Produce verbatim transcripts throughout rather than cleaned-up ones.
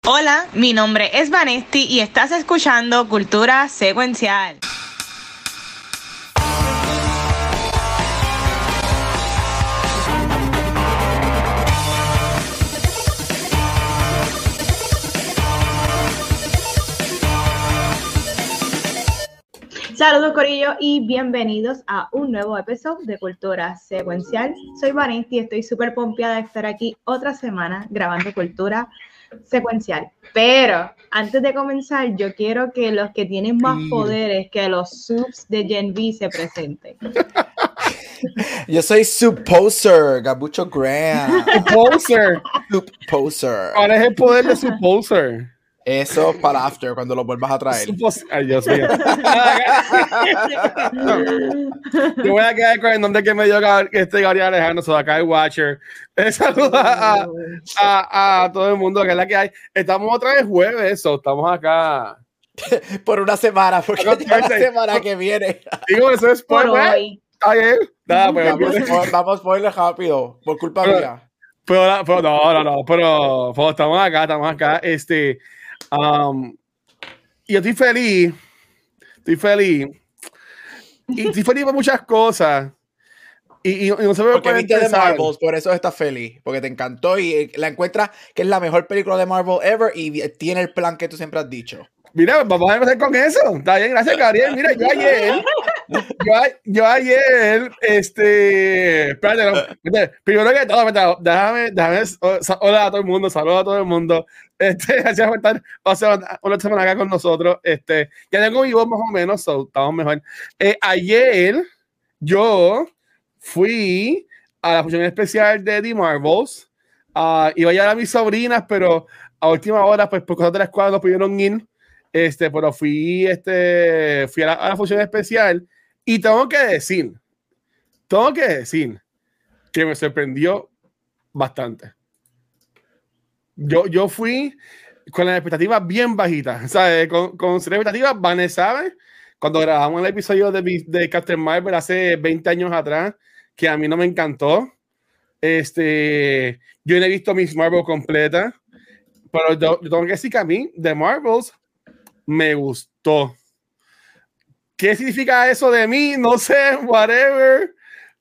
Hola, mi nombre es Vanesti y estás escuchando Cultura Secuencial. Saludos Corillo y bienvenidos a un nuevo episodio de Cultura Secuencial. Soy Vanesti y estoy súper pompeada de estar aquí otra semana grabando Cultura Secuencial. Pero antes de comenzar, yo quiero que los que tienen más poderes que los subs de Gen V se presenten. Yo soy Supposer, Gabucho Graham. Supposer. Supposer. ¿Cuál es el poder de Supposer? Eso para after, cuando lo vuelvas a traer. Suppos Ay, Dios mío. Yo voy a quedar con el nombre que me dio este Gary Alejandro, so acá hay Watcher. Eh, saluda a, a, a todo el mundo, que es la que hay. Estamos otra vez jueves, so estamos acá. Por una semana, porque ya la semana que viene. Digo, eso es por hoy. ¿Está bien? Nada, pues, vamos, vamos spoiler rápido, por culpa pero, mía. Pero, pero no, no, no, pero, pero estamos acá, estamos acá. Este, um, y yo estoy feliz, estoy feliz. Y estoy feliz por muchas cosas. Y, y, y no se me porque viste de Marvels, por eso estás feliz. Porque te encantó y la encuentras que es la mejor película de Marvel ever y tiene el plan que tú siempre has dicho. Mira, vamos a empezar con eso. Está bien, gracias, Gabriel. Mira, yo ayer, yo, yo ayer, este, espérate, no, primero que todo, déjame, déjame, hola a todo el mundo, saludos a todo el mundo. Este, gracias por estar o sea, una semana acá con nosotros. Este, ya tengo mi voz más o menos, so, estamos mejor. Eh, ayer, yo fui a la función especial de The Marvels. Uh, iba a llevar a mis sobrinas, pero a última hora, pues por cosas de la escuela no pudieron ir. Este, pero fui, este, fui a la, a la función especial y tengo que decir, tengo que decir que me sorprendió bastante. Yo, yo fui con las expectativas bien bajitas, ¿sabes? Con, con expectativas, Vanessa, ¿sabes? Cuando grabamos el episodio de, de Captain Marvel hace veinte años atrás, que a mí no me encantó. Este, yo no he visto Miss Marvel completa, pero yo, yo tengo que decir que a mí, The Marvels, me gustó. ¿Qué significa eso de mí? No sé, whatever.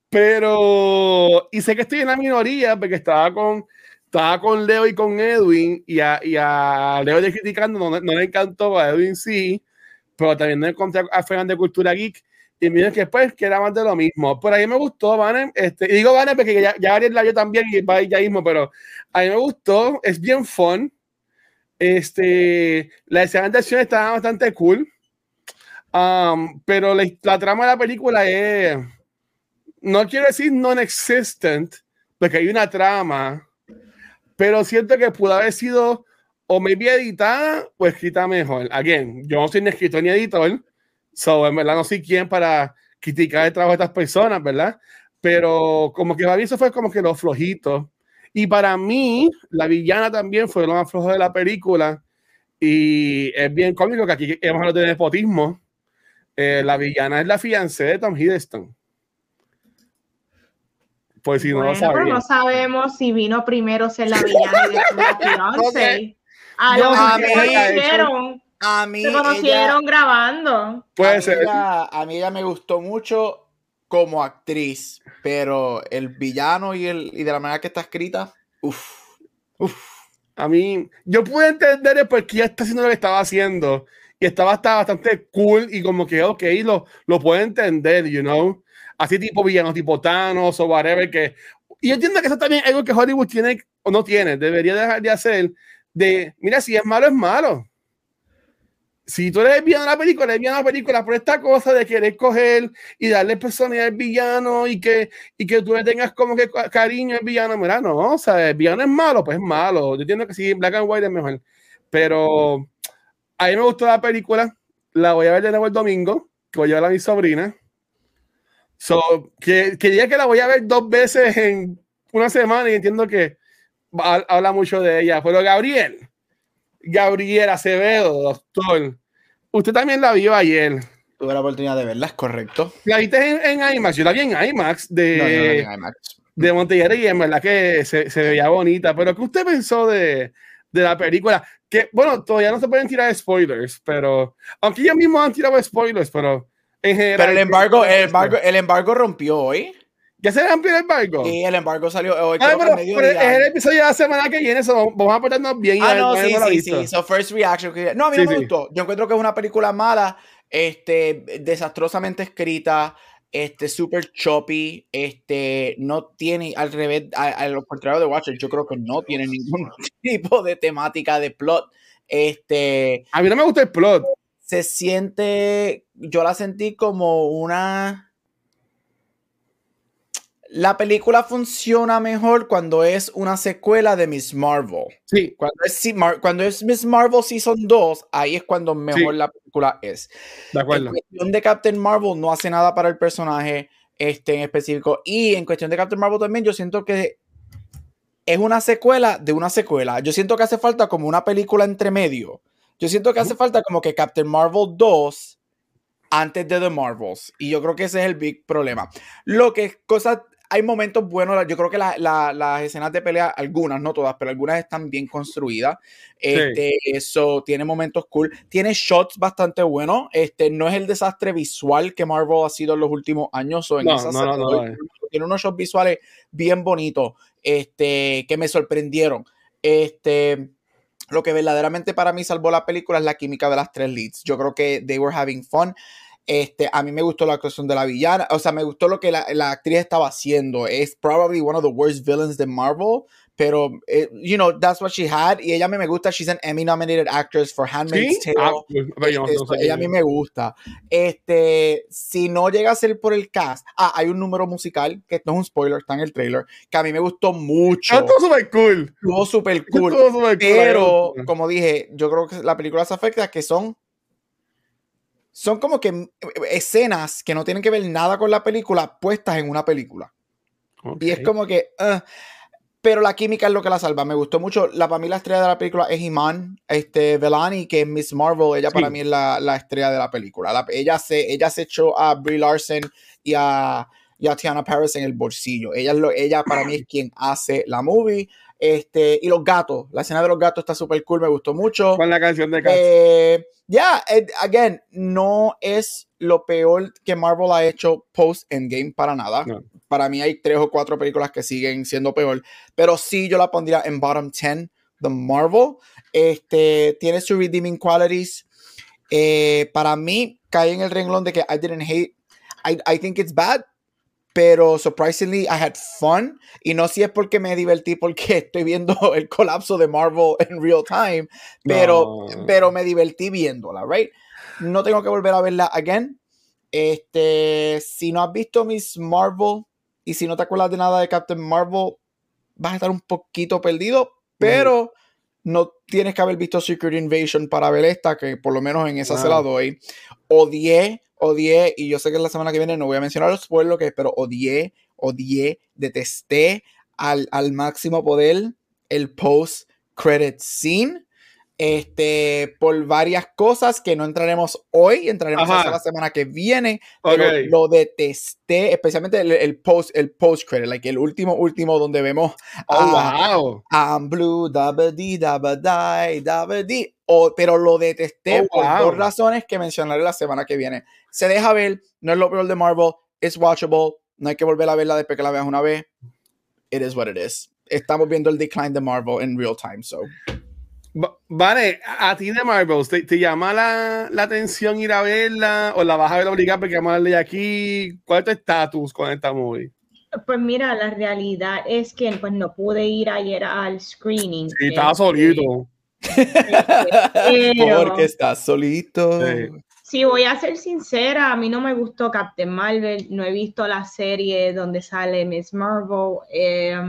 Pero, y sé que estoy en la minoría porque estaba con, estaba con Leo y con Edwin, y a, y a Leo le criticando, no, no le encantó, a Edwin sí, pero también no encontré a Fernan de Cultura Geek, y miren que después que era más de lo mismo. Por ahí me gustó, Vane, este, y digo Vane porque ya, ya Ariel la vio también y va ya mismo, pero a mí me gustó, es bien fun. Este, la escena de acción está bastante cool, um, pero la, la trama de la película es, no quiero decir non-existent, porque hay una trama, pero siento que pudo haber sido o maybe editada o escrita mejor. Again, yo no soy ni escritor ni editor, so en verdad no soy quien para criticar el trabajo de estas personas, ¿verdad? Pero como que eso fue como que lo flojito. Y para mí, la villana también fue lo más flojo de la película. Y es bien cómico que aquí hemos hablado de nepotismo. Eh, la villana es la fiancé de Tom Hiddleston. Pues si bueno, no lo sabía. Pero no sabemos si vino primero ser la villana y después la fiancé. A Yo, lo a que mí, se conocieron, a mí se conocieron ella, grabando. Puede a ser. Mí ella, a mí ella me gustó mucho como actriz, pero el villano y, el, y de la manera que está escrita, uff, uff. A mí, yo pude entender el por qué ella está haciendo lo que estaba haciendo. Y estaba hasta bastante cool y como que, ok, lo, lo puedo entender, you know. Así tipo villanos, tipo Thanos o whatever. Que, y yo entiendo que eso también es algo que Hollywood tiene o no tiene, debería dejar de hacer. De, mira, si es malo, es malo. Si tú eres el villano de la película, eres el villano de la película, por esta cosa de querer coger y darle personalidad al villano y que, y que tú le tengas como que cariño al villano, mira, no, o sea, el villano es malo, pues es malo. Yo entiendo que sí, Black and White es mejor, pero a mí me gustó la película, la voy a ver de nuevo el domingo, que voy a llevar a mi sobrina. So, que, que diga que la voy a ver dos veces en una semana y entiendo que va, habla mucho de ella, pero Gabriel, Gabriel Acevedo, doctor, usted también la vio ayer. Tuve la oportunidad de verla, es correcto. ¿La viste en, en IMAX? Yo la vi en IMAX de, no, no, no, en IMAX. de Montelledra y en verdad que se, se veía bonita. Pero ¿qué usted pensó de, de la película? que, bueno, todavía no se pueden tirar spoilers, pero, aunque ellos mismos han tirado spoilers, pero en general. Pero el embargo, el embargo, el embargo rompió hoy. ¿Ya se rompió el embargo? Sí, el embargo salió hoy. Ah, pero, pero es el episodio de la semana que viene, so vamos a portarnos bien. Ah, no, sí, sí, sí. So, first reaction. No, a mí sí, no me sí. gustó. Yo encuentro que es una película mala, este, desastrosamente escrita, este, super choppy, este, no tiene, al revés, a, a lo contrario de Watcher, yo creo que no tiene ningún tipo de temática de plot. Este, a mí no me gusta el plot. Se siente, yo la sentí como una... La película funciona mejor cuando es una secuela de Miss Marvel. Sí. Cuando es, cuando es Miss Marvel Season dos, ahí es cuando mejor sí. la película es. De acuerdo. En cuestión de Captain Marvel no hace nada para el personaje este, en específico. Y en cuestión de Captain Marvel también yo siento que es una secuela de una secuela. Yo siento que hace falta como una película entre medio. Yo siento que hace falta como que Captain Marvel dos antes de The Marvels. Y yo creo que ese es el big problema. Lo que es cosas... Hay momentos buenos, yo creo que la, la, las escenas de pelea, algunas, no todas, pero algunas están bien construidas. Este, sí. Eso tiene momentos cool. Tiene shots bastante buenos. Este, no es el desastre visual que Marvel ha sido en los últimos años. O en no, esa no, no, no, no. Tiene unos shots visuales bien bonitos este, que me sorprendieron. Este, lo que verdaderamente para mí salvó la película es la química de las tres leads. Yo creo que they were having fun. Este, a mí me gustó la actuación de la villana, o sea, me gustó lo que la, la actriz estaba haciendo. Es probably one of the worst villains de Marvel, pero, eh, you know, that's what she had. Y ella a mí me gusta, she's an Emmy-nominated actress for Handmaid's ¿Sí? Tale. Ah, pues, este, no, no sé ella a mí me gusta. Este, si no llega a ser por el cast, ah, hay un número musical, que no es un spoiler, está en el trailer, que a mí me gustó mucho. Estuvo súper cool. Estuvo súper cool. Estuvo super cool. Pero, como dije, yo creo que la película se afecta que son Son como que escenas que no tienen que ver nada con la película puestas en una película. Okay. Y es como que... Uh, pero la química es lo que la salva. Me gustó mucho. La, para mí la estrella de la película es Iman este, Vellani, que es Miss Marvel. Ella sí. para mí es la, la estrella de la película. La, ella, se, ella se echó a Brie Larson y a, y a Tiana Paris en el bolsillo. Ella, lo, ella para mí es quien hace la movie. Este, y los gatos, la escena de los gatos está súper cool, me gustó mucho. Con la canción de Cats. Eh, ya, yeah, again, no es lo peor que Marvel ha hecho post-Endgame para nada. No. Para mí hay tres o cuatro películas que siguen siendo peor, pero sí yo la pondría en bottom ten de Marvel. Este, tiene sus redeeming qualities. Eh, para mí, cae en el renglón de que I didn't hate, I, I think it's bad, pero surprisingly I had fun, y no si es porque me divertí porque estoy viendo el colapso de Marvel en real time, pero, no. pero me divertí viéndola, right? No tengo que volver a verla again. Este, si no has visto Miss Marvel y si no te acuerdas de nada de Captain Marvel, vas a estar un poquito perdido, pero mm. no tienes que haber visto Secret Invasion para ver esta, que por lo menos en esa wow. se la doy. Odié Odié, y yo sé que la semana que viene no voy a mencionar los spoilers, pero odié, odié, detesté al, al máximo poder el post-credit scene, este, por varias cosas que no entraremos hoy, entraremos Ajá. hasta la semana que viene, pero okay. lo detesté, especialmente el, el post, el post-credit, like el último, último donde vemos oh, a, wow. I'm blue, dabba-dee, dabba-die, dabba-dee. Oh, pero lo detesté oh, por wow. dos razones que mencionaré la semana que viene. Se deja ver, no es lo peor de Marvel, es watchable, no hay que volver a verla después que la veas una vez. It is what it is. Estamos viendo el decline de Marvel en real time, so. Vale, a ti de Marvel, ¿te, te llama la, la atención ir a verla o la vas a ver obligada porque vamos a darle aquí? ¿Cuál es tu estatus con esta movie? Pues mira, la realidad es que pues, no pude ir ayer al screening. Sí, estaba solito. Pero, porque estás solito. Sí. Si voy a ser sincera, a mí no me gustó Captain Marvel, no he visto la serie donde sale Miss Marvel. Eh,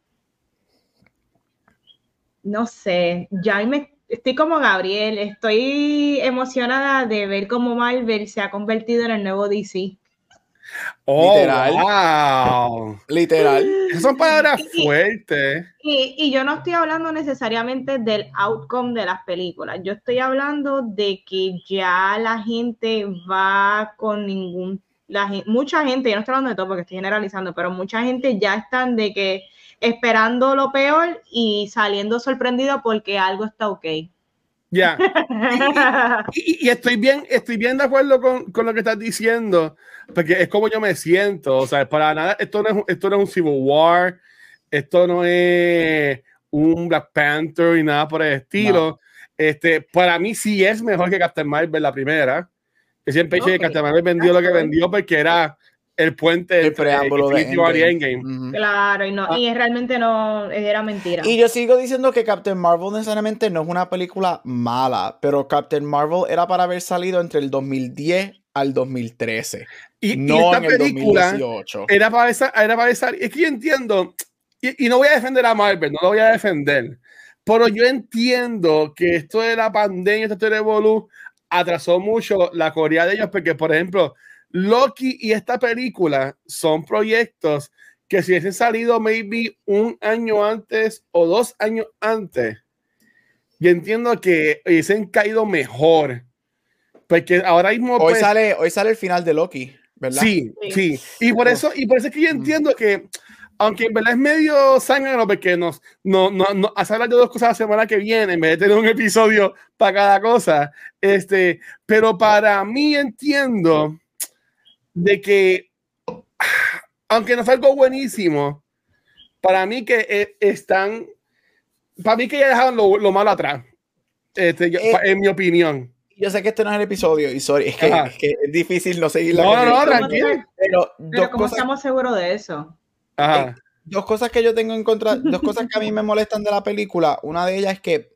no sé, ya me, estoy como Gabriel, estoy emocionada de ver cómo Marvel se ha convertido en el nuevo D C. Oh, literal. Wow. Literal. Esas son palabras fuertes. Y, y yo no estoy hablando necesariamente del outcome de las películas. Yo estoy hablando de que ya la gente va con ningún... La, mucha gente, yo no estoy hablando de todo porque estoy generalizando, pero mucha gente ya están de que esperando lo peor y saliendo sorprendido porque algo está ok. Ya. Yeah. Y, y, y estoy bien, estoy bien de acuerdo con, con lo que estás diciendo, porque es como yo me siento. O sea, para nada, esto no es, esto no es un Civil War, esto no es un Black Panther y nada por el estilo. No. Este, para mí sí es mejor que Captain Marvel la primera. Que siempre okay. dije que Captain Marvel vendió That's lo que good. vendió porque era el puente el preámbulo de Endgame. Endgame. Uh-huh. Claro, y no, ah. y realmente no era mentira. Y yo sigo diciendo que Captain Marvel necesariamente no es una película mala, pero Captain Marvel era para haber salido entre el dos mil diez al dos mil trece. Y, no y esta en el película dos mil dieciocho. Era para esa, era para esa, es que yo entiendo, y, y no voy a defender a Marvel, no lo voy a defender, pero yo entiendo que esto de la pandemia, esto de Evolu, atrasó mucho la corrida de ellos, porque por ejemplo, Loki y esta película son proyectos que si hubiesen salido maybe un año antes o dos años antes, yo entiendo que hubiesen caído mejor. Porque ahora mismo... Hoy, pues, sale, hoy sale el final de Loki, ¿verdad? Sí, sí. sí. Y, por eso, y por eso es que yo entiendo que, aunque en verdad es medio zángano, porque nos, no, no, no, hace hablar de dos cosas la semana que viene, en vez de tener un episodio para cada cosa, este, pero para mí entiendo de que, aunque no es algo buenísimo, para mí que eh, están, para mí que ya dejaron lo, lo malo atrás, este, yo, eh, en mi opinión. Yo sé que este no es el episodio, y sorry, es que, es que es difícil no seguir la No, no, no, tranquilo. Pero, pero ¿cómo cosas, estamos seguros de eso? Ajá. Eh, dos cosas que yo tengo en contra, dos cosas que a mí me molestan de la película. Una de ellas es que,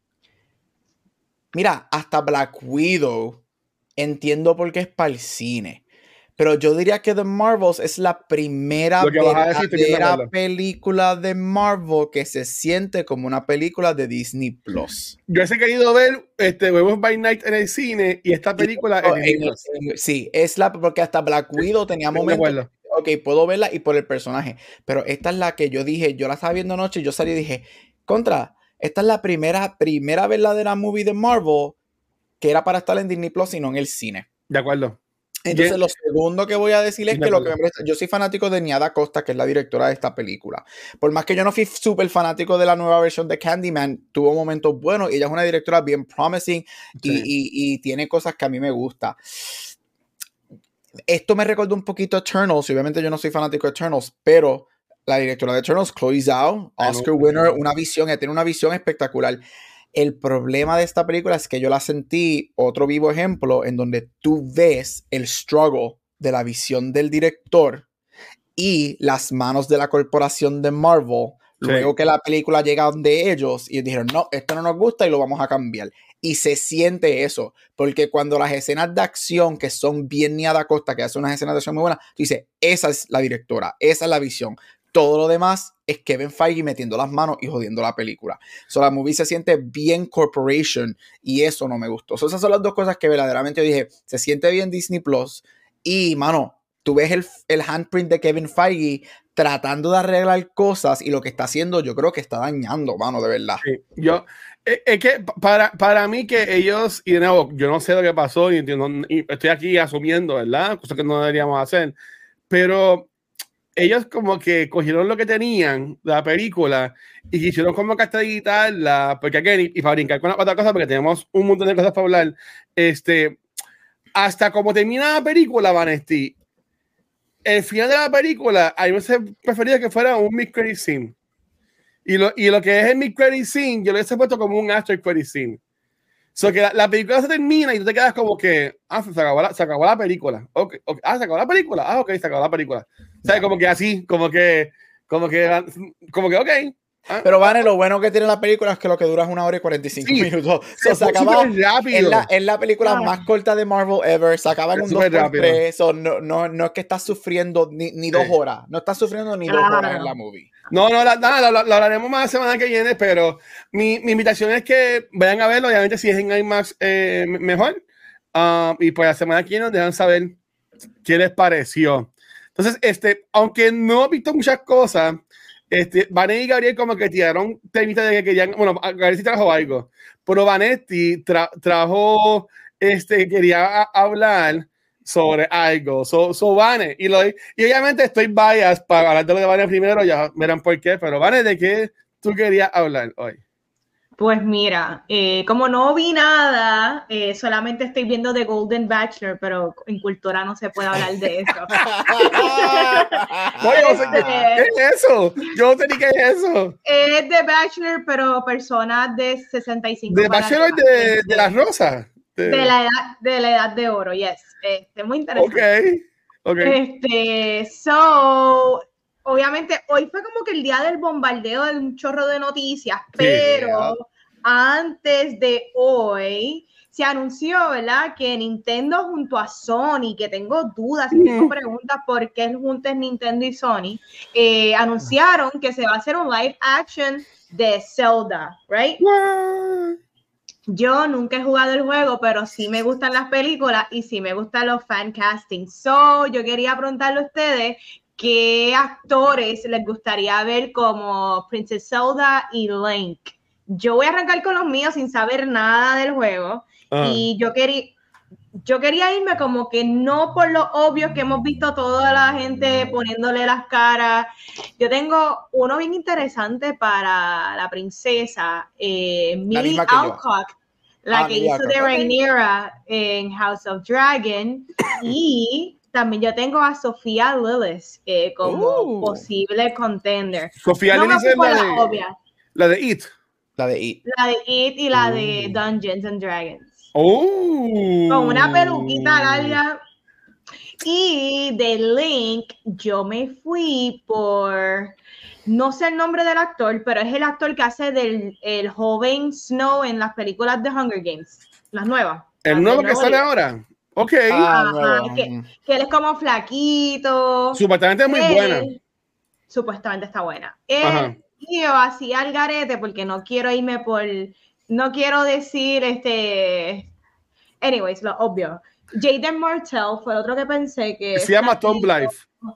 mira, hasta Black Widow entiendo por qué es para el cine. Pero yo diría que The Marvels es la primera verdadera película de Marvel que se siente como una película de Disney Plus. Yo he querido ver este Werewolf by Night en el cine y esta película sí, en Disney Plus. En, sí, es la porque hasta Black Widow tenía momentos. Ok, puedo verla y por el personaje. Pero esta es la que yo dije, yo la estaba viendo anoche y yo salí y dije, contra, esta es la primera, primera verdadera movie de Marvel que era para estar en Disney Plus y no en el cine. De acuerdo. Entonces, lo segundo que voy a decir es que lo que me molesta, yo soy fanático de Nia Da Costa, que es la directora de esta película. Por más que yo no fui súper fanático de la nueva versión de Candyman, tuvo momentos buenos y ella es una directora bien promising y, sí. y, y tiene cosas que a mí me gustan. Esto me recordó un poquito a Eternals, y obviamente yo no soy fanático de Eternals, pero la directora de Eternals, Chloe Zhao, Oscar winner, una visión, tiene una visión espectacular. El problema de esta película es que yo la sentí, otro vivo ejemplo, en donde tú ves el struggle de la visión del director y las manos de la corporación de Marvel, sí. Luego que la película llega donde ellos y dijeron, no, esto no nos gusta y lo vamos a cambiar. Y se siente eso, porque cuando las escenas de acción, que son bien Nia Da Costa, que hace unas escenas de acción muy buenas, tú dices, esa es la directora, esa es la visión. Todo lo demás es Kevin Feige metiendo las manos y jodiendo la película. So, la movie se siente bien corporation y eso no me gustó. So, esas son las dos cosas que verdaderamente yo dije, se siente bien Disney Plus y, mano, tú ves el, el handprint de Kevin Feige tratando de arreglar cosas y lo que está haciendo yo creo que está dañando, mano, de verdad. Sí, yo, es, es que para, para mí que ellos, y de nuevo, yo no sé lo que pasó y, entiendo, y estoy aquí asumiendo, ¿verdad? Cosas que no deberíamos hacer, pero ellos como que cogieron lo que tenían, la película, y quisieron como que hasta editarla, porque aquí, y para brincar con la otra cosa, porque tenemos un montón de cosas para hablar, este, hasta como termina la película, Vanesti, el final de la película, a mí me prefería que fuera un mid-credit scene. Y lo, y lo que es el mid-credit scene, yo lo he puesto como un after-credit scene. So que la, la película se termina y tú te quedas como que, ah, se acabó la, se acabó la película. Okay, okay. Ah, se acabó la película. Ah, ok, se acabó la película. O sea, como que así, como que, como que, como que, ok. Ah, pero Vane, lo bueno que tiene la película es que lo que dura es una hora y cuarenta y cinco sí, minutos. So, se acaba rápido. Es la, es la película ah. más corta de Marvel ever. Se acaba en un dos por tres. So, no, no, no es que estás sufriendo ni, ni dos sí. horas. No estás sufriendo ni ah. dos horas en la movie. No, no, la, nada, lo, lo hablaremos más la semana que viene, pero mi, mi invitación es que vayan a verlo. Obviamente, si es en IMAX, eh, mejor. Uh, y pues la semana que viene nos dejan saber qué les pareció. Entonces, este, aunque no he visto muchas cosas, este, Vanetti y Gabriel como que tiraron temitas de que querían, bueno, Gabriel sí trajo algo, pero Vanetti tra, trajo, este, quería a, hablar sobre algo, so, so Vane, y, lo, y obviamente estoy biased para hablar de lo de Vane primero, ya verán por qué, pero Vane, ¿de qué tú querías hablar hoy? Pues mira, eh, como no vi nada, eh, solamente estoy viendo The Golden Bachelor, pero en cultura no se puede hablar de eso. Oye, este, ¿qué es eso? Yo no sé ni qué es eso. Es The Bachelor, pero personas de sesenta y cinco. The Bachelor de, de, de las rosas. De, de, la edad, de la edad de oro, yes. Este, muy interesante. Ok, ok. Este, so... Obviamente, hoy fue como que el día del bombardeo de un chorro de noticias, pero yeah. antes de hoy se anunció, ¿verdad? Que Nintendo junto a Sony, que tengo dudas y mm. tengo preguntas por qué juntos Nintendo y Sony, eh, anunciaron que se va a hacer un live action de Zelda, ¿right? What? Yo nunca he jugado el juego, pero sí me gustan las películas y sí me gustan los fan castings. So, yo quería preguntarle a ustedes ¿qué actores les gustaría ver como Princess Zelda y Link? Yo voy a arrancar con los míos sin saber nada del juego. Uh-huh. Y yo quería, yo quería irme como que no por lo obvio que hemos visto toda la gente poniéndole las caras. Yo tengo uno bien interesante para la princesa, eh, Millie Alcock, la ah, que hizo Alcock. de Rhaenyra en House of Dragon. Y también yo tengo a Sofía Lillis eh, como uh. posible contender. Sofía no Lillis es la, la de obvia. La de It. La de It. La de It y la uh. de Dungeons and Dragons. Uh. Con una peluquita larga. Y de Link, yo me fui por... No sé el nombre del actor, pero es el actor que hace del el joven Snow en las películas de Hunger Games. Las nuevas. ¿El las nuevo que sale ahora? Ok. Ah, Ajá, que, que él es como flaquito. Supuestamente es muy él, buena. Supuestamente está buena. Él, y yo así al garete porque no quiero irme por... No quiero decir este... Anyways, lo obvio. Jaden Martell fue el otro que pensé que... Se llama Tom Blythe.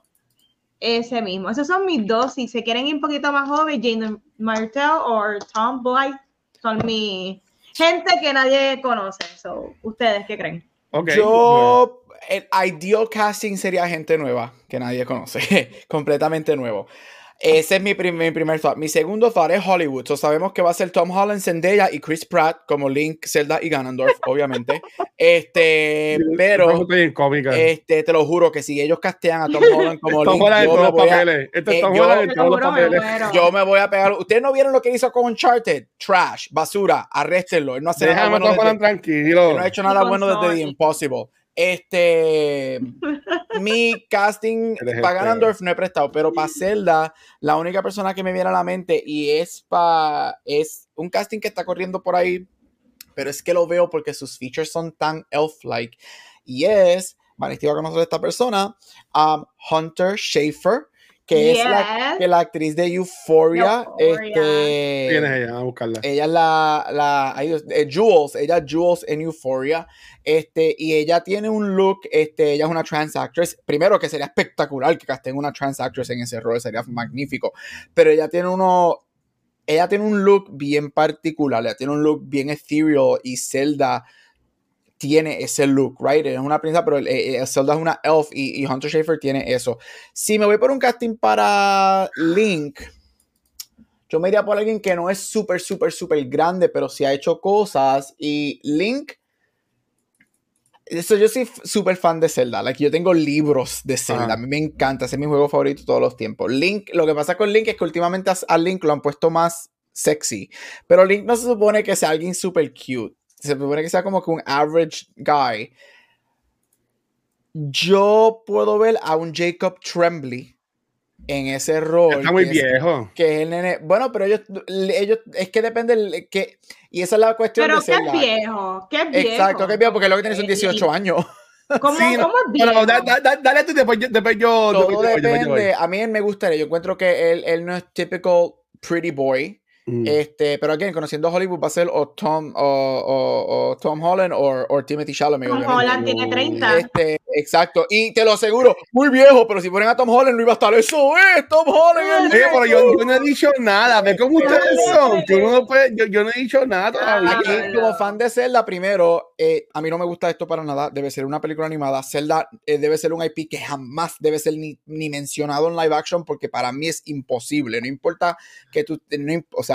Ese mismo. Esos son mis dos. Si se quieren ir un poquito más jóvenes, Jaden Martell o Tom Blythe son mi gente que nadie conoce. So, ¿ustedes qué creen? Okay. Yo, el ideal casting sería gente nueva que nadie conoce, completamente nuevo. Ese es mi, prim mi primer thought. Mi segundo thought es Hollywood. So, sabemos que va a ser Tom Holland, Zendaya y Chris Pratt como Link, Zelda y Ganondorf, obviamente. Este, pero este, te lo juro que si ellos castean a Tom Holland como Link, yo me, voy a, eh, yo, yo me voy a pegar. Ustedes no vieron lo que hizo con Uncharted, trash, basura, arréstenlo. Él no hace Déjame nada bueno. Desde, tranquilo. Él no ha hecho nada bueno desde The Impossible. Este, mi casting para Ganondorf no he prestado, pero para Zelda, la única persona que me viene a la mente y es para, es un casting que está corriendo por ahí, pero es que lo veo porque sus features son tan elf-like, y es, Vanessa va a conocer a esta persona, um, Hunter Schafer, que yes. es la, que la actriz de Euphoria. Euphoria. Este, ¿Quién es ella? Vamos a buscarla. Ella es la, la eh, Jules, ella es Jules en Euphoria. Este, y ella tiene un look, este, ella es una trans actress. Primero que sería espectacular que casten una trans actress en ese rol, sería magnífico. Pero ella tiene uno, ella tiene un look bien particular, ella tiene un look bien ethereal y Zelda tiene ese look, right? Es una princesa, pero eh, Zelda es una elf y, y Hunter Schafer tiene eso. Si me voy por un casting para Link, yo me iría por alguien que no es súper, súper, súper grande, pero sí ha hecho cosas. Y Link, eso, yo soy súper fan de Zelda. Like, yo tengo libros de Zelda. Ah. A mí me encanta, ese es mi juego favorito todos los tiempos. Link, lo que pasa con Link es que últimamente a Link lo han puesto más sexy. Pero Link no se supone que sea alguien súper cute. Se supone que sea como que un average guy. Yo puedo ver a un Jacob Tremblay en ese rol. Está muy que viejo. Es, que es el nene. Bueno, pero ellos, ellos es que depende el, que, y esa es la cuestión pero de Zelda. Pero qué viejo, qué viejo. Exacto, qué viejo, porque lo que tiene son dieciocho años. ¿Cómo, sí, ¿cómo es viejo? No, da, da, dale tú, después yo. Después yo Todo después depende. Yo, yo, yo, a mí él me gustaría. Yo encuentro que él, él no es typical pretty boy. Mm. Este, pero again, conociendo a Hollywood va a ser o Tom o, o, o Tom Holland o, o Timothy Chalamet. Tom obviamente. Holland tiene treinta. Este, exacto, y te lo aseguro, muy viejo, pero si ponen a Tom Holland no iba a estar. Eso es Tom Holland. Oye, pero yo, yo no he dicho nada. ¿Ves cómo ustedes son? Que uno no puede, yo, yo no he dicho nada todavía. Aquí, como fan de Zelda, primero, eh, a mí no me gusta esto para nada. Debe ser una película animada. Zelda eh, debe ser un I P que jamás debe ser ni, ni mencionado en live action, porque para mí es imposible. No importa que tú, no, o sea,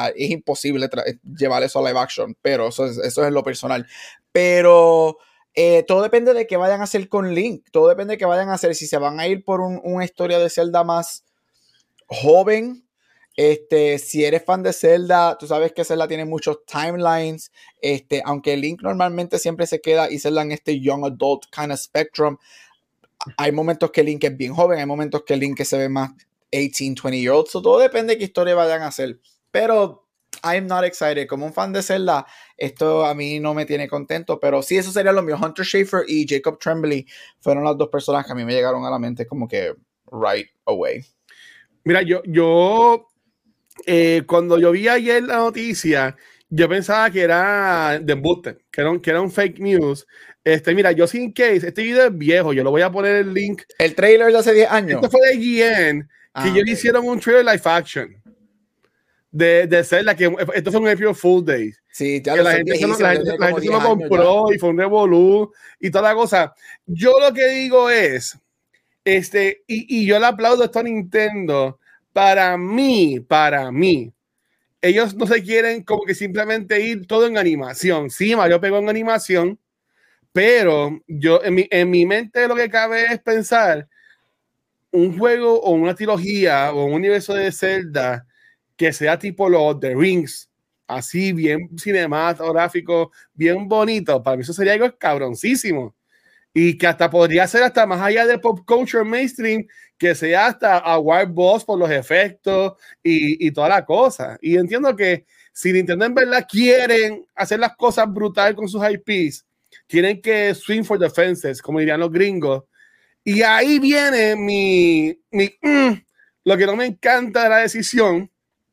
sea, es imposible llevar eso a live action, pero eso es, eso es lo personal. Pero eh, todo depende de qué vayan a hacer con Link, todo depende de qué vayan a hacer, si se van a ir por un, una historia de Zelda más joven. Este, si eres fan de Zelda, tú sabes que Zelda tiene muchos timelines, este, aunque Link normalmente siempre se queda y Zelda en este young adult kind of spectrum, hay momentos que Link es bien joven, hay momentos que Link se ve más eighteen, twenty year old, so todo depende de qué historia vayan a hacer, pero I'm not excited, como un fan de Zelda, esto a mí no me tiene contento, pero sí, eso sería lo mío. Hunter Schafer y Jacob Tremblay fueron las dos personas que a mí me llegaron a la mente como que right away. Mira, yo, yo eh, cuando yo vi ayer la noticia, yo pensaba que era de embuste, que era un, que era un fake news. Este, mira, yo sin case, este video es viejo, yo lo voy a poner el link. El trailer de hace diez años. Esto fue de G N, que ah, ellos okay. hicieron un trailer live action de, de Zelda, que esto fue un April Fool Day. Sí, ya que lo la, sé, gente se lo, la gente, la gente se lo compró ya. Y fue un revolú y toda la cosa. Yo lo que digo es, este, y, y yo le aplaudo esto a Nintendo. Para mí, para mí, ellos no se quieren como que simplemente ir todo en animación. Sí, Mario pegó en animación, pero yo en mi, en mi mente lo que cabe es pensar un juego o una trilogía o un universo de Zelda que sea tipo los The Rings, así bien cinematográfico, bien bonito. Para mí eso sería algo cabroncísimo. Y que hasta podría ser hasta más allá de pop culture mainstream, que sea hasta a Wild Boss por los efectos y, y toda la cosa. Y entiendo que si Nintendo en verdad quieren hacer las cosas brutales con sus I Ps, tienen que swing for the fences, como dirían los gringos. Y ahí viene mi, mi mm, lo que no me encanta de la decisión.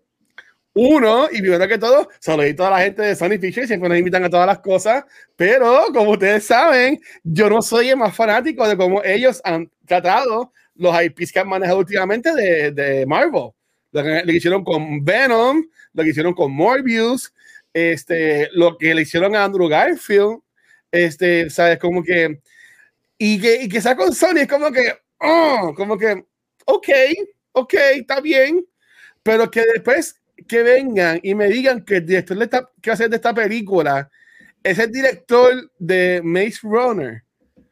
Uno, y primero que todo, saludito a la gente de Sony Pictures, siempre nos invitan a todas las cosas, pero como ustedes saben, yo no soy el más fanático de cómo ellos han tratado los I Ps que han manejado últimamente de, de Marvel. Lo que le hicieron con Venom, lo que hicieron con Morbius, este, lo que le hicieron a Andrew Garfield, este, sabes, como que, y que, y que sea con Sony es como que, oh, como que, ok, ok, está bien, pero que después que vengan y me digan que el director de esta, que hace de esta película es el director de Maze Runner.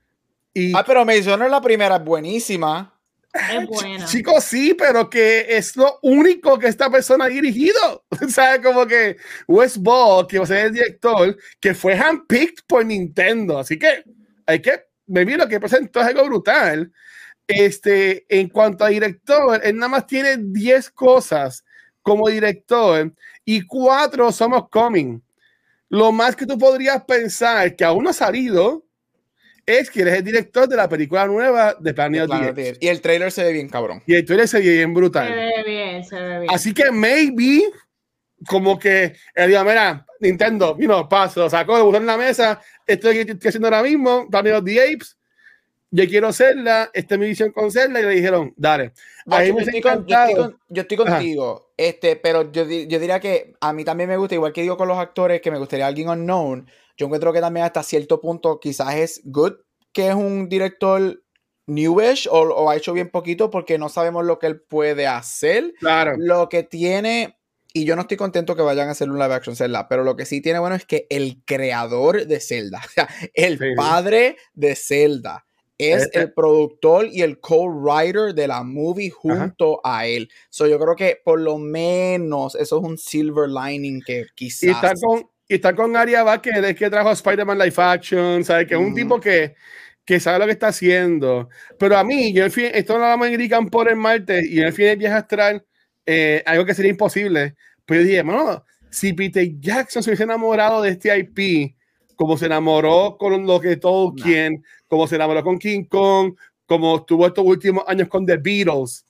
Y, ah, pero Maze Runner la primera es buenísima. Es buena. Chicos, sí, pero que es lo único que esta persona ha dirigido. O sea, como que Wes Ball, que va a ser el director, que fue handpicked por Nintendo. Así que hay que ver lo que presentó, es algo brutal. Este, en cuanto a director, él nada más tiene diez cosas como director y cuatro somos coming. Lo más que tú podrías pensar que aún no ha salido es que eres el director de la película nueva de Planet of the Apes. Y el trailer se ve bien cabrón. Y el trailer se ve bien brutal. Se ve bien, se ve bien. Así que maybe como que él diga, mira, Nintendo, you know, paso, sacó el botón en la mesa, esto que estoy haciendo ahora mismo, Planet of the Apes, yo quiero Zelda, esta es mi visión con Zelda, y le dijeron, dale. Yo, yo, estoy con, yo, estoy con, yo estoy contigo, este, pero yo, yo diría que a mí también me gusta, igual que digo con los actores, que me gustaría alguien unknown. Yo encuentro que también hasta cierto punto quizás es good que es un director newish o, o ha hecho bien poquito porque no sabemos lo que él puede hacer. Claro. Lo que tiene, y yo no estoy contento que vayan a hacer un live action Zelda, pero lo que sí tiene bueno es que el creador de Zelda, o sea, el sí. padre de Zelda, es este. el productor y el co-writer de la movie junto Ajá. a él. So yo creo que por lo menos eso es un silver lining que quizás... Y está con, y está con Aria Baker, es que trajo Spider-Man Live Action, ¿sabes? Que es un mm. tipo que, que sabe lo que está haciendo. Pero a mí, yo en fin, esto lo hablamos en Rican por el martes, y en el fin del viaje astral, eh, algo que sería imposible. Pues yo dije, bueno, si Peter Jackson se hubiese enamorado de este I P, como se enamoró con lo que Tolkien, no. como se enamoró con King Kong, como estuvo estos últimos años con The Beatles,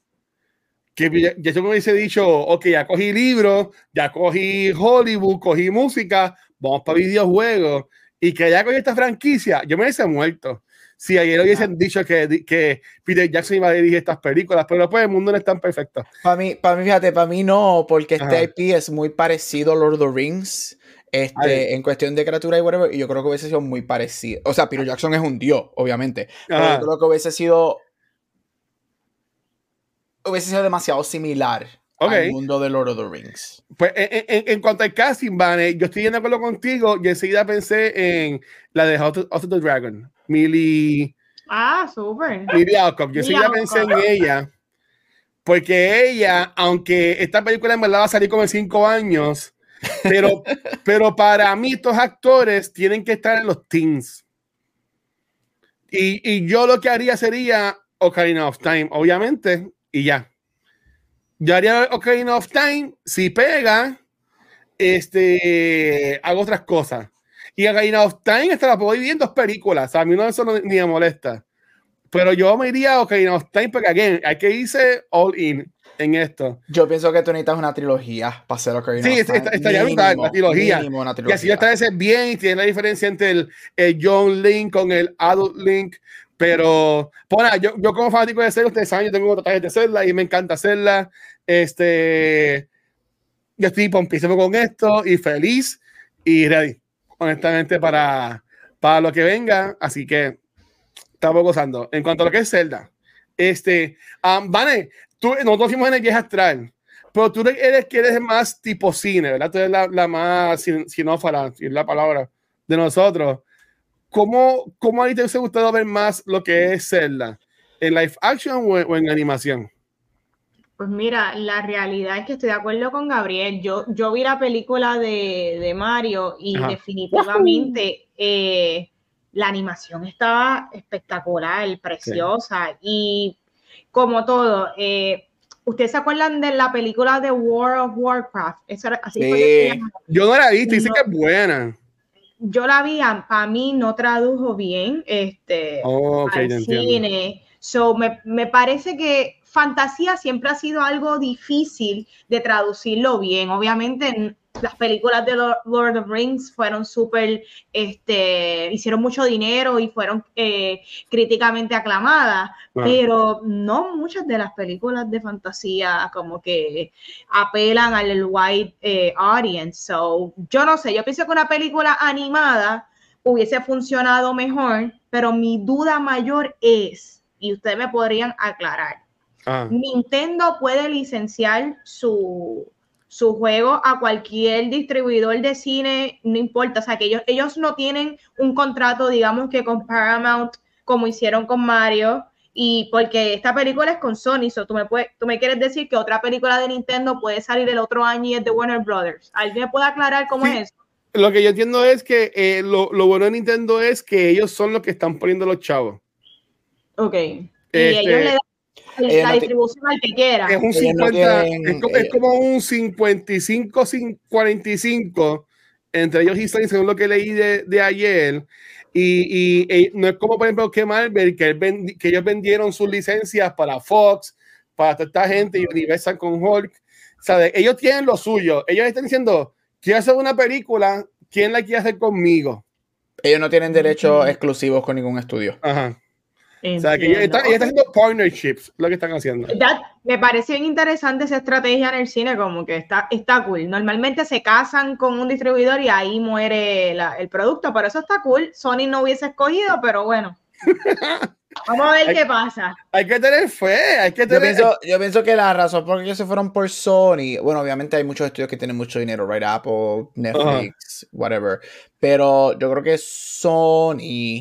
que ya yo me hubiese dicho, ok, ya cogí libros, ya cogí Hollywood, cogí música, vamos para videojuegos, y que ya cogí esta franquicia, yo me hubiese muerto. Si ayer hubiesen no. dicho que, que Peter Jackson iba a dirigir estas películas, pero después el mundo no es tan perfecto. Para mí, para mí, fíjate, para mí no, porque este Ajá. I P es muy parecido a Lord of the Rings. Este, en cuestión de criatura y whatever, y yo creo que hubiese sido muy parecido. O sea, Peter Jackson es un dios, obviamente. Pero yo creo que hubiese sido hubiese sido demasiado similar okay. al mundo de Lord of the Rings. Pues en, en, en cuanto al casting, Vane, yo estoy de acuerdo contigo y enseguida pensé en la de House of the Dragon, Millie. Ah, súper. Millie Alcock. Yo enseguida pensé en ella, porque ella, aunque esta película en verdad va a salir como en cinco años, pero, pero para mí estos actores tienen que estar en los teens. Y, y yo lo que haría sería Ocarina of Time, obviamente, y ya. Yo haría Ocarina of Time, si pega, este, hago otras cosas. Y Ocarina of Time hasta la puedo ir en dos películas. O sea, a mí no eso no, ni me molesta. Pero yo me iría a Ocarina of Time porque, again, hay que irse all in en esto. Yo pienso que tú necesitas una trilogía para hacer Ocarina sí, of Time. Sí, estaría brutal, la trilogía. Mínimo una trilogía. Y así esta vez es bien y tiene la diferencia entre el, el Young Link con el Adult Link. Pero, bueno, yo, yo como fanático de Zelda, ustedes saben, yo tengo tatuajes de Zelda y me encanta hacerla. Este, yo estoy pompísimo con esto y feliz y ready, honestamente, para, para lo que venga. Así que estamos gozando. En cuanto a lo que es Zelda, este, um, Vane, tú, nosotros fuimos en el viaje astral, pero tú eres que eres más tipo cine, ¿verdad? Tú eres la, la más cinófala, si es la palabra de nosotros. ¿Cómo, cómo a ti te hubiese gustado ver más lo que es Zelda? ¿En live action o, o en animación? Pues mira, la realidad es que estoy de acuerdo con Gabriel. Yo, yo vi la película de, de Mario y Ajá. definitivamente eh, la animación estaba espectacular, preciosa. Sí. Y como todo, eh, ¿ustedes se acuerdan de la película de World of Warcraft? Eso era, así sí. fue que se llama. Yo no la vi, dice no, que es buena. Yo la vi, para mí no tradujo bien este, oh, okay, al cine. So, me, me parece que fantasía siempre ha sido algo difícil de traducirlo bien. Obviamente, las películas de Lord of the Rings fueron súper, este, hicieron mucho dinero y fueron eh, críticamente aclamadas, ah. pero no muchas de las películas de fantasía como que apelan al wide eh, audience. So, yo no sé, yo pienso que una película animada hubiese funcionado mejor, pero mi duda mayor es, y ustedes me podrían aclarar, ah. Nintendo puede licenciar su... su juego a cualquier distribuidor de cine, no importa, o sea, que ellos, ellos no tienen un contrato, digamos que con Paramount, como hicieron con Mario, y porque esta película es con Sony, so tú, me puedes, tú me quieres decir que otra película de Nintendo puede salir el otro año y es de Warner Brothers. ¿Alguien me puede aclarar cómo sí, es eso? Lo que yo entiendo es que eh, lo, lo bueno de Nintendo es que ellos son los que están poniendo los chavos. Ok. Y este... ellos le dan la no distribución al que quiera. Es un cincuenta, no tienen, es, como, es como un cincuenta y cinco, cuarenta y cinco entre ellos y Sony, según lo que leí de, de ayer. Y, y, y no es como, por ejemplo, que Marvel, que, ven, que ellos vendieron sus licencias para Fox, para toda esta gente, y Universal con Hulk. O sea, de, ellos tienen lo suyo. Ellos están diciendo, quiero hacer una película, ¿quién la quiere hacer conmigo? Ellos no tienen derechos mm. exclusivos con ningún estudio. Ajá. O sea, que ellos están, ellos están haciendo partnerships, lo que están haciendo. That, me parece bien interesante esa estrategia en el cine, como que está, está cool. Normalmente se casan con un distribuidor y ahí muere la, el producto, pero eso está cool. Sony no hubiese escogido, pero bueno. Vamos a ver hay, qué pasa. Hay que tener fe, hay que tener... Yo pienso, yo pienso que la razón por qué se fueron por Sony, bueno, obviamente hay muchos estudios que tienen mucho dinero, right? Apple, Netflix, uh-huh. whatever. Pero yo creo que Sony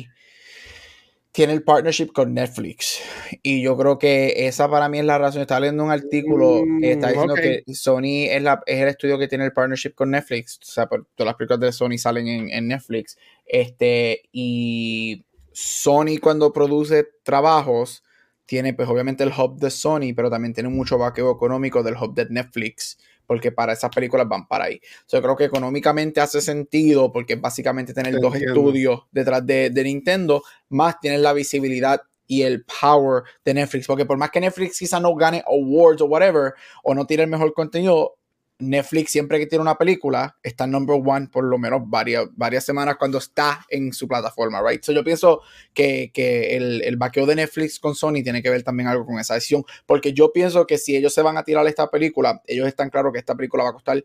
tiene el partnership con Netflix y yo creo que esa para mí es la razón. Estaba leyendo un artículo que está diciendo okay. que Sony es, la, es el estudio que tiene el partnership con Netflix, o sea, por, todas las películas de Sony salen en, en Netflix, este, y Sony cuando produce trabajos tiene pues obviamente el hub de Sony, pero también tiene mucho vaqueo económico del hub de Netflix, porque para esas películas van para ahí. So, yo creo que económicamente hace sentido, porque básicamente tener Te dos entiendo. estudios detrás de, de Nintendo, más tienen la visibilidad y el power de Netflix, porque por más que Netflix quizá no gane awards o whatever, o no tiene el mejor contenido, Netflix siempre que tiene una película está number one por lo menos varias, varias semanas cuando está en su plataforma, right? So yo pienso que, que el, el vaqueo de Netflix con Sony tiene que ver también algo con esa decisión, porque yo pienso que si ellos se van a tirar esta película, ellos están claros que esta película va a costar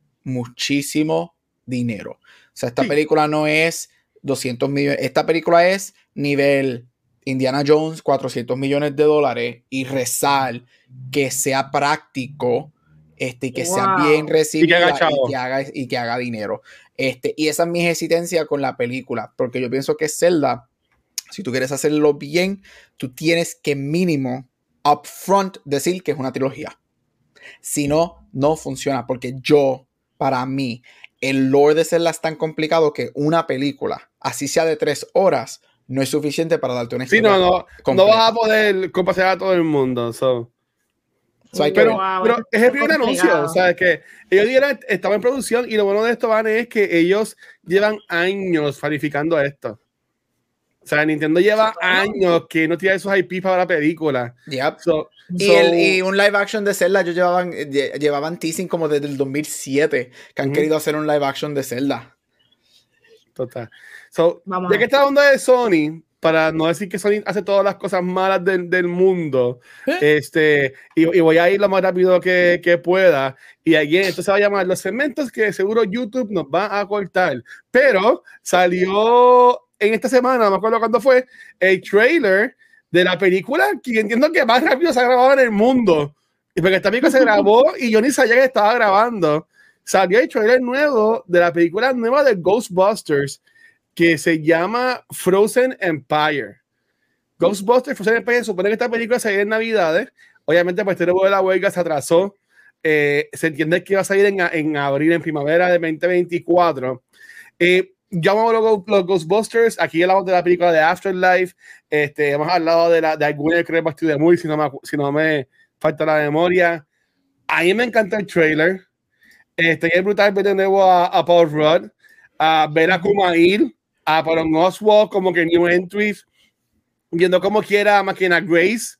muchísimo dinero. O sea, esta sí. película no es doscientos millones, esta película es nivel Indiana Jones, cuatrocientos millones de dólares, y rezar que sea práctico este, y que wow. sea bien recibida y que haga, y que haga, y que haga dinero. Este, y esa es mi hesitancia con la película, porque yo pienso que Zelda, si tú quieres hacerlo bien, tú tienes que mínimo upfront decir que es una trilogía. Si no, no funciona, porque yo, para mí, el lore de Zelda es tan complicado que una película, así sea de tres horas, no es suficiente para darte una historia. Sí, no, no, completa. No vas a poder complacer a todo el mundo. So. So pero, wow, pero es el primer anuncio, o sea, que ellos dijeron, estaban en producción y lo bueno de esto, Van, es que ellos llevan años planificando esto. O sea, Nintendo lleva años que no tiene esos I P para la película. Yep. So, y, so, el, y un live action de Zelda, ellos llevaban, llevaban teasing como desde el dos mil siete, que han uh-huh. querido hacer un live action de Zelda. Total. So, ya que está hablando de Sony, para no decir que Sony hace todas las cosas malas del, del mundo, ¿Eh? este, y, y voy a ir lo más rápido que, que pueda, y again, esto se va a llamar los segmentos que seguro YouTube nos va a cortar, pero salió en esta semana, no me acuerdo cuándo fue, el trailer de la película que entiendo que más rápido se ha grabado en el mundo, y porque esta película se grabó y yo ni sabía que estaba grabando. Salió el trailer nuevo de la película nueva de Ghostbusters, que se llama Frozen Empire. Ghostbusters, Frozen Empire, supone que esta película salió en Navidades. Obviamente, pues, este nuevo de la huelga se atrasó. Eh, se entiende que va a salir en, en abril, en primavera de veinte veinticuatro. Eh, ya vamos a los, los Ghostbusters. Aquí hablamos de la película de Afterlife. Este, hemos hablado de, la, de alguna que Back to the Movie, si no, me, si no me falta la memoria. A mí me encanta el trailer. Este, es brutal ver de nuevo a, a Paul Rudd, a ver a Kumail, a Patton Oswalt como que new entries, viendo como quiera a Máquina Grace,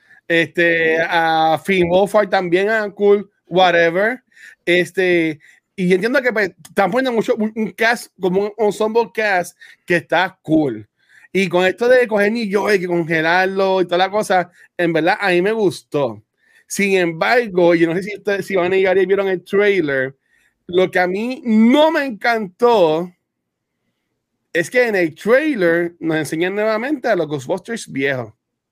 este, a Finn Wolfhard también, a Cool, whatever. Este, y entiendo que pues, están poniendo mucho un, un cast, como un ensemble cast que está cool. Y con esto de coger New York y congelarlo y toda la cosa, en verdad a mí me gustó. Sin embargo, yo no sé si ustedes, si van a llegar y vieron el trailer, lo que a mí no me encantó es que en el trailer nos enseñan nuevamente a los Ghostbusters viejos.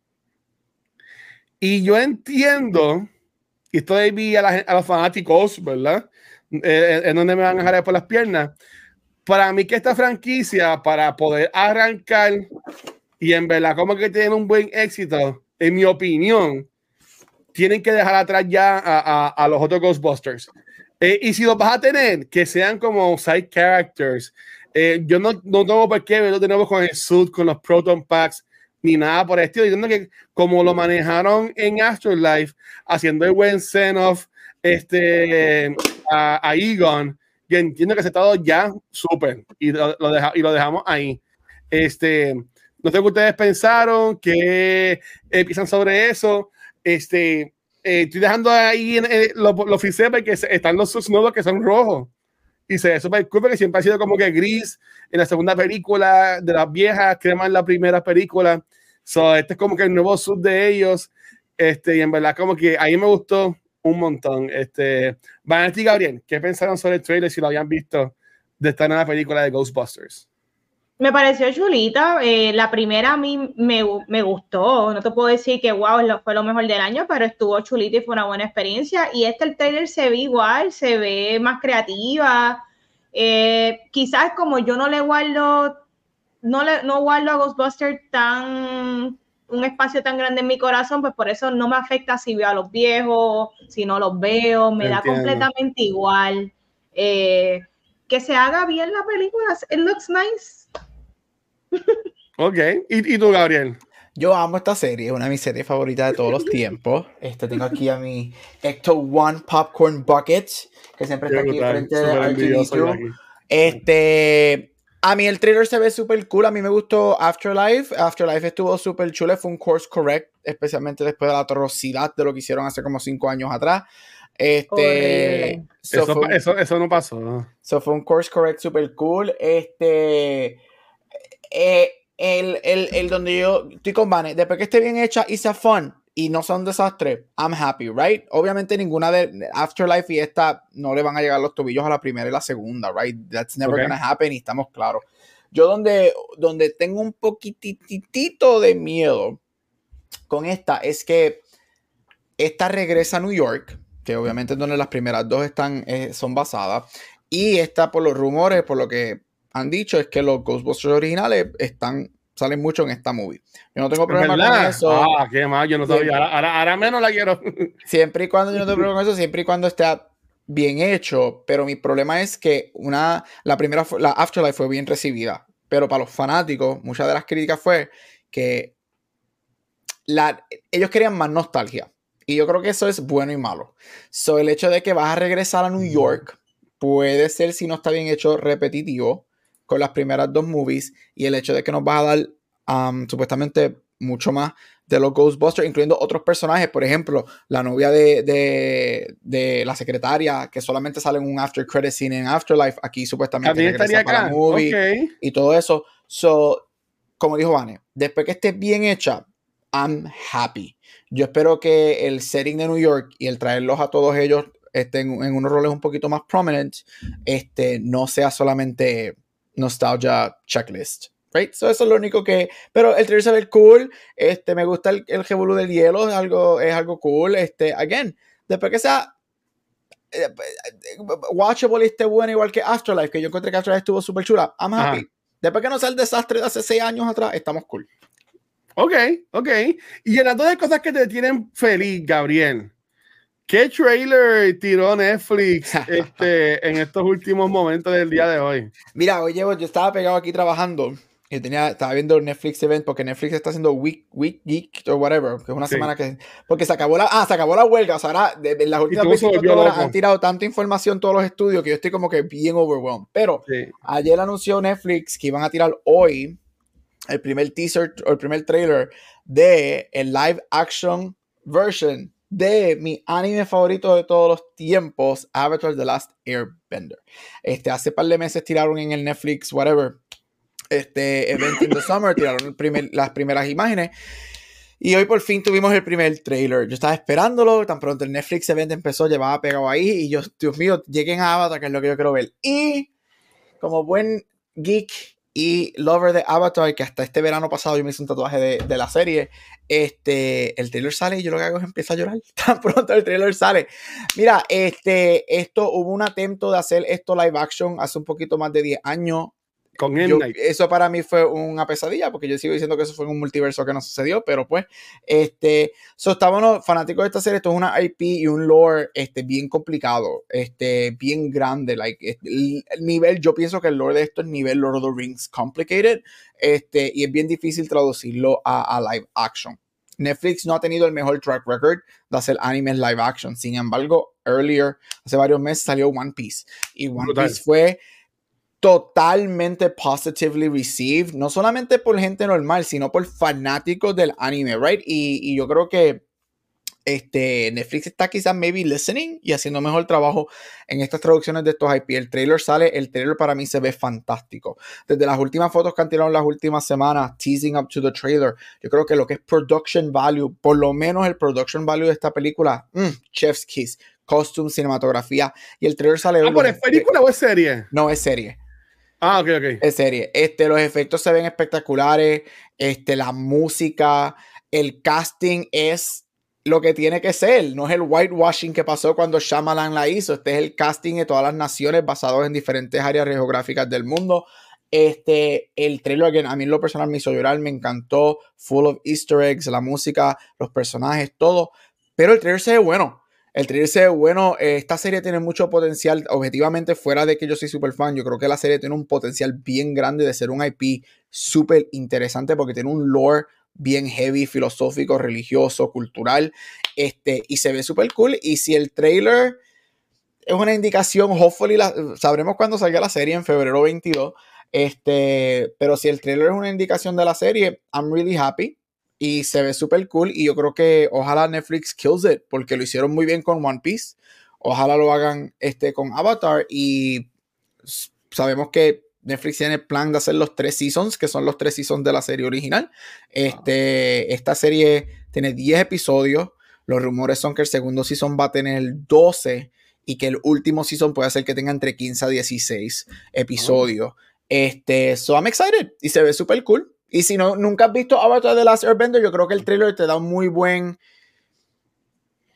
Y yo entiendo, y esto de a, la, a los fanáticos, ¿verdad? Eh, en donde me van a jalar por las piernas. Para mí que esta franquicia, para poder arrancar y en verdad como que tienen un buen éxito, en mi opinión, tienen que dejar atrás ya a, a, a los otros Ghostbusters. Eh, y si los vas a tener, que sean como side characters. Eh, yo no, no tengo por qué verlo de nuevo con el suit, con los Proton Packs, ni nada por el estilo. Diciendo que como lo manejaron en Afterlife, haciendo el buen send-off este, a, a Egon, yo entiendo que se ha estado ya súper. Y lo, lo deja, y lo dejamos ahí. Este, no sé qué ustedes pensaron, qué eh, piensan sobre eso. Este, eh, estoy dejando ahí en, en, lo, lo oficial porque están los sus nuevos que son rojos y se ve súper cool porque siempre ha sido como que gris en la segunda película de las viejas, crema en la primera película. So, este es como que el nuevo sub de ellos. Este, y en verdad, como que ahí me gustó un montón. Este, Vanessa y Gabriel, ¿qué pensaron sobre el trailer si lo habían visto de esta nueva película de Ghostbusters? Me pareció chulita, eh, la primera a mí me, me gustó, no te puedo decir que wow, fue lo mejor del año, pero estuvo chulita y fue una buena experiencia, y este el trailer se ve igual, se ve más creativa, eh, quizás como yo no le guardo, no, le, no guardo a Ghostbusters tan, un espacio tan grande en mi corazón, pues por eso no me afecta si veo a los viejos, si no los veo, me Entiendo. da completamente igual, eh, que se haga bien la película, it looks nice. Ok, ¿Y, ¿y tú, Gabriel? Yo amo esta serie, es una de mis series favoritas de todos los tiempos. Este, tengo aquí a mi Ecto One Popcorn Bucket, que siempre está aquí frente de R two D two. Este, a mí el trailer se ve súper cool, a mí me gustó Afterlife. Afterlife estuvo súper chulo, fue un course correct, especialmente después de la atrocidad de lo que hicieron hace como cinco años atrás. Este, so eso, un, eso, eso no pasó, ¿no? So fue un course correct súper cool. Este... Eh, el, el, el donde yo estoy con Vane, después que esté bien hecha y sea fun y no sea un desastre, I'm happy, right? Obviamente ninguna de Afterlife y esta no le van a llegar los tobillos a la primera y la segunda, right? That's never okay. gonna happen y estamos claros. Yo donde, donde tengo un poquitito de miedo con esta es que esta regresa a New York, que obviamente es donde las primeras dos están, eh, son basadas. Y esta, por los rumores, por lo que han dicho, es que los Ghostbusters originales están, salen mucho en esta movie. Yo no tengo problema con eso. Ah, qué mal, yo no sabía. Ahora, ahora, ahora menos la quiero. Siempre y cuando, yo no tengo problema con eso, siempre y cuando esté bien hecho. Pero mi problema es que una, la primera, la Afterlife fue bien recibida. Pero para los fanáticos, muchas de las críticas fue que la, ellos querían más nostalgia. Y yo creo que eso es bueno y malo. So, el hecho de que vas a regresar a New York puede ser, si no está bien hecho, repetitivo con las primeras dos movies. Y el hecho de que nos vas a dar um, supuestamente mucho más de los Ghostbusters, incluyendo otros personajes. Por ejemplo, la novia de, de, de la secretaria, que solamente sale en un after credit scene en Afterlife. Aquí supuestamente regresa para la movie. Okay. Y todo eso. So, como dijo Vane, después que esté bien hecha, I'm happy. Yo espero que el setting de New York y el traerlos a todos ellos estén en, en unos roles un poquito más prominent, este, no sea solamente nostalgia checklist. Right? So eso es lo único que... Pero el trailer se ve cool. Este, me gusta el, el revolú del hielo. Es algo, es algo cool. Este, again, después que sea eh, watchable y esté bueno igual que Afterlife, que yo encontré que Afterlife estuvo súper chula, I'm happy. Ajá. Después que no sea el desastre de hace seis años atrás, estamos cool. Ok, ok. Y en las dos cosas que te tienen feliz, Gabriel, ¿qué trailer tiró Netflix este, en estos últimos momentos del día de hoy? Mira, hoy llevo, yo estaba pegado aquí trabajando y tenía, estaba viendo el Netflix event porque Netflix está haciendo Week, Week Geek o whatever, que es una sí. semana que... Porque se acabó la, ah, se acabó la huelga, o sea, ahora de, de las últimas veinticuatro horas han tirado tanta información todos los estudios que yo estoy como que bien overwhelmed. Pero sí. ayer anunció Netflix que iban a tirar hoy el primer teaser o el primer trailer de el live action version de mi anime favorito de todos los tiempos, Avatar The Last Airbender. Este, hace par de meses tiraron en el Netflix, whatever, este event in the summer, tiraron el primer, las primeras imágenes y hoy por fin tuvimos el primer trailer. Yo estaba esperándolo, tan pronto el Netflix event empezó, llevaba pegado ahí y yo, Dios mío, lleguen a Avatar, que es lo que yo quiero ver. Y como buen geek y lover de Avatar, que hasta este verano pasado yo me hice un tatuaje de, de la serie, este, el trailer sale y yo lo que hago es empezar a llorar. Tan pronto el trailer sale. Mira, este, esto, hubo un atento de hacer esto live action hace un poquito más de diez años. Con M. Yo, Night. eso para mí fue una pesadilla, porque yo sigo diciendo que eso fue en un multiverso que no sucedió, pero pues, este, so, estábamos fanáticos de esta serie. Esto es una I P y un lore, este, bien complicado, este, bien grande, like, el, el nivel, yo pienso que el lore de esto es nivel Lord of the Rings complicated, este, y es bien difícil traducirlo a, a live action. Netflix no ha tenido el mejor track record de hacer animes live action. Sin embargo, earlier, hace varios meses salió One Piece, y One Brutal. Piece fue totalmente positively received, no solamente por gente normal, sino por fanáticos del anime, right? Y, y yo creo que este, Netflix está quizás maybe listening y haciendo mejor trabajo en estas traducciones de estos I P. El trailer sale, el trailer para mí se ve fantástico. Desde las últimas fotos que han tirado en las últimas semanas, teasing up to the trailer, yo creo que lo que es production value, por lo menos el production value de esta película, mm, chef's kiss, costume, cinematografía, y el trailer sale... Ah, ¿pero es película o es serie? No, es serie. Ah, ok, ok. Es serie. Este, los efectos se ven espectaculares. Este, la música, el casting es lo que tiene que ser. No es el whitewashing que pasó cuando Shyamalan la hizo. Este es el casting de todas las naciones basados en diferentes áreas geográficas del mundo. Este, el trailer, again, a mí en lo personal me hizo llorar, me encantó. Full of easter eggs, la música, los personajes, todo. Pero el trailer se ve bueno. El trailer se ve bueno. Esta serie tiene mucho potencial. Objetivamente, fuera de que yo soy súper fan, yo creo que la serie tiene un potencial bien grande de ser un I P súper interesante porque tiene un lore bien heavy, filosófico, religioso, cultural. Este, y se ve súper cool. Y si el trailer es una indicación, hopefully la, sabremos cuándo salga la serie, en febrero veintidós. Este, pero si el trailer es una indicación de la serie, I'm really happy. Y se ve súper cool. Y yo creo que ojalá Netflix kills it, porque lo hicieron muy bien con One Piece. Ojalá lo hagan este, con Avatar. Y sabemos que Netflix tiene el plan de hacer los tres seasons, que son los tres seasons de la serie original. Este, esta serie tiene diez episodios. Los rumores son que el segundo season va a tener doce. Y que el último season puede ser que tenga entre quince a dieciséis episodios. Oh. Este, so I'm excited. Y se ve súper cool. Y si no, nunca has visto Avatar The Last Airbender, yo creo que el trailer te da un muy buen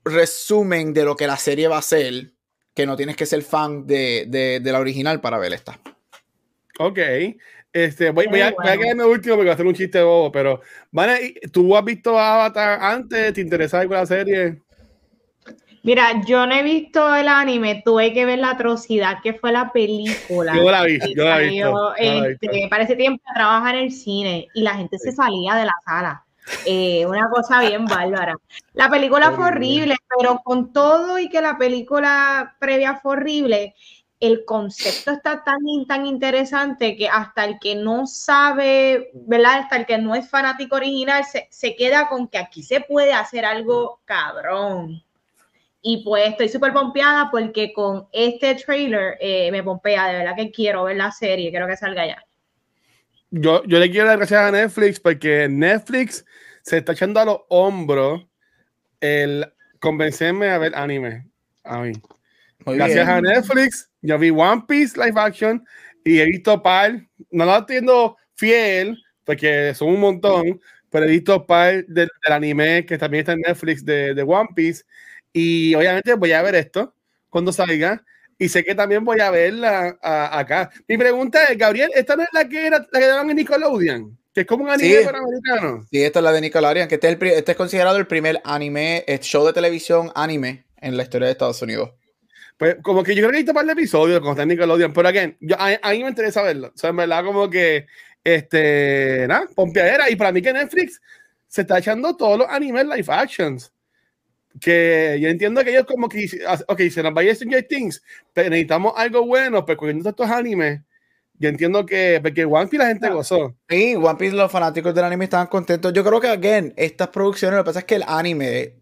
resumen de lo que la serie va a ser, que no tienes que ser fan de, de, de la original para ver esta. Ok. Este, voy, voy, a, voy a quedarme último porque va a hacer un chiste bobo, pero ¿vale? ¿Tú has visto Avatar antes? ¿Te interesa algo la serie? Mira, yo no he visto el anime, tuve que ver la atrocidad que fue la película. Yo la vi, yo la he visto. Este, para ese tiempo trabajaba en el cine y la gente sí. se salía de la sala. Eh, una cosa bien bárbara. La película fue horrible, pero con todo y que la película previa fue horrible, el concepto está tan, tan interesante que hasta el que no sabe, ¿verdad? Hasta el que no es fanático original, se, se queda con que aquí se puede hacer algo cabrón. Y pues estoy súper pompeada porque con este trailer eh, me pompea, de verdad que quiero ver la serie, quiero que salga ya. Yo, yo le quiero dar gracias a Netflix porque Netflix se está echando a los hombros el convencerme a ver anime. A mí. Muy gracias bien. A Netflix, yo vi One Piece live action y he visto par, no lo entiendo fiel porque son un montón, pero he visto par del, del anime que también está en Netflix de, de One Piece. Y obviamente voy a ver esto cuando salga. Y sé que también voy a verla a, acá. Mi pregunta es, Gabriel, ¿esta no es la que era la que daban en Nickelodeon? Que es como un anime sí, panamericano. Sí, esta es la de Nickelodeon, que este es, el, este es considerado el primer anime, el show de televisión anime en la historia de Estados Unidos. Pues como que yo creo que he visto un par de episodios cuando está en Nickelodeon, pero again, yo, a, a mí me interesa verlo. O sea, en verdad como que, este, nada, pompeadera. Y para mí que Netflix se está echando todos los animes live actions. Que yo entiendo que ellos como que, ok, se nos vaya Stranger Things, pero necesitamos algo bueno, pero cogiendo estos animes, yo entiendo que, porque One Piece la gente gozó. Sí, One Piece, los fanáticos del anime estaban contentos. Yo creo que, again, estas producciones, lo que pasa es que el anime,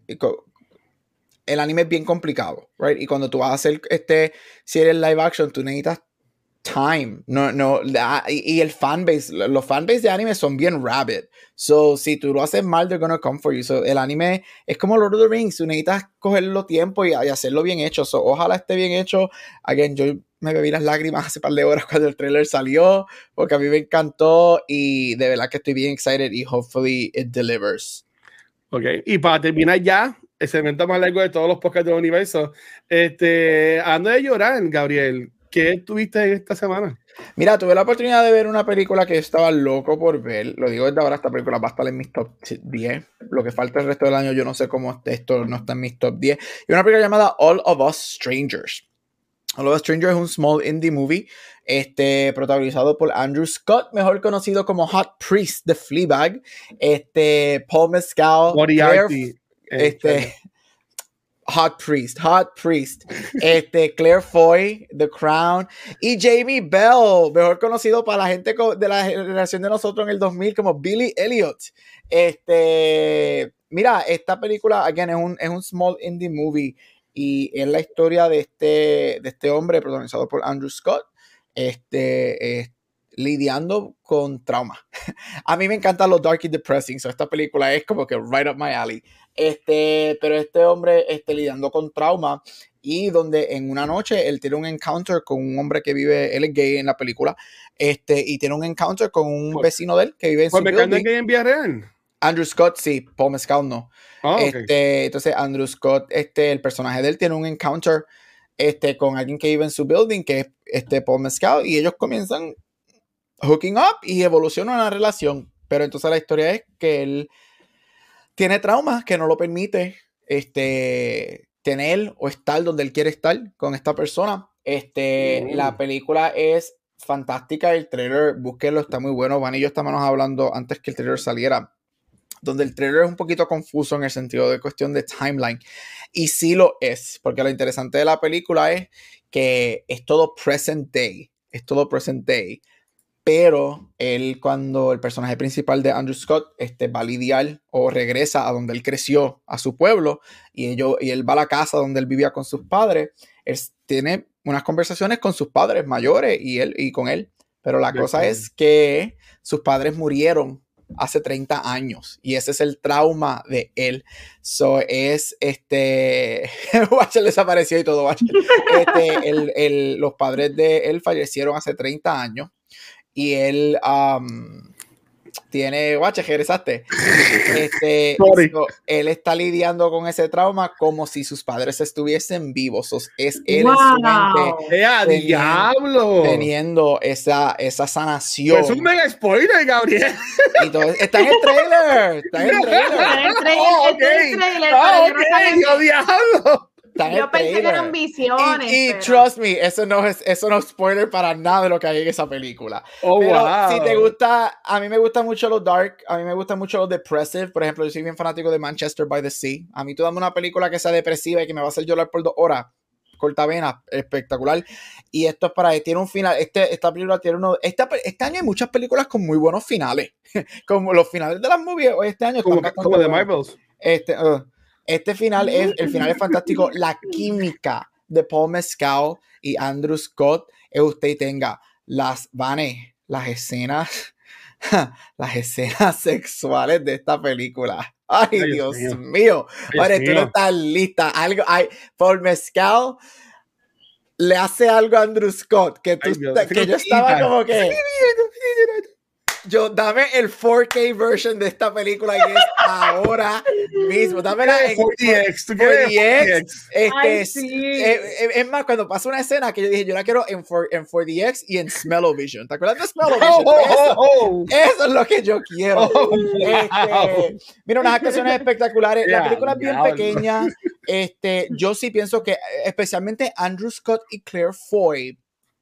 el anime es bien complicado, right? Y cuando tú vas a hacer este serie live action, tú necesitas time, no, no, la, y, y el fanbase, los fanbase de anime son bien rabid, so si tú lo haces mal, they're gonna come for you, so el anime es como Lord of the Rings, tú necesitas cogerlo tiempo y, y hacerlo bien hecho, so ojalá esté bien hecho. Again, yo me bebí las lágrimas hace par de horas cuando el trailer salió, porque a mí me encantó y de verdad que estoy bien excited y hopefully it delivers. Ok, y para terminar ya, el segmento más largo de todos los podcasts del universo, este, hablando de llorar, Gabriel, ¿qué tuviste esta semana? Mira, tuve la oportunidad de ver una película que estaba loco por ver. Lo digo desde ahora, esta película va a estar en mis top diez. Lo que falta el resto del año, yo no sé cómo esto no está en mis top diez. Y una película llamada All of Us Strangers. All of Us Strangers es un small indie movie este, protagonizado por Andrew Scott, mejor conocido como Hot Priest de Fleabag. Este, Paul Mescal. Claire, este... Hot Priest, Hot Priest, este, Claire Foy, The Crown, y Jamie Bell, mejor conocido para la gente de la generación de nosotros en el dos mil como Billy Elliot. Este, mira, esta película, again, es un, es un small indie movie y es la historia de este, de este hombre protagonizado por Andrew Scott, este, eh, lidiando con trauma. A mí me encantan los dark y depressing, so esta película es como que right up my alley. Este, pero este hombre este, lidiando con trauma y donde en una noche él tiene un encounter con un hombre que vive, él es gay en la película, este, y tiene un encounter con un vecino de él que vive en su building. ¿Es gay en Villarreal? Andrew Scott, sí, Paul Mescal no. Oh, okay. este, entonces Andrew Scott, este, el personaje de él tiene un encounter este, con alguien que vive en su building, que es este, Paul Mescal, y ellos comienzan hooking up y evolucionan una relación, pero entonces la historia es que él tiene traumas que no lo permite este, tener o estar donde él quiere estar con esta persona. Este, mm. La película es fantástica, el trailer, búsquenlo, está muy bueno. Van y yo estábamos hablando antes que el trailer saliera, donde el trailer es un poquito confuso en el sentido de cuestión de timeline. Y sí lo es, porque lo interesante de la película es que es todo present day, es todo present day. Pero él, cuando el personaje principal de Andrew Scott este, va a lidiar o regresa a donde él creció, a su pueblo, y, ellos, y él va a la casa donde él vivía con sus padres, él tiene unas conversaciones con sus padres mayores y, él, y con él. Pero la sí, cosa sí. es que sus padres murieron hace treinta años y ese es el trauma de él. So es este Watcher desapareció y todo Watcher. Este, el, el, los padres de él fallecieron hace treinta años. Y él, um, tiene, guache, regresaste. Este, so, él está lidiando con ese trauma como si sus padres estuviesen vivos. So, es él wow. en su mente ¡Eh, a teniendo, diablo! teniendo esa, esa sanación. Es un mega spoiler, Gabriel. Y todo, está en el trailer. Está en el trailer. Está en el trailer. Oh, está en el trailer Ah, pero ok, yo no sabía- ¡oh, diablo! Está en Yo el pensé que trailer. eran visiones. Y, y pero- trust me, eso no es eso no es spoiler para nada de lo que hay en esa película. Oh, Pero wow. si te gusta, a mí me gusta mucho lo dark, a mí me gusta mucho lo depressive. Por ejemplo, yo soy bien fanático de Manchester by the Sea. A mí tú dame una película que sea depresiva y que me va a hacer llorar por dos horas. Cortavena, espectacular. Y esto es para tiene un final. Este, esta película tiene uno. Esta, este año hay muchas películas con muy buenos finales. Como los finales de las movies. Este año Como, están como de buenos. Marvels. Este, uh, este final es, el final es fantástico. La química de Paul Mescal y Andrew Scott es usted y tenga las vanes, las escenas, las escenas sexuales de esta película. Ay, Ay, Dios, Dios mío. mío. Vale, Dios tú no mío. estás lista. Algo, hay, Paul Mescal le hace algo a Andrew Scott que, tú, Ay, Dios, que yo estaba como que yo dame el four K version de esta película y es ahora mismo. Dámela en cuatro D X. ¿Tú quieres cuatro D X. Este, Ay, es, sí. es, es más, cuando pasa una escena que yo dije, yo la quiero en, four, en cuatro D X y en Smell-O-Vision. ¿Te acuerdas de Smell-O-Vision? Oh, oh, Eso, oh, oh. eso es lo que yo quiero. Oh, Este, mira, unas actuaciones espectaculares. La Ya, película es bien diablo. pequeña. Este, yo sí pienso que especialmente Andrew Scott y Claire Foy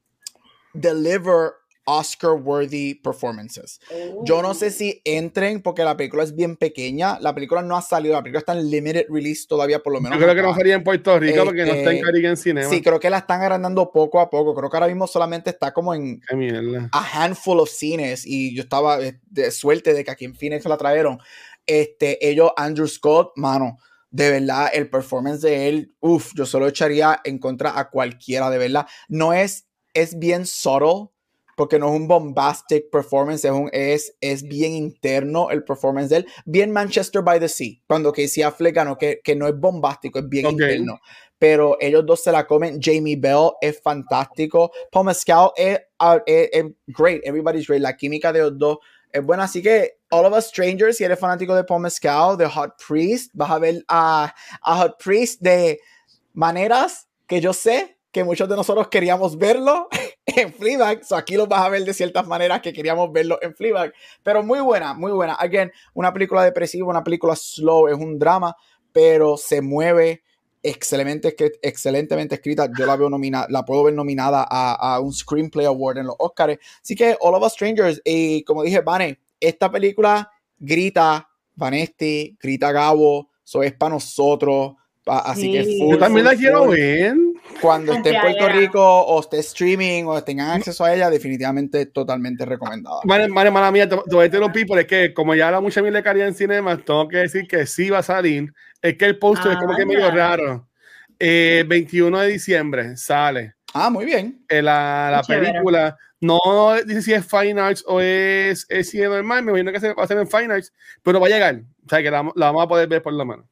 deliver Oscar-worthy performances. Yo no sé si entren porque la película es bien pequeña. La película no ha salido. La película está en limited release todavía, por lo menos. Yo creo que acá. no sería en Puerto Rico Este, porque no está en Caribbean Cinema. Sí, creo que la están agrandando poco a poco. Creo que ahora mismo solamente está como en Qué mierda. a handful of cines y yo estaba eh, de suerte de que aquí en Phoenix la trajeron. Este, ellos, Andrew Scott, mano, de verdad, el performance de él, uff, yo solo echaría en contra a cualquiera, de verdad. No es, es bien subtle, porque no es un bombastic performance, es, un, es, es bien interno el performance de él. Bien Manchester by the Sea, cuando Casey Affleck ganó, que, que no es bombástico, es bien Ok. interno. Pero ellos dos se la comen. Jamie Bell es fantástico. Paul Mescal es, uh, es, es great. Everybody's great. La química de los dos es buena. Así que, All of Us Strangers, si eres fanático de Paul Mescal, de Hot Priest, vas a ver a, a Hot Priest de maneras que yo sé que muchos de nosotros queríamos verlo en Fleabag. So aquí los vas a ver de ciertas maneras que queríamos verlo en Fleabag. Pero muy buena, muy buena. Again, una película depresiva, una película slow, es un drama, pero se mueve excelente, excelentemente escrita. Yo la veo nominada, la puedo ver nominada a, a un Screenplay Award en los Oscars. Así que All of Us Strangers, y como dije, Vane, esta película grita Vanesti, grita Gabo, eso es para nosotros. Pa, así Sí. que full, Yo también full, la quiero full. ver. Cuando esté en Puerto Confiadera. Rico o esté streaming o tengan acceso a ella, definitivamente totalmente recomendada. Vale, vale, mala mía, te, te voy a interrumpir, pero es que como ya habla mucha mil de Caribbean Cinema, tengo que decir que sí va a salir. Es que el póster es como que medio Anda. raro. Eh, veintiuno de diciembre sale Ah, muy bien. eh, la, la Chévere. película. No dice si es Fine Arts o es, es cine normal. Me imagino que se va a hacer en Fine Arts, pero va a llegar. O sea que la, la vamos a poder ver por lo menos.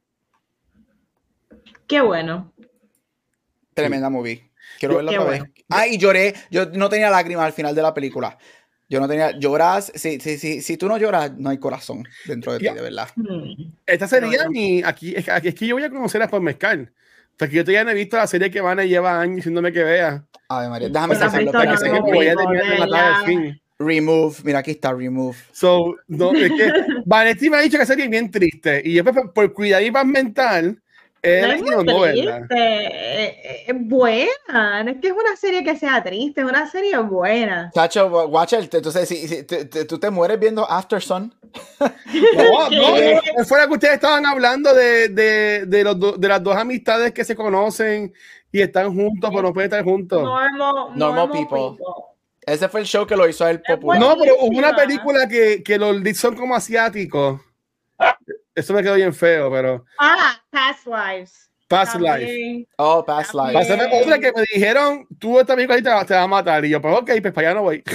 Qué bueno. Tremenda movie. Quiero verla Qué otra bueno. vez. Ah, y lloré. Yo no tenía lágrimas al final de la película. Yo no tenía. Lloras. Si, si, si, si tú no lloras, no hay corazón dentro de ti, Ya. de verdad. Hmm. Esta sería Pero bueno. mi. Aquí, es, aquí es que yo voy a conocer a Paul Mescal. Porque yo todavía no he visto la serie que van a llevar años diciéndome que vea. Ay, María. Déjame Pues has sacarlo. visto para que la se Sé que nueva me voy a película, terminar de ¿verdad? matar al fin. Remove. Mira, aquí está Remove. So, no, es que Vanetti me ha dicho que sería bien triste. Y yo, pues, por, por cuidar y paz mental, él No es no, muy no, ¿verdad? triste, eh, es buena, no es que es una serie que sea triste, es una serie buena. Chacho, watch it. Entonces, si, si te- te- tú te mueres viendo After Sun. No, no, ¿Qué? no, fuera que ustedes estaban hablando de, de, de, los do- de las dos amistades que se conocen y están juntos, pero no pueden estar juntos. No, Normal, Normal people. Ese fue el show que lo hizo a él Es popular. pero hubo una buenísima. película que, que los leads son como asiáticos. Eso me quedó bien feo, pero Ah, Past Lives. Past Life. También. Oh, Past Life. Va a ser otra que me dijeron, tú esta película ahí te, va- te va a matar. Y yo, pues ok, pues para allá no voy.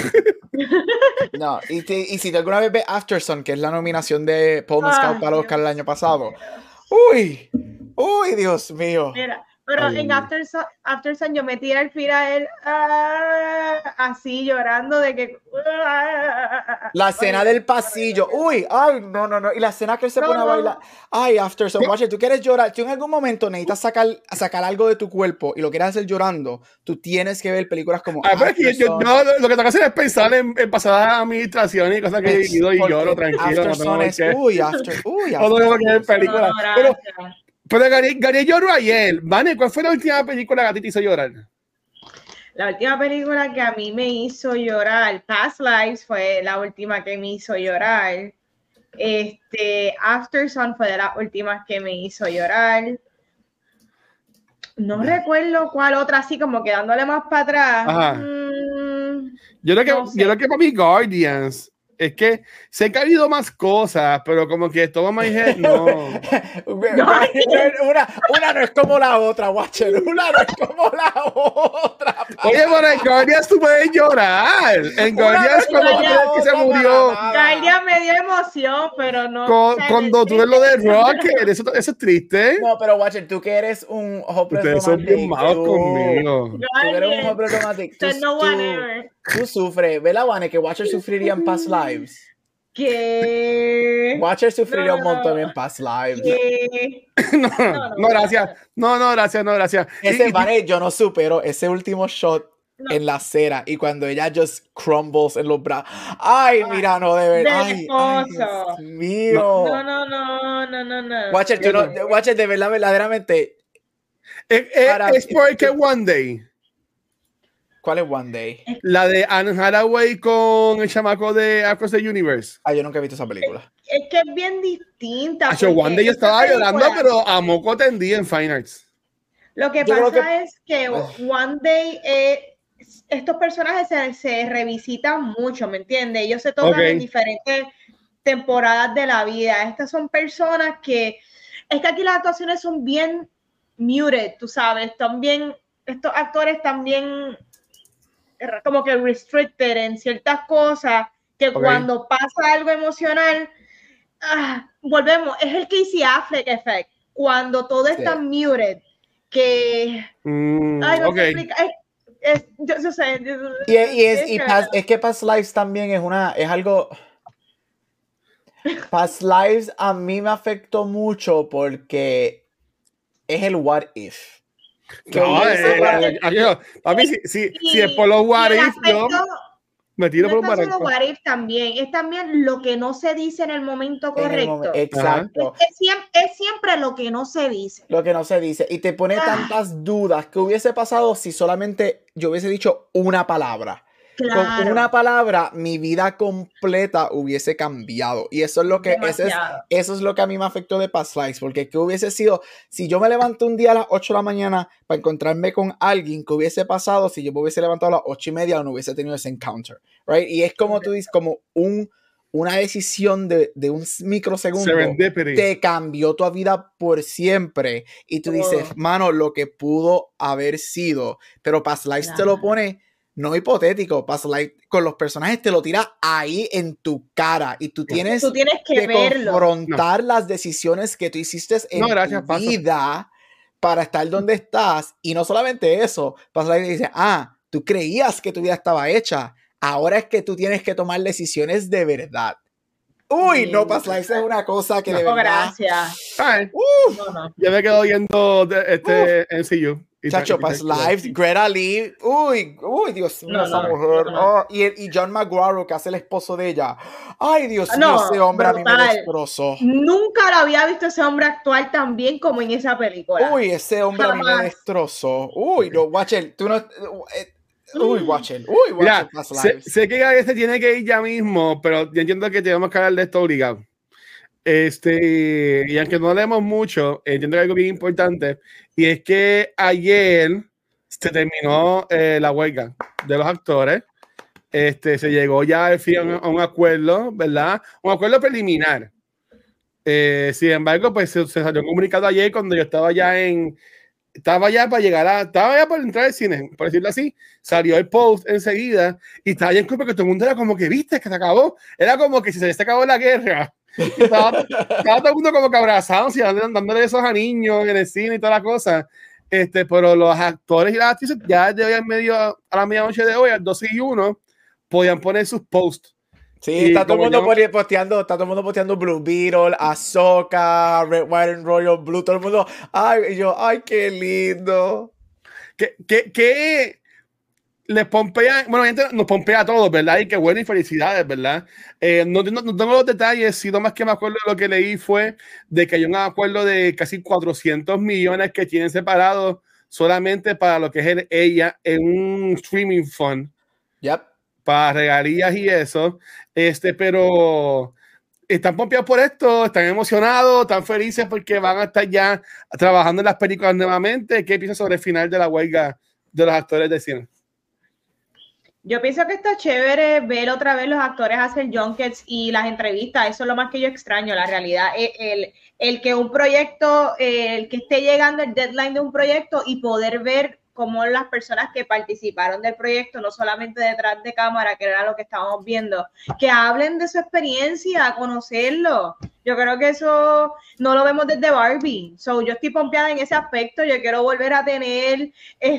No, y, te- y si te alguna vez ves After Sun, que es la nominación de Paul Mescal Ah, para el Oscar Dios. el año pasado. Uy, uy, Dios mío. Mira, Pero Ay, en After Sun, After Sun yo metí al final ah, así llorando de que... Ah, la escena del pasillo. Uy, ay, no, no, no. Y la escena que él se no, pone a no. bailar. Ay, After Sun, watch it. Tú quieres llorar. Tú en algún momento necesitas sacar, sacar algo de tu cuerpo y lo quieres hacer llorando. Tú tienes que ver películas como. Ah, pero es que yo, yo, lo que tengo que hacer es pensar en, en pasadas administraciones y cosas que he vivido y lloro tranquilo. After No Sun es. que, Uy, After. Uy, no tengo que ver películas. No, no, pero, gracias. pero Gary, Gary lloró ayer. Vane, ¿cuál fue la última película que a ti te hizo llorar? La última película que a mí me hizo llorar, Past Lives, fue la última que me hizo llorar. Este, After Sun fue de las últimas que me hizo llorar. No recuerdo cuál otra, así como quedándole más para atrás. Mm, yo creo que, no sé. yo creo que para mí Guardians es que sé que ha habido más cosas, pero como que todo my head, no. una, una no es como la otra, Watcher. Una no es como la otra. Oye, pero en Guardians tú puedes llorar. En Guardians cuando tú crees que se murió. Guardians me dio emoción, pero no. Con, o sea, cuando tú ves lo de Rocket, eso, eso es triste. No, pero Watcher, tú que eres un hopeless Ustedes son bien malos tú, conmigo. tú que eres un hopeless romantic. Tú, no tú, whatever. tú sufres. ¿Ve la Vane que Watcher sufriría en Past Lives? ¿Qué? Watcher sufriría No, un montón en Past Lives. ¿Qué? No, no, no, gracias. No, no, gracias, no, gracias. Ese Y- Vane, yo no supero ese último shot No. en la acera y cuando ella just crumbles en los brazos. Ay, mira, no, de verdad. Del Ay, ay, esposo. Dios mío. No, no, no, no, no, no. Watcher, tú no, Watcher, de verdad, verdaderamente. es, es, Para- es porque One Day, ¿Cuál es One Day? la de Anne Hathaway con el chamaco de Across the Universe. Ah, yo nunca he visto esa película. Es que es bien distinta. Acho, porque One Day yo esta estaba película- llorando, pero a moco tendido en Fine Arts. Lo que Yo creo pasa que- es que One Day, eh, estos personajes se, se revisitan mucho, ¿me entiendes? Ellos se tocan Ok. en diferentes temporadas de la vida. Estas son personas que, es que aquí las actuaciones son bien muted, tú sabes, están bien, estos actores también como que restricted en ciertas cosas, que Ok. cuando pasa algo emocional, ah, volvemos, es el Casey Affleck effect, cuando todo está Sí. muted, que Mm, ay, no ok. sé explicar, es, es, yo, yo sé, Y, y es, y es- Past- es que Past Lives también es una, es algo. Past Lives a mí me afectó mucho porque es el what if. Que No, hubiese- eh, eh, aquí no. A mí, si, si, y- si es por los what y el if, yo aspecto me tiro no por un es tan solo barranco. what if también, es también lo que no se dice en el momento en el correcto. momen- exacto. Es, siempre, es siempre lo que no se dice. Lo que no se dice. Y te pone Ah. tantas dudas que hubiese pasado si solamente yo hubiese dicho una palabra. Claro. Con una palabra, mi vida completa hubiese cambiado. Y eso es lo que, ese es, Demasiado. eso es lo que a mí me afectó de Past Lives. Porque que hubiese sido, si yo me levanto un día a las ocho de la mañana para encontrarme con alguien, que hubiese pasado si yo me hubiese levantado a las ocho y media o no hubiese tenido ese encounter. Right? Y es como tú dices, como un, una decisión de, de un microsegundo. Serendipity. Te cambió tu vida por siempre. Y tú dices, Todo. mano, lo que pudo haber sido. Pero Past Lives te lo Claro. pone no hipotético. Past Lives con los personajes te lo tira ahí en tu cara. Y tú tienes, Tú tienes que, que verlo. confrontar las decisiones que tú hiciste en No, gracias, tu paso. vida para estar donde estás. Y no solamente eso. Past Lives dice, ah, tú creías que tu vida estaba hecha. Ahora es que tú tienes que tomar decisiones de verdad. Uy, Sí. no, Past Lives es una cosa que de No, verdad. gracias. Ay, Uf, No, no. yo me quedo viendo de- este N C U. Y chacho, tra- y Past tranquilo. Lives, Greta Lee. Uy, uy, Dios mío, No, esa no, mujer. no, no. Oh, y, y John McGuire, que hace el esposo de ella. Ay, Dios mío, No, ese hombre a mí me brutal. destrozó. Nunca lo había visto ese hombre actuar tan bien como en esa película. Uy, ese hombre a mí me Jamás. destrozó. Uy, no, Watcher, tú no. eh, Uy, Watcher, uy, Mira, Watcher, Past sé, Lives. sé que Gary se tiene que ir ya mismo, pero yo entiendo que tenemos que hablar de esto obligado. Este, y aunque no leemos mucho, entiendo que hay algo bien importante, y es que ayer se terminó eh, la huelga de los actores. Este, se llegó ya al fin a un, a un acuerdo, ¿verdad? Un acuerdo preliminar. Eh, sin embargo, pues se, se salió un comunicado ayer cuando yo estaba ya en. Estaba ya para llegar a. Estaba ya para entrar al cine, por decirlo así. Salió el post enseguida y estaba ya en culpa que todo el mundo era como que viste que se acabó. Era como que si se acabó la guerra. Estaba, estaba todo el mundo como que abrazado, y dándole esos a niños en el cine y toda la cosa. Este, pero los actores y las actrices ya de hoy en medio a la medianoche de hoy, al doce y uno, podían poner sus posts. Sí, y está todo el mundo yo... posteando, está todo el mundo posteando Blue Beetle, Ahsoka, Red, White and Royal Blue, todo el mundo, ay, y yo, ay, qué lindo. ¿Qué, qué, qué les pompea? Bueno, gente nos pompea a todos, ¿verdad? Y qué bueno y felicidades, ¿verdad? Eh, no, no, no tengo los detalles, sino más que me acuerdo de lo que leí fue de que hay un acuerdo de casi cuatrocientos millones que tienen separados solamente para lo que es el, ella en un streaming fund. Yep. Para regalías y eso, este, pero están pompeados por esto, están emocionados, están felices porque van a estar ya trabajando en las películas nuevamente. ¿Qué piensas sobre el final de la huelga de los actores de cine? Yo pienso que está chévere ver otra vez los actores hacer junkets y las entrevistas. Eso es lo más que yo extraño, la realidad. El, el, el que un proyecto, el que esté llegando el deadline de un proyecto y poder ver cómo las personas que participaron del proyecto, no solamente detrás de cámara, que era lo que estábamos viendo, que hablen de su experiencia, conocerlo. Yo creo que eso no lo vemos desde Barbie. So, yo estoy pompeada en ese aspecto. Yo quiero volver a tener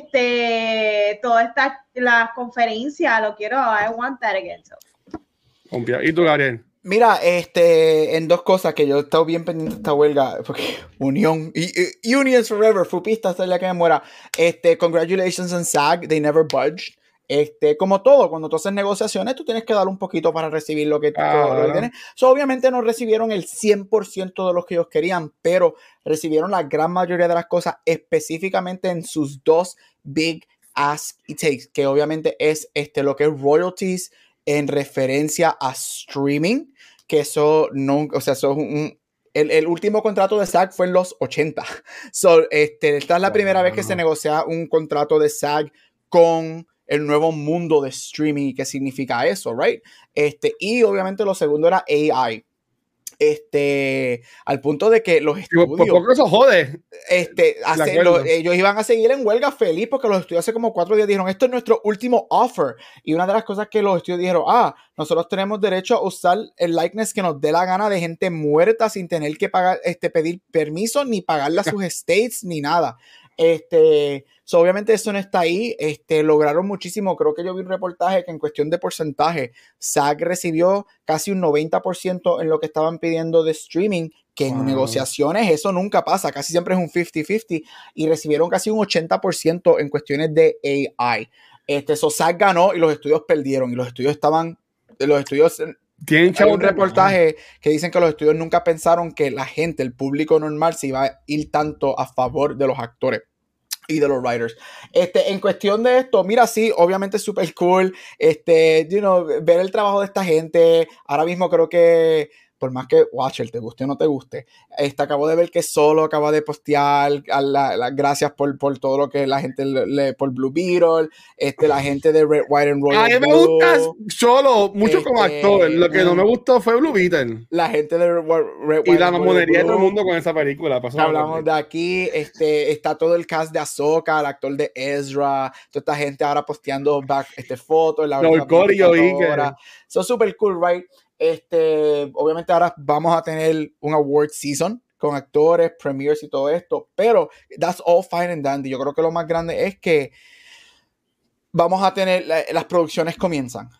este, todas estas las conferencias. Lo quiero. I want that again. So. ¿Y tú, Gabriel? Mira, este, en dos cosas que yo he estado bien pendiente de esta huelga, porque Unión, y, y, Unions Forever, Fupista hasta el día que me muera. Este, congratulations on SAG, they never budged. Este, como todo, cuando tú haces negociaciones, tú tienes que dar un poquito para recibir lo que, ah, lo que tienes. So, obviamente no recibieron el cien por ciento de lo que ellos querían, pero recibieron la gran mayoría de las cosas, específicamente en sus dos big ask y takes, que obviamente es este, lo que es royalties en referencia a streaming, que eso no, o sea, eso es un, el, el último contrato de SAG fue en los ochenta. So, este, esta es la primera wow. vez que se negocia un contrato de SAG con el nuevo mundo de streaming. ¿Qué significa eso, right? Este, y obviamente lo segundo era A I. Este, al punto de que los estudios, por poco eso jode. Este, hace, lo, ellos iban a seguir en huelga feliz porque los estudios hace como cuatro días dijeron, esto es nuestro último offer. Y una de las cosas que los estudios dijeron, ah, nosotros tenemos derecho a usar el likeness que nos dé la gana de gente muerta sin tener que pagar, este, pedir permiso ni pagarle a sus estates ni nada. Este, so obviamente eso no está ahí. Este, lograron muchísimo. Creo que yo vi un reportaje que en cuestión de porcentaje, SAG recibió casi un noventa por ciento en lo que estaban pidiendo de streaming, que wow. en negociaciones eso nunca pasa. Casi siempre es un cincuenta cincuenta y recibieron casi un ochenta por ciento en cuestiones de A I. Este, so SAG ganó y los estudios perdieron y los estudios estaban, los estudios... Hay un reportaje que dicen que los estudios nunca pensaron que la gente, el público normal, se iba a ir tanto a favor de los actores y de los writers. Este, en cuestión de esto, mira, sí, obviamente es súper cool, este, you know, ver el trabajo de esta gente. Ahora mismo creo que, por más que Watcher te guste o no te guste, este, acabo de ver que Solo acaba de postear a la, la, gracias por, por todo lo que la gente le, le por Blue Beetle, este, la gente de Red, White and Royal. A mí me Blue, gusta Solo mucho este, como actor. Lo que no me gustó fue Blue Beetle. La gente de Red, Red y la mamonería de todo el mundo con esa película. Hablamos de aquí, este, está todo el cast de Ahsoka, el actor de Ezra, toda esta gente ahora posteando back, este, fotos. No, el corio y que... So, super cool, right? Este, obviamente ahora vamos a tener un award season con actores, premiers y todo esto, pero that's all fine and dandy. Yo creo que lo más grande es que vamos a tener, las producciones comienzan.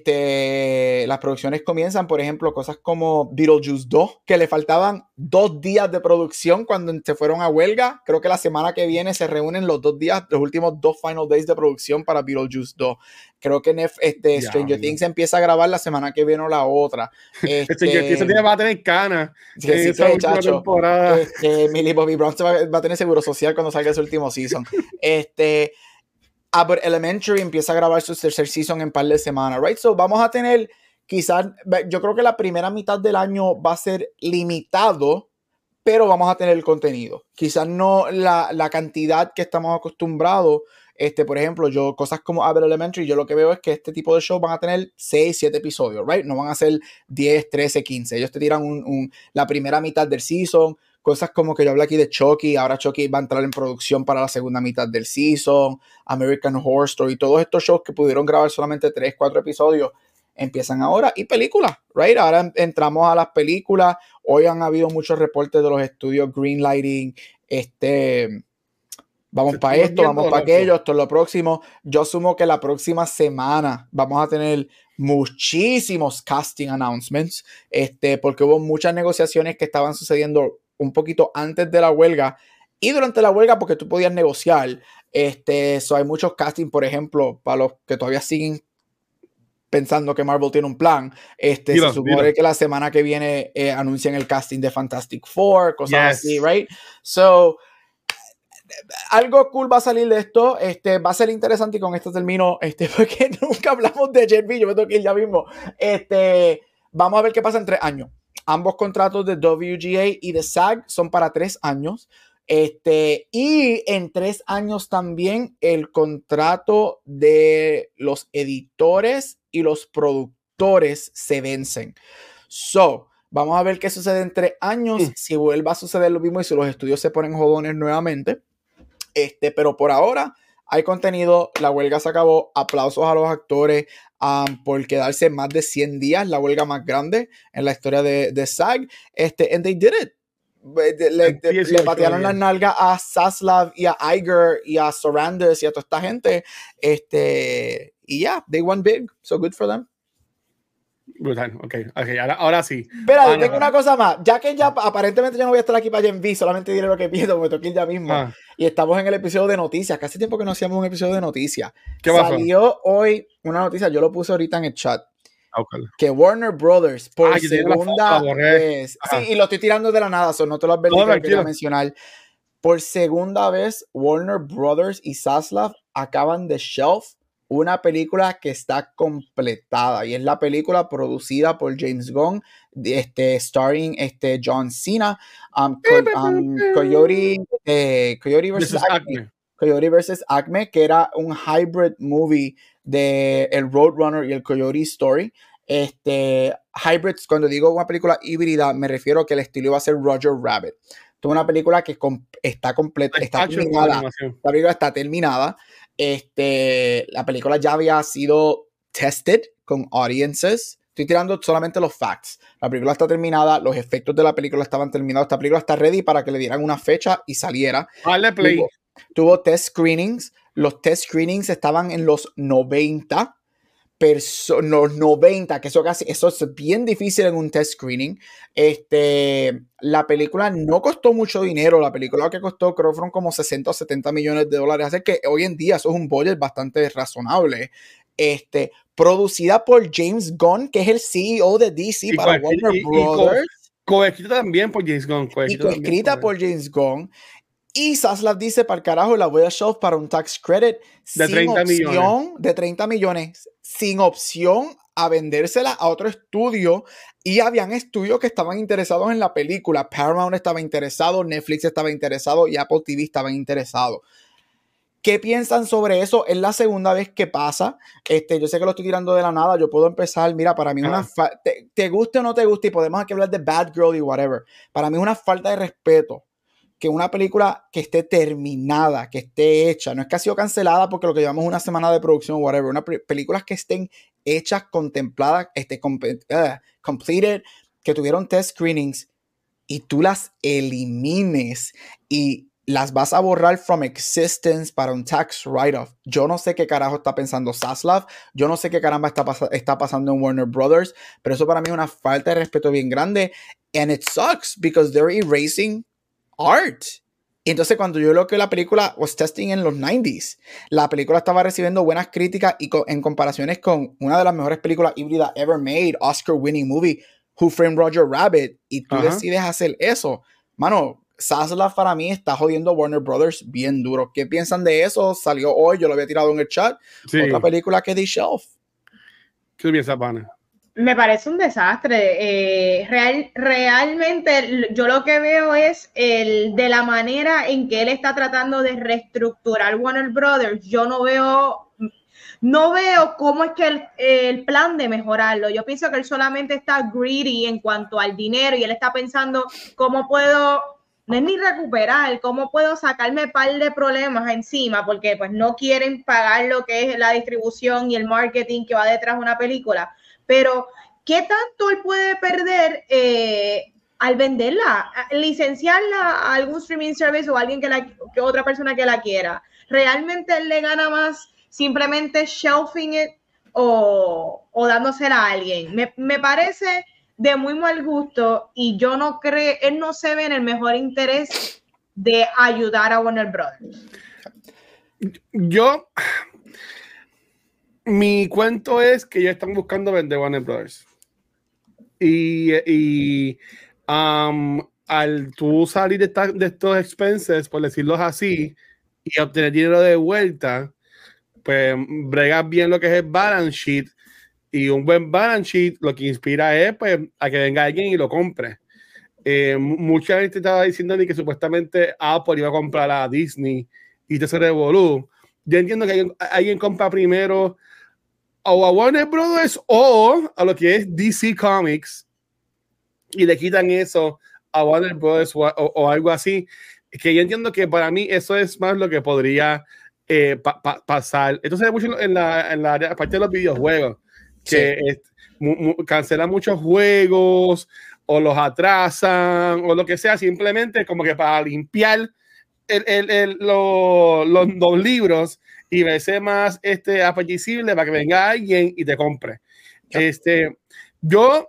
Este, las producciones comienzan, por ejemplo, cosas como Beetlejuice dos, que le faltaban dos días de producción cuando se fueron a huelga. Creo que la semana que viene se reúnen los dos días, los últimos dos final days de producción para Beetlejuice dos. Creo que este, ya, Stranger Things se empieza a grabar la semana que viene o la otra. Este, Stranger Things va a tener canas. Sí, sí, sí, chacho. Este, Millie Bobby Brown se va, va a tener seguro social cuando salga su último season. Este... Abbott Elementary empieza a grabar su tercer season en un par de semanas, right? So vamos a tener quizás, yo creo que la primera mitad del año va a ser limitado, pero vamos a tener el contenido. Quizás no la, la cantidad que estamos acostumbrados. Este, por ejemplo, yo, cosas como Abbott Elementary, yo lo que veo es que este tipo de shows van a tener seis, siete episodios, right? No van a ser diez, trece, quince. Ellos te tiran un, un, la primera mitad del season. Cosas como que yo hablé aquí de Chucky, ahora Chucky va a entrar en producción para la segunda mitad del season, American Horror Story, todos estos shows que pudieron grabar solamente tres, cuatro episodios, empiezan ahora, y películas, right? Ahora entramos a las películas. Hoy han habido muchos reportes de los estudios Greenlighting, este, Vamos para esto, vamos para aquello, esto es lo próximo. Yo asumo que la próxima semana vamos a tener muchísimos casting announcements, este, porque hubo muchas negociaciones que estaban sucediendo un poquito antes de la huelga y durante la huelga porque tú podías negociar. Este, so hay muchos castings, por ejemplo, para los que todavía siguen pensando que Marvel tiene un plan. Este, mira, se supone mira. que la semana que viene eh, anuncian el casting de Fantastic Four, cosas yes. así, right? So, algo cool va a salir de esto. Este, va a ser interesante y con esto termino, este, porque nunca hablamos de Jet Li, yo me tengo que ir ya mismo. Este, vamos a ver qué pasa en tres años. Ambos contratos de W G A y de SAG son para tres años. Este, y en tres años también el contrato de los editores y los productores se vencen. So, vamos a ver qué sucede en tres años, mm. si vuelve a suceder lo mismo y si los estudios se ponen jodones nuevamente. Este, pero por ahora hay contenido, la huelga se acabó, aplausos a los actores um, por quedarse más de cien días, la huelga más grande en la historia de, de SAG, este, and they did it. Le, le, le patearon las nalgas a Zaslav y a Iger y a Sarandos y a toda esta gente, este, y ya, yeah, they won big, so good for them. Brutal, ok, okay. Ahora, ahora sí. Espera, ah, tengo no. una cosa más. Ya que ya aparentemente yo no voy a estar aquí para Gen V, solamente diré lo que pienso, me toqué ya mismo. Ah. Y estamos en el episodio de noticias. Casi tiempo que no hacíamos un episodio de noticias. ¿Qué pasó? Salió hoy una noticia, yo lo puse ahorita en el chat. Okay. Que Warner Brothers, por ah, segunda foto, vez. Ajá. Sí, y lo estoy tirando de la nada, so no te lo advertí no, que quería mencionar. Por segunda vez, Warner Brothers y Zaslav acaban de shelf una película que está completada y es la película producida por James Gunn, este, starring este, John Cena, um, Co um, Coyote, eh, Coyote versus Acme. Acme. Coyote versus Acme, que era un hybrid movie de el Roadrunner y el Coyote Story. Este, hybrids, cuando digo una película híbrida, me refiero a que el estilo iba a ser Roger Rabbit. Es una película que com está completa, está terminada. La película está terminada. Este, la película ya había sido tested con audiences. Estoy tirando solamente los facts. La película está terminada, los efectos de la película estaban terminados. Esta película está ready para que le dieran una fecha y saliera. Vale, play. Tuvo, tuvo test screenings. Los test screenings estaban en los noventa. Los noventa, que eso casi, eso es bien difícil en un test screening. Este, la película no costó mucho dinero. La película que costó, creo que fueron como sesenta o setenta millones de dólares. Así que hoy en día eso es un budget bastante razonable. Este, producida por James Gunn, que es el C E O de D C y para Warner y, Brothers. Coescrita también por James Gunn. Y coescrita por James Gunn. Y Zaslav dice, para el carajo, la voy a shelf para un tax credit de treinta millones. De treinta millones, sin opción a vendérsela a otro estudio. Y habían estudios que estaban interesados en la película. Paramount estaba interesado, Netflix estaba interesado y Apple T V estaba interesado. ¿Qué piensan sobre eso? Es la segunda vez que pasa. Este, yo sé que lo estoy tirando de la nada. Yo puedo empezar. Mira, para mí, ah. una fa te, te guste o no te guste, y podemos aquí hablar de Bad Girl y whatever. Para mí es una falta de respeto que una película que esté terminada, que esté hecha, no es que ha sido cancelada porque lo que llevamos una semana de producción, whatever, una películas que estén hechas, contempladas, este, com uh, completed, que tuvieron test screenings y tú las elimines y las vas a borrar from existence para un tax write-off. Yo no sé qué carajo está pensando Zaslav, yo no sé qué caramba está, pas está pasando en Warner Brothers, pero eso para mí es una falta de respeto bien grande, and it sucks because they're erasing art. Y entonces cuando yo lo que la película was testing en los nineties, la película estaba recibiendo buenas críticas y co en comparaciones con una de las mejores películas híbridas ever made, Oscar winning movie, Who Framed Roger Rabbit, y tú uh-huh. decides hacer eso, mano. Zaslav para mí está jodiendo a Warner Brothers bien duro. ¿Qué piensan de eso? Salió hoy, yo lo había tirado en el chat. Sí. Otra película que di shelf. ¿Qué piensas, Pana? Me parece un desastre. Eh, real, realmente yo lo que veo es el de la manera en que él está tratando de reestructurar Warner Brothers. Yo no veo, no veo cómo es que el, el plan de mejorarlo. Yo pienso que él solamente está greedy en cuanto al dinero y él está pensando cómo puedo, no es ni recuperar, cómo puedo sacarme un par de problemas encima porque pues no quieren pagar lo que es la distribución y el marketing que va detrás de una película. Pero, ¿qué tanto él puede perder eh, al venderla, licenciarla a algún streaming service o a alguien que la, que otra persona que la quiera. ¿Realmente él le gana más simplemente shelving it o, o dándosela a alguien? Me, me parece de muy mal gusto y yo no creo, él no se ve en el mejor interés de ayudar a Warner Brothers. Yo, mi cuento es que ellos están buscando vender Warner Brothers. Y, y um, al tú salir de, esta, de estos expenses, por decirlo así, y obtener dinero de vuelta, pues bregas bien lo que es el balance sheet. Y un buen balance sheet lo que inspira es pues, a que venga alguien y lo compre. Eh, mucha gente estaba diciendo que supuestamente Apple iba a comprar a Disney y te se revolú. Yo entiendo que alguien, alguien compra primero o a Warner Brothers o a lo que es D C Comics y le quitan eso a Warner Brothers o, o, o algo así. Que yo entiendo que para mí eso es más lo que podría eh, pa, pa, pasar. Esto se ve mucho en la, en la parte de los videojuegos, que sí. es, mu, mu, cancelan muchos juegos o los atrasan o lo que sea, simplemente como que para limpiar el, el, el, lo, los, los libros y verse más este, apetecible para que venga alguien y te compre. Sí. Este, yo,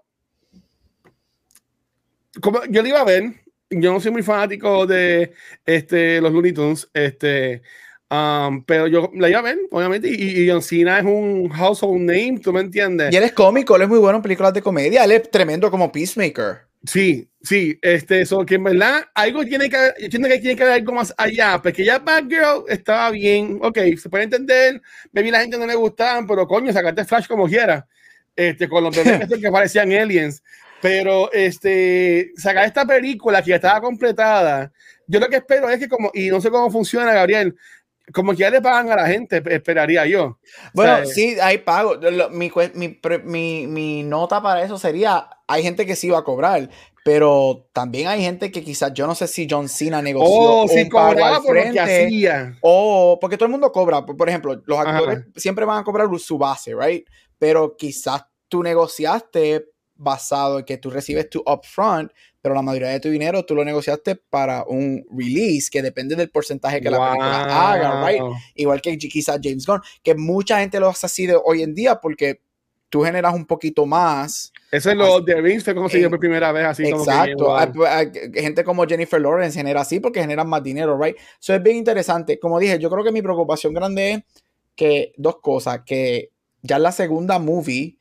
como yo lo iba a ver, yo no soy muy fanático de este, los Looney Tunes, este, um, pero yo la iba a ver, obviamente, y, y John Cena es un household name, ¿tú me entiendes? Y él es cómico, él es muy bueno en películas de comedia, él es tremendo como Peacemaker. Sí, sí, este, eso que en verdad algo tiene que haber, yo entiendo que tiene que haber algo más allá, porque ya Batgirl estaba bien, ok, se puede entender, maybe la gente no le gustaban, pero coño, sacarte Flash como quiera, este, con los bebés que parecían aliens, pero este, sacar esta película que ya estaba completada, yo lo que espero es que como, y no sé cómo funciona, Gabriel, como que ya le pagan a la gente, esperaría yo. Bueno, o sea, sí, hay pago. Mi, mi, mi, mi nota para eso sería, hay gente que sí va a cobrar, pero también hay gente que quizás, yo no sé si John Cena negoció oh, un sí, pago al por frente, lo que hacía. o porque todo el mundo cobra. Por ejemplo, los actores Ajá. siempre van a cobrar su base, right? Pero quizás tú negociaste basado en que tú recibes tu upfront, pero la mayoría de tu dinero tú lo negociaste para un release que depende del porcentaje que wow. la película haga, right? Igual que quizás James Gunn, que mucha gente lo hace así de hoy en día porque tú generas un poquito más. Eso es lo de Vince, fue como se dio por primera vez así. Exacto. Como que, wow. a, a, gente como Jennifer Lawrence genera así porque generan más dinero, right? Eso es bien interesante. Como dije, yo creo que mi preocupación grande es que dos cosas, que ya es la segunda movie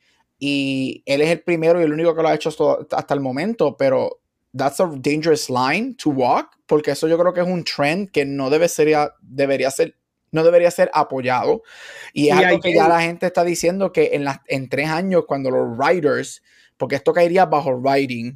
y él es el primero y el único que lo ha hecho hasta el momento, pero that's a dangerous line to walk, porque eso yo creo que es un trend que no debe ser, debería ser, no debería ser apoyado. Y es y algo que que ya la gente está diciendo que en, las, en tres años, cuando los writers, porque esto caería bajo writing,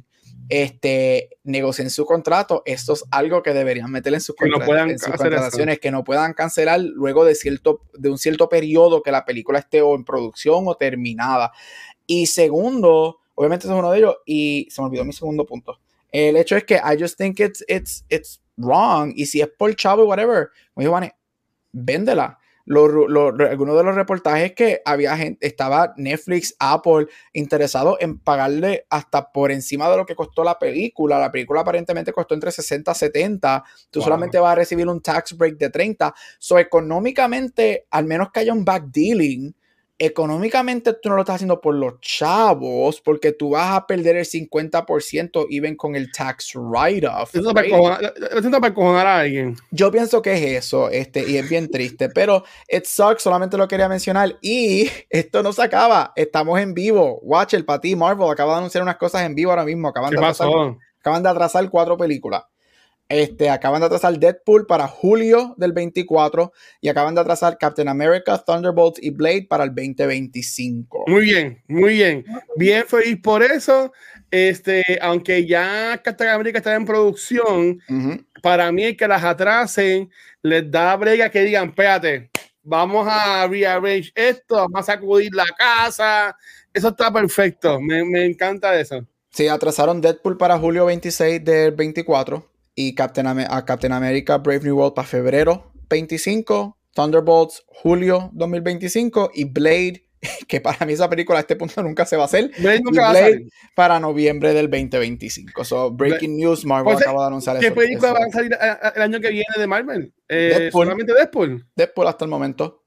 este, negocien su contrato, esto es algo que deberían meter en sus, contra no en sus contrataciones, eso. Que no puedan cancelar luego de, cierto, de un cierto periodo que la película esté o en producción o terminada. Y segundo, obviamente eso es uno de ellos, y se me olvidó mi segundo punto. El hecho es que I just think it's, it's, it's wrong, y si es por chavo y whatever, como dijo Vane, véndela. Lo, lo, lo, algunos de los reportajes que había gente, estaba Netflix, Apple interesado en pagarle hasta por encima de lo que costó la película. La película aparentemente costó entre sesenta a setenta. Tú wow. solamente vas a recibir un tax break de treinta. So, económicamente, al menos que haya un backdealing, económicamente tú no lo estás haciendo por los chavos, porque tú vas a perder el cincuenta por ciento even con el tax write-off. Eso right? es para cojonar a alguien. Yo pienso que es eso, este, y es bien triste, pero it sucks, solamente lo quería mencionar. Y esto no se acaba, estamos en vivo. Watch el para ti, Marvel acaba de anunciar unas cosas en vivo ahora mismo. Acaban, de atrasar, acaban de atrasar cuatro películas. Este, acaban de atrasar Deadpool para julio del veinticuatro y acaban de atrasar Captain America, Thunderbolts y Blade para el veinte veinticinco. Muy bien, muy bien. Bien feliz por eso. Este, aunque ya Captain America está en producción, uh-huh. para mí que las atrasen les da brega que digan, espérate, vamos a rearrange esto, vamos a sacudir la casa. Eso está perfecto. Me, me encanta eso. Sí, atrasaron Deadpool para julio veintiséis del veinticuatro. Y Captain, Am a Captain America Brave New World para febrero veinticinco, Thunderbolts julio dos mil veinticinco y Blade que para mí esa película a este punto nunca se va a hacer. Blade nunca Blade va a salir. Para noviembre del veinte veinticinco. So, breaking Blade. News, Marvel Pues, acaba de anunciar ¿qué eso. ¿Qué película eso. van a salir a, a, el año que viene de Marvel? Eh, Deadpool. ¿Solamente Deadpool? Deadpool hasta el momento.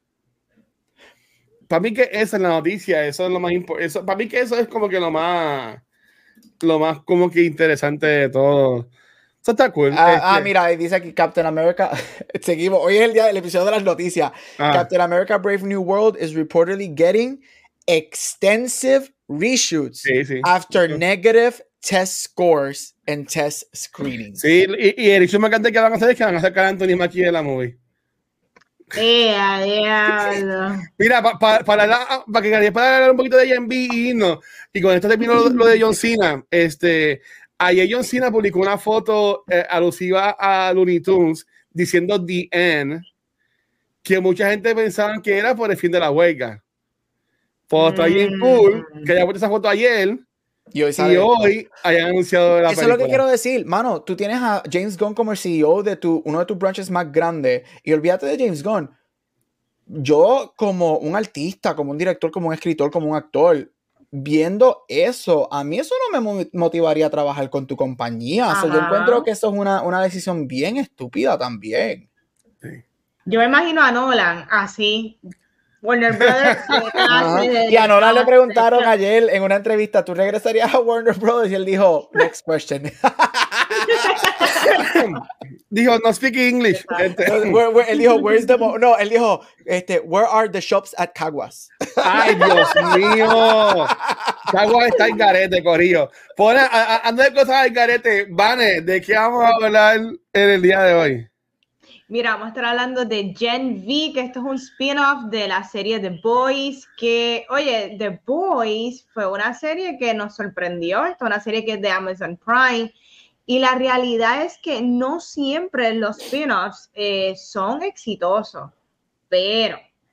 Para mí que esa es la noticia, eso es lo más importante. Para mí que eso es como que lo más, lo más como que interesante de todo. Eso está cool. Ah, este. ah, mira, dice aquí Captain America. Seguimos. Hoy es el día del episodio de las noticias. Ah. Captain America Brave New World is reportedly getting extensive reshoots sí, sí. after sí. negative test scores and test screenings. Sí, y, y el hecho más grande que van a hacer es que van a sacar a Anthony Mackie de la movie. Eh, diablo. Mira, pa, pa, para, la, para que para hablar un poquito de Gen V y no, y con esto termino lo, lo de John Cena. Este, ayer John Cena publicó una foto eh, alusiva a Looney Tunes diciendo The End, que mucha gente pensaba que era por el fin de la huelga. Pues está bien Mm. cool que haya puesto esa foto ayer y hoy, y hoy hayan anunciado la Eso película. es lo que quiero decir, mano. Tú tienes a James Gunn como el C E O de tu, uno de tus branches más grandes y olvídate de James Gunn. Yo como un artista, como un director, como un escritor, como un actor, viendo eso, a mí eso no me motivaría a trabajar con tu compañía. O sea, yo encuentro que eso es una, una decisión bien estúpida también. Sí. Yo me imagino a Nolan así. Warner Brothers. Y a Nolan le preguntaron ayer en una entrevista, ¿tú regresarías a Warner Brothers? Y él dijo, next question. Dijo, no speak English. Este. Where, where, él dijo, where's the mo no, él dijo, este, where are the shops at Caguas? Ay, Dios mío. Caguas está en garete, corillo. Pone, anda de cosas al garete. Vane, ¿de qué vamos a hablar en el día de hoy? Mira, vamos a estar hablando de Gen V, que esto es un spin-off de la serie The Boys, que, oye, The Boys fue una serie que nos sorprendió, esta es una serie que es de Amazon Prime, y la realidad es que no siempre los spin-offs eh, son exitosos, pero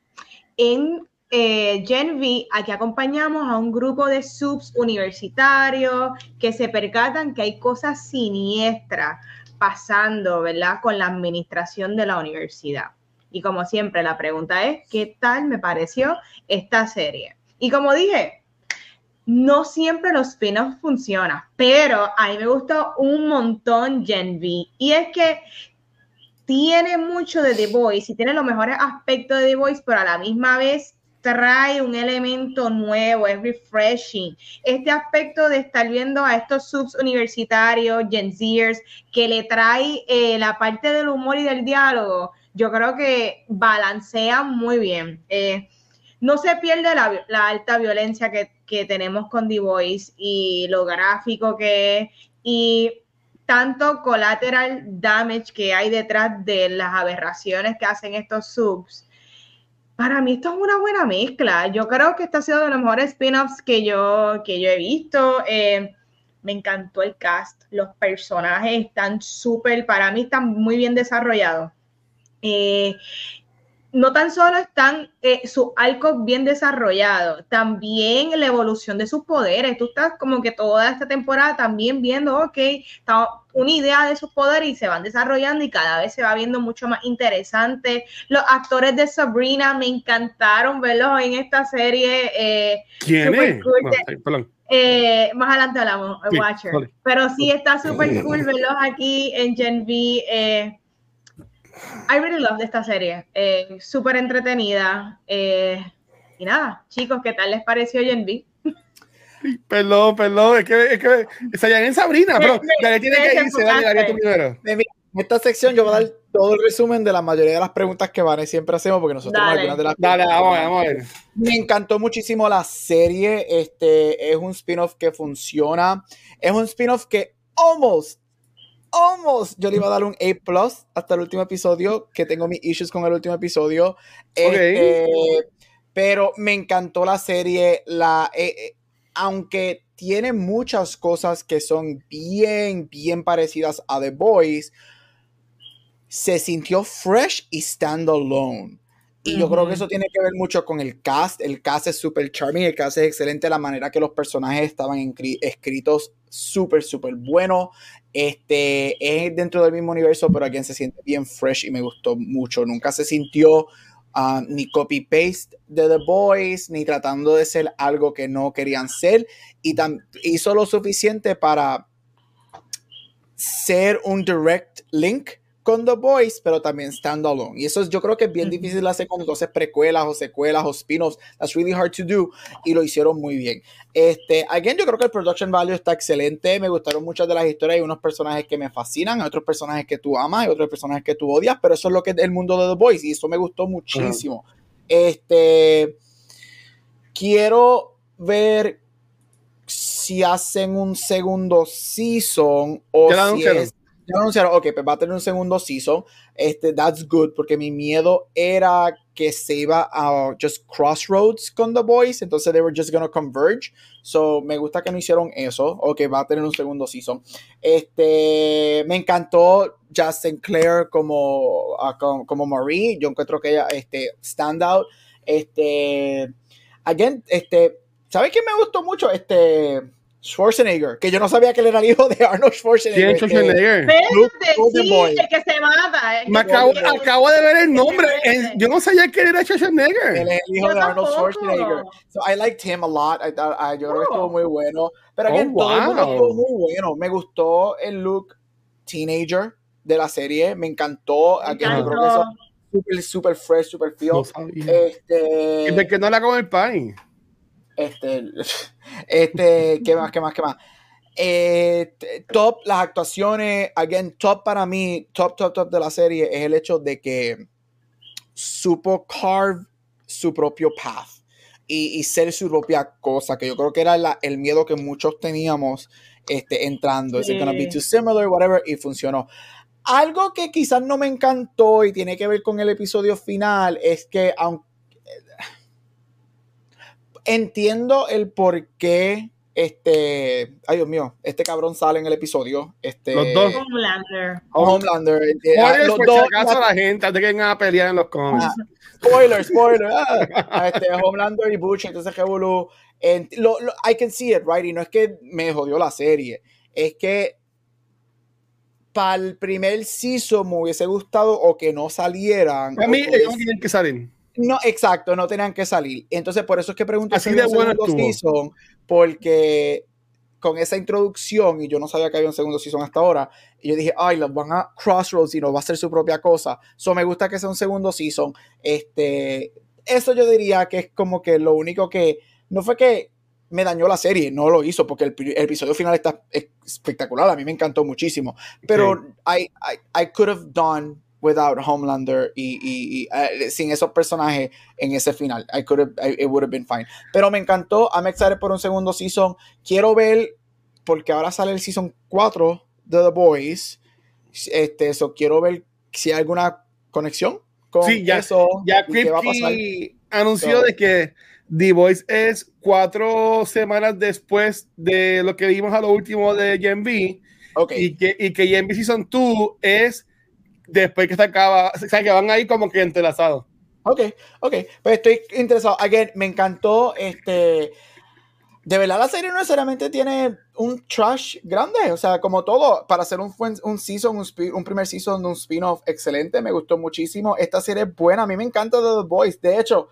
en eh, Gen V aquí acompañamos a un grupo de subs universitarios que se percatan que hay cosas siniestras pasando, ¿verdad?, con la administración de la universidad. Y como siempre, la pregunta es, ¿qué tal me pareció esta serie? Y como dije, no siempre los spin-offs funcionan, pero a mí me gustó un montón Gen V. Y es que tiene mucho de The Boys y tiene los mejores aspectos de The Boys, pero a la misma vez trae un elemento nuevo, es refreshing. Este aspecto de estar viendo a estos subs universitarios, Gen Zers, que le trae eh, la parte del humor y del diálogo, yo creo que balancean muy bien. Eh, no se pierde la, la alta violencia que, que tenemos con The Boys y lo gráfico que es, y tanto collateral damage que hay detrás de las aberraciones que hacen estos subs. Para mí esto es una buena mezcla. Yo creo que este ha sido de los mejores spin-offs que yo, que yo he visto. Eh, me encantó el cast. Los personajes están súper, para mí están muy bien desarrollados. Eh, no tan solo están eh, sus arcos bien desarrollados, también la evolución de sus poderes. Tú estás como que toda esta temporada también viendo, ok, está una idea de sus poderes y se van desarrollando y cada vez se va viendo mucho más interesante. Los actores de Sabrina me encantaron verlos en esta serie. Eh, ¿Quién es? Cool. No, ay, perdón. Eh, más adelante hablamos, sí, Watcher. Sorry. Pero sí está súper cool verlos aquí en Gen V. Eh, I really love esta serie, eh, súper entretenida. Eh, y nada, chicos, ¿qué tal les pareció Gen V? Perdón, perdón, es que, es que se llaman en Sabrina, pero ya tiene que irse, dale, dale tú primero. En esta sección yo voy a dar todo el resumen de la mayoría de las preguntas que Vane siempre hacemos, porque nosotros dale. algunas de las Dale, vamos, vamos a ver. Me encantó muchísimo la serie, este, es un spin-off que funciona, es un spin-off que almost Almost, yo le iba a dar un A plus hasta el último episodio, que tengo mis issues con el último episodio. Okay. Este, pero me encantó la serie. La, eh, eh, aunque tiene muchas cosas que son bien, bien parecidas a The Boys, se sintió fresh y standalone. Y uh-huh. yo creo que eso tiene que ver mucho con el cast. El cast es súper charming, el cast es excelente. La manera que los personajes estaban escritos, súper, súper bueno. Este, es dentro del mismo universo, pero aquí se siente bien fresh y me gustó mucho. Nunca se sintió uh, ni copy-paste de The Boys, ni tratando de ser algo que no querían ser, y hizo lo suficiente para ser un direct link con The Boys, pero también standalone. Y eso es, yo creo que es bien difícil de hacer con entonces precuelas o secuelas o spin-offs. That's really hard to do. Y lo hicieron muy bien. Este, again, yo creo que el production value está excelente. Me gustaron muchas de las historias. Hay unos personajes que me fascinan, hay otros personajes que tú amas, hay otros personajes que tú odias, pero eso es lo que es el mundo de The Boys. Y eso me gustó muchísimo. Uh-huh. Este, quiero ver si hacen un segundo season o si es... Ya anunciaron, ok, pues va a tener un segundo season. Este, that's good, porque mi miedo era que se iba a just crossroads con The Boys, entonces they were just gonna converge. So, me gusta que no hicieron eso. Ok, va a tener un segundo season. Este, me encantó Justin Claire como, uh, como, como Marie. Yo encuentro que ella, este, stand out. Este, again, este, ¿sabes qué me gustó mucho? Este... Schwarzenegger, que yo no sabía que él era el hijo de Arnold Schwarzenegger. ¿Quién es Schwarzenegger? Sí, el que se mata. Me acabo, acabo de ver el nombre. En, yo no sabía que él era Schwarzenegger. Él es el hijo yo de Arnold tampoco. Schwarzenegger. So I liked him a lot. I, I, I, yo creo que estuvo muy bueno. Pero again, oh, wow. todo el mundo estuvo muy bueno. Me gustó el look teenager de la serie. Me encantó. Me again, yo creo que eso super, super fresh, super feel. No este, de que no la come el pan. Este, este, ¿qué más, qué más, qué más? Eh, top, las actuaciones, again, top para mí, top, top, top de la serie es el hecho de que supo carve su propio path y, y ser su propia cosa, que yo creo que era la, el miedo que muchos teníamos este, entrando. Sí. Is it gonna be too similar, whatever, y funcionó. Algo que quizás no me encantó y tiene que ver con el episodio final es que, aunque entiendo el por qué este, ay Dios mío, este cabrón sale en el episodio. Este, los dos. Homelander. Homelander. Spoilers, los por dos, si acaso la, la gente antes que vengan a pelear en los cómics. Ah, spoiler, spoiler. Ah, este, Homelander y Butch, entonces Revolú. Lo, lo, I can see it, right? Y no es que me jodió la serie, es que para el primer season me hubiese gustado o que no salieran. A mí ellos no tienen que salir. No, exacto, no tenían que salir. Entonces, por eso es que pregunto así de bueno season, porque con esa introducción, y yo no sabía que había un segundo season hasta ahora, y yo dije, ay, los van a crossroads y no va a ser su propia cosa. So, me gusta que sea un segundo season. Este, eso yo diría que es como que lo único que, no fue que me dañó la serie, no lo hizo, porque el, el episodio final está espectacular, a mí me encantó muchísimo. Pero okay. I, I, I could have done without Homelander y, y, y uh, sin esos personajes en ese final. I could have, I, it would have been fine. Pero me encantó. I'm excited por un segundo season. Quiero ver, porque ahora sale el season cuatro de The Boys. Este, eso quiero ver si hay alguna conexión con sí, ya, eso. Ya Kripke anunció so, de que The Boys es cuatro semanas después de lo que vimos a lo último de Gen V. Okay. Y que, y que Gen V Season dos es después que se acaba, o sea, que van ahí como que entrelazados. Ok, ok, pues estoy interesado. Again, me encantó, este, de verdad la serie no necesariamente tiene un trash grande, o sea, como todo, para hacer un, un season, un, un primer season de un spin-off excelente, me gustó muchísimo. Esta serie es buena, a mí me encanta The Boys, de hecho,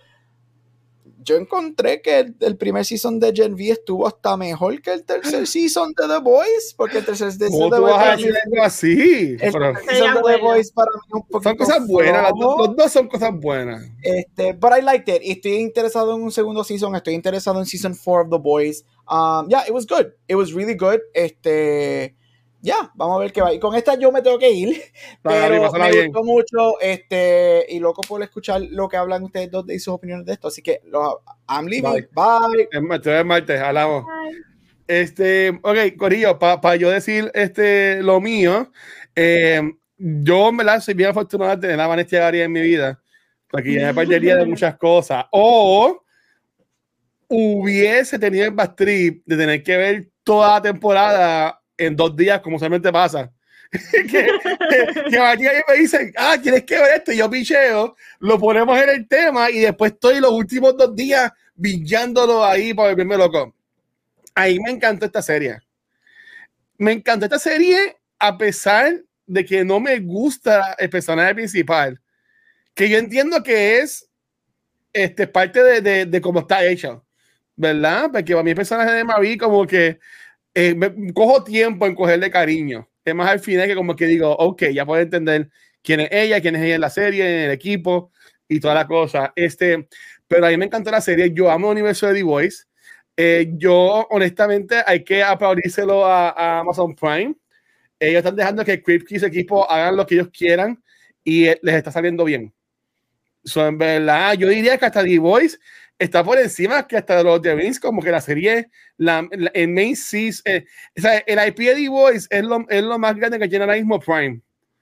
yo encontré que el, el primer season de Gen V estuvo hasta mejor que el tercer season de The Boys, porque el tercer season de The Boys así. el pero, season de The Boys para mí un poquito son cosas buenas, los, los dos son cosas buenas. Este, but I liked it. Y estoy interesado en un segundo season, estoy interesado en season four of The Boys. Um, yeah, it was good. It was really good. Este, ya, yeah, vamos a ver qué va. Y con esta yo me tengo que ir, pero bien, me bien. gustó mucho, este, y loco por escuchar lo que hablan ustedes dos y sus opiniones de esto. Así que, lo, I'm leaving. Bye. Bye. Te ves martes, hablamos. Bye. Este, ok, Corillo, para pa yo decir este, lo mío, eh, yo en verdad soy bien afortunado de tener a Vanessa Gary en mi vida, porque ya me perdería de muchas cosas. O hubiese tenido el bad trip de tener que ver toda la temporada en dos días, como usualmente pasa. que, que, que aquí me dicen, ah, tienes que ver esto, y yo picheo, lo ponemos en el tema y después estoy los últimos dos días billándolo ahí para volverme loco. Ahí me encantó esta serie. Me encantó esta serie a pesar de que no me gusta el personaje principal, que yo entiendo que es este, parte de, de, de cómo está hecho, ¿verdad? Porque para mí el personaje de Marie como que eh, me cojo tiempo en cogerle cariño. Es más al final que como que digo, ok, ya puedo entender quién es ella, quién es ella en la serie, en el equipo y toda la cosa. Este, pero a mí me encantó la serie. Yo amo el universo de The Voice. Eh, yo, honestamente, hay que aplaudírselo a, a Amazon Prime. Ellos están dejando que Kripke y su equipo hagan lo que ellos quieran y eh, les está saliendo bien. So, en verdad, yo diría que hasta The Voice está por encima que hasta los The Rings, como que la serie, la, la, el main season, eh, o sea, el I P de The Voice es lo, es lo más grande que tiene ahora mismo Prime.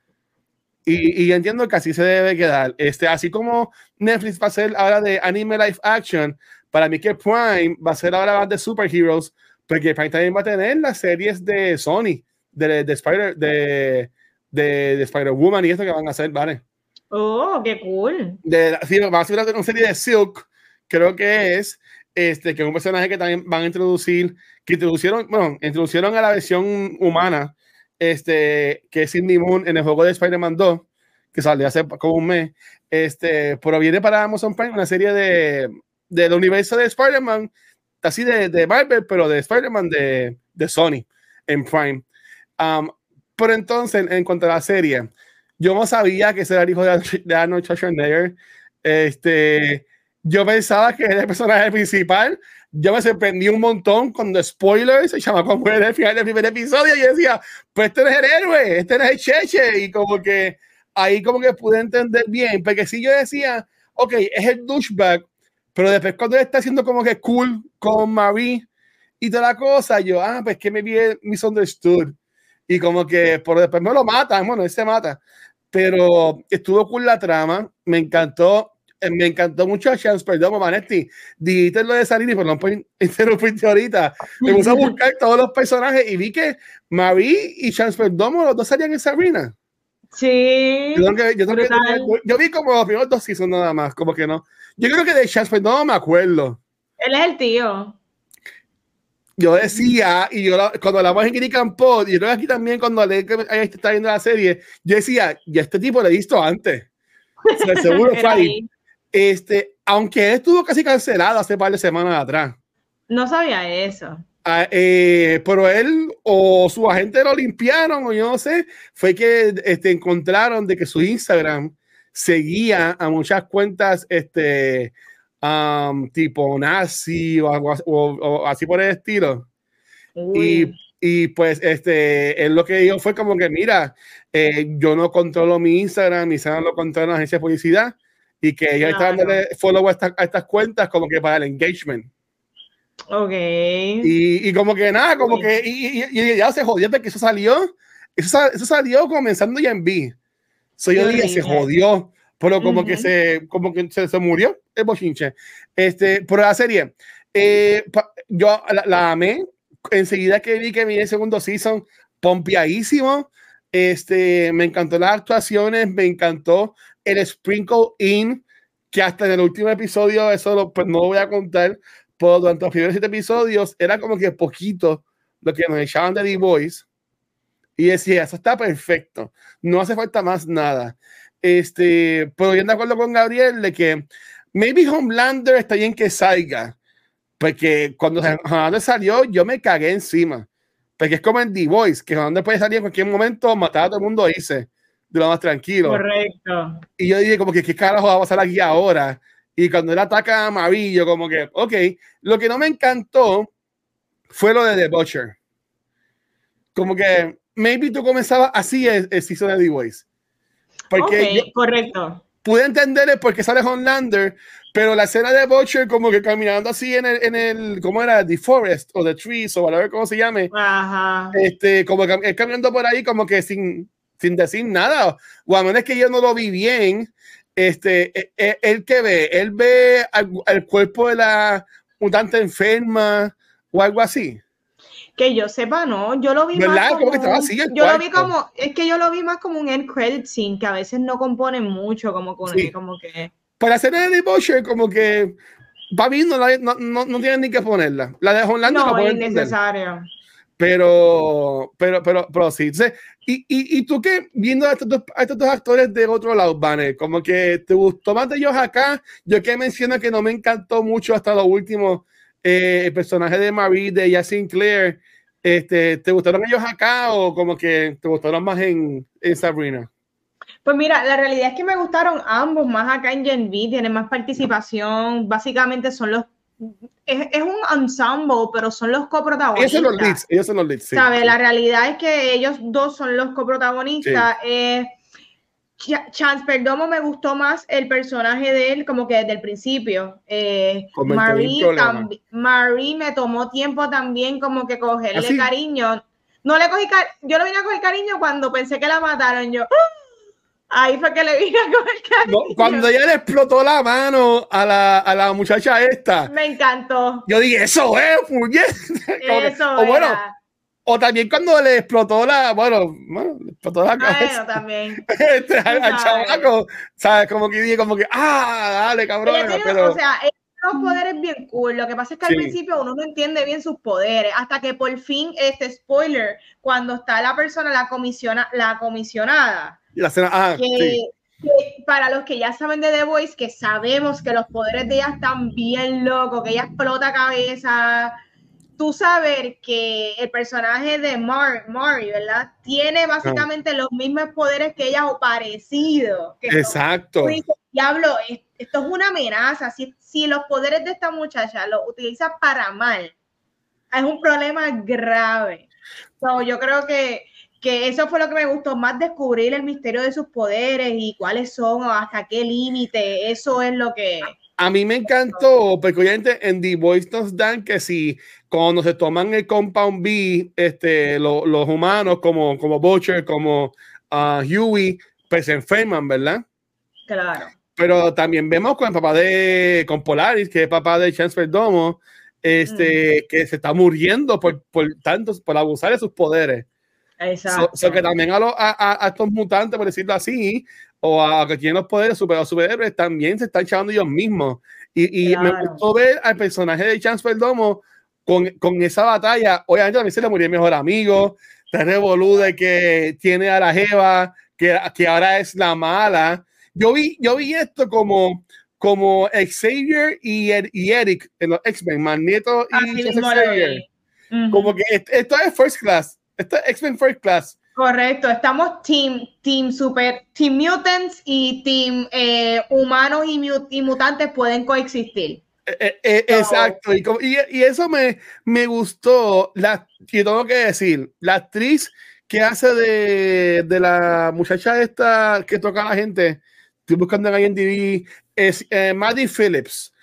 Y, y entiendo que así se debe quedar. Este, así como Netflix va a ser ahora de anime live action, para mí que Prime va a ser ahora más de superheroes, porque Prime también va a tener las series de Sony, de, de Spider, de, de, de Spider-Woman y esto que van a hacer, ¿vale? Oh, qué cool. De, sí, va a ser una serie de Silk, creo que es, este, que es un personaje que también van a introducir, que introducieron, bueno, introducieron a la versión humana, este, que es Sydney Moon en el juego de Spider-Man dos, que salió hace como un mes, este, pero viene para Amazon Prime una serie de del universo de Spider-Man, así de, de Marvel, pero de Spider-Man de, de Sony en Prime. Um, pero entonces, en cuanto a la serie, yo no sabía que ese era el hijo de, de Arnold Schwarzenegger. Este, yo pensaba que era el personaje principal. Yo me sorprendí un montón cuando spoilers, el chamaco muere al final del primer episodio y yo decía, pues este no es el héroe, este no es el Cheche. Y como que ahí como que pude entender bien, porque si yo decía, ok, es el douchebag, pero después cuando él está haciendo como que cool con Marie y toda la cosa, yo, ah, pues que me vi misunderstood. Y como que por después me lo matan, bueno, él se mata. Pero estuvo cool la trama, me encantó, me encantó mucho a Chance, perdón, Manetti, dijiste lo de salir y perdón por interrumpirte ahorita. Me puse a buscar todos los personajes y vi que Marie y Chance Perdomo, los dos salían en Sabrina. Sí. Yo, que, yo, que, yo, yo vi como los primeros dos seasons nada más, como que no. Yo creo que de Chance no me acuerdo. Él es el tío. Yo decía, y yo cuando hablamos en Critican Pod, y yo creo que aquí también cuando le está viendo la serie, yo decía, ya este tipo lo he visto antes. O sea, seguro fue ahí. Este, aunque él estuvo casi cancelado hace un par de semanas atrás. No sabía eso. Uh, eh, pero él o su agente lo limpiaron o yo no sé, fue que este, encontraron de que su Instagram seguía a muchas cuentas este, um, tipo nazi o, o, o, o así por el estilo. Y, y pues este, él lo que dijo fue como que mira, eh, yo no controlo mi Instagram, mi Instagram lo controla la agencia de publicidad y que ellos claro. Están dándole follow a, esta, a estas cuentas como que para el engagement. Ok. Y, y como que nada, como que y, y, y ya se jodió porque eso salió, eso, eso salió comenzando ya en B. So yo dije, se jodió, pero como uh-huh. que se como que se, se murió el bochinche. Este, por la serie, eh, pa, yo la, la amé. Enseguida que vi que vi el segundo season, pompeadísimo. Este, me encantó las actuaciones, me encantó el sprinkle in, que hasta en el último episodio, eso lo, pues, no lo voy a contar. Pero durante los primeros siete episodios era como que poquito lo que nos echaban de The Voice y decía, eso está perfecto, no hace falta más nada. Este, pero yo de acuerdo con Gabriel de que maybe Homelander está bien que salga, porque cuando Homelander salió yo me cagué encima, porque es como en The Voice, que Homelander puede salir en cualquier momento, matar a todo el mundo y irse de lo más tranquilo. Correcto. Y yo dije como que qué carajo va a pasar aquí ahora. Y cuando él ataca a Amarillo, como que, ok, lo que no me encantó fue lo de The Butcher. Como que, maybe tú comenzabas así el, el season de The Voice. Porque okay, yo correcto. Pude entender el por qué sale Homelander, pero la escena de Butcher como que caminando así en el, en el ¿cómo era? The Forest o The Trees o whatever cómo se llame. Ajá. Este, como que él caminando por ahí como que sin, sin decir nada. O a menos que yo no lo vi bien. Este, él, él que ve, él ve al, al cuerpo de la mutante enferma o algo así. Que yo sepa, no, yo lo vi ¿verdad? más como, como que estaba así el yo cuarto. lo vi como, es que yo lo vi más como un end credit scene, que a veces no componen mucho, como, con, sí. como que... Para hacer el de Butcher, como que para mí no, no, no, no tienen ni que ponerla. La de Homelander no, la es innecesario. Pero, pero, pero, pero sí. Entonces, y, y, y tú que viendo a estos, dos, a estos dos actores de otro lado, Banner, como que te gustó más de ellos acá. Yo que menciono que no me encantó mucho hasta lo último, eh, el personaje de Marie, de Jack Sinclair. Este, ¿te gustaron ellos acá o como que te gustaron más en, en Sabrina? Pues mira, la realidad es que me gustaron ambos más acá en Gen V, tienen más participación, básicamente son los, es, es un ensemble, pero son los coprotagonistas. Ellos son los leads, ellos son los leads, sí. ¿Sabe? La realidad es que ellos dos son los coprotagonistas. Sí. Eh, Ch Chance Perdomo me gustó más el personaje de él como que desde el principio. Eh, Marie, Marie me tomó tiempo también como que cogerle ¿Así? cariño. No le cogí car yo le vine a coger cariño cuando pensé que la mataron yo. Ahí fue que le vine a coger cariño. No, cuando ella le explotó la mano a la, a la muchacha esta. Me encantó. Yo dije, eso es, puñet. Eso o bueno, o también cuando le explotó la, bueno, bueno le explotó la cabeza. Bueno, también. este, al, al chamaco, ¿sabes? Como que dije, como que, ah, dale, cabrón. Pero... O sea, los poderes bien cool. Lo que pasa es que sí. al principio uno no entiende bien sus poderes, hasta que por fin, este spoiler, cuando está la persona, la comisiona, la comisionada. La escena, ah, que, sí. que para los que ya saben de The Voice, que sabemos que los poderes de ella están bien locos, que ella explota cabeza. Tú saber que el personaje de Mar, Mari, ¿verdad? Tiene básicamente oh. los mismos poderes que ella o parecido. Que Exacto. Son, dices, diablo, esto es una amenaza. Si, si los poderes de esta muchacha los utiliza para mal, es un problema grave. So, yo creo que, que eso fue lo que me gustó más, descubrir el misterio de sus poderes y cuáles son, o hasta qué límite. Eso es lo que... A mí me encantó, porque obviamente en The Voice nos dan que si cuando se toman el Compound B, este, lo, los humanos como, como Butcher, como uh, Huey, pues se enferman, ¿verdad? Claro. Pero también vemos con el papá de, con Polaris, que es papá de Chance Perdomo, este, mm. que se está muriendo por, por tanto, por abusar de sus poderes. Exacto. So, so que también a, lo, a, a estos mutantes, por decirlo así, o a que tienen los poderes super, los superhéroes, también se están echando ellos mismos. Y, y claro. me gustó ver al personaje de Chance Perdomo con, con esa batalla. Obviamente a mí se le murió el mejor amigo, te revolú de que tiene a la jeva, que, que ahora es la mala. Yo vi, yo vi esto como, como Xavier y, y Eric en los X-Men, Magneto y Xavier. Uh-huh. Como que esto es First Class, esto es X-Men First Class. Correcto, estamos team, team super, team mutants y team eh, humanos y, mut, y mutantes pueden coexistir. Eh, eh, so, exacto, y, y, y eso me, me gustó, la, y tengo que decir, la actriz que hace de, de la muchacha esta que toca a la gente, estoy buscando en I M D B, es eh, Maddie Phillips.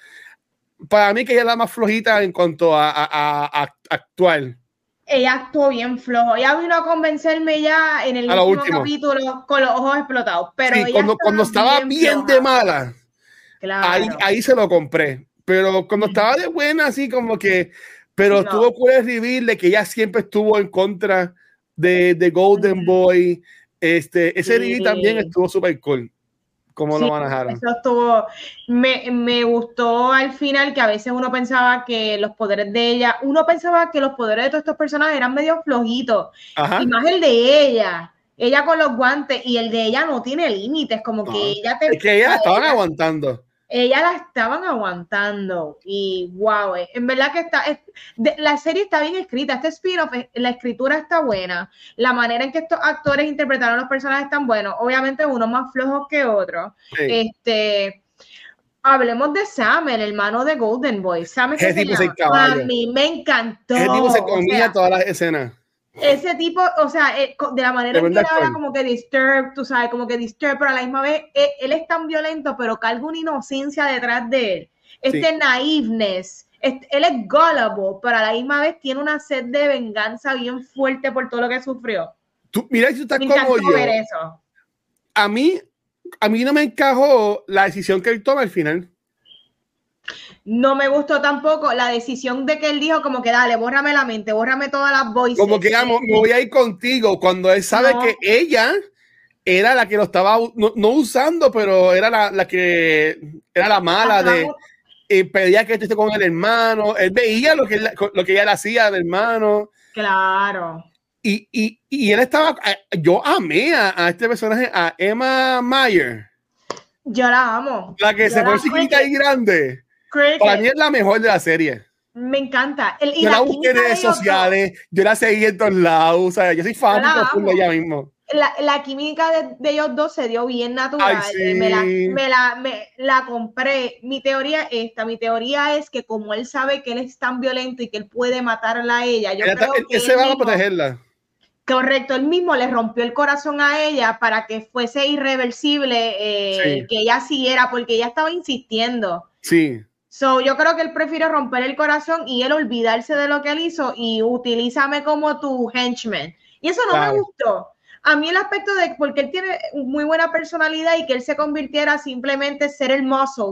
Para mí que ella es la más flojita en cuanto a, a, a, a actuar. Ella actuó bien flojo. Ella vino a convencerme ya en el último, último capítulo con los ojos explotados. Pero sí, ella cuando, estaba cuando estaba bien, bien de mala, claro. ahí, ahí se lo compré. Pero cuando estaba de buena, así como que, pero no. tuvo que reveal de que ella siempre estuvo en contra de, de Golden Boy. Este, ese sí. reveal también estuvo súper cool. ¿Cómo sí, lo manejaron? Eso estuvo, me, me gustó al final que a veces uno pensaba que los poderes de ella, uno pensaba que los poderes de todos estos personajes eran medio flojitos. Ajá. Y más el de ella, ella con los guantes, y el de ella no tiene límites, como no. que ella te... Es que ella estaban ella, aguantando. Ella la estaban aguantando y wow, en verdad que está, es, de, la serie está bien escrita, este spin-off, la escritura está buena, la manera en que estos actores interpretaron los personajes están buenos, obviamente unos más flojos que otros. Sí. Este, hablemos de Sam, el hermano de Golden Boy. Sam es que se llama. A mí me encantó. Ese tipo se comía o sea, todas las escenas. Ese tipo, o sea, de la manera en que él habla como que disturb, tú sabes, como que disturb, pero a la misma vez, él, él es tan violento, pero carga una inocencia detrás de él. Este sí. naiveness, este, él es gullible, pero a la misma vez tiene una sed de venganza bien fuerte por todo lo que sufrió. Tú, mira, si tú estás como yo. Ver eso. A mí, a mí no me encajó la decisión que él toma al final. No me gustó tampoco la decisión de que él dijo como que dale, bórrame la mente, bórrame todas las voices. Como que amo, me voy a ir contigo cuando él sabe no. que ella era la que lo estaba no, no usando, pero era la, la que era la mala Ajá. de eh, pedía que esté con el hermano. Él veía lo que, lo que ella le hacía al hermano. Claro. Y, y, y él estaba, yo amé a, a este personaje, a Emma Mayer. Yo la amo. La que yo se fue chiquita y grande. Cricket. Para mí es la mejor de la serie. Me encanta. El, y yo la, la busqué en redes sociales, dos. Yo la seguí en todos lados. O sea, yo soy fan de ella mismo. La, la química de, de ellos dos se dio bien natural. Ay, sí. eh, me, la, me, la, me la compré. Mi teoría es esta. Mi teoría es que como él sabe que él es tan violento y que él puede matarla a ella, yo ella creo está, que él se va a protegerla. Correcto, él mismo le rompió el corazón a ella para que fuese irreversible, eh, sí. que ella siguiera, porque ella estaba insistiendo. Sí. So, yo creo que él prefiere romper el corazón y él olvidarse de lo que él hizo y utilízame como tu henchman. Y eso no claro. me gustó. A mí el aspecto de, porque él tiene muy buena personalidad y que él se convirtiera simplemente ser el muscle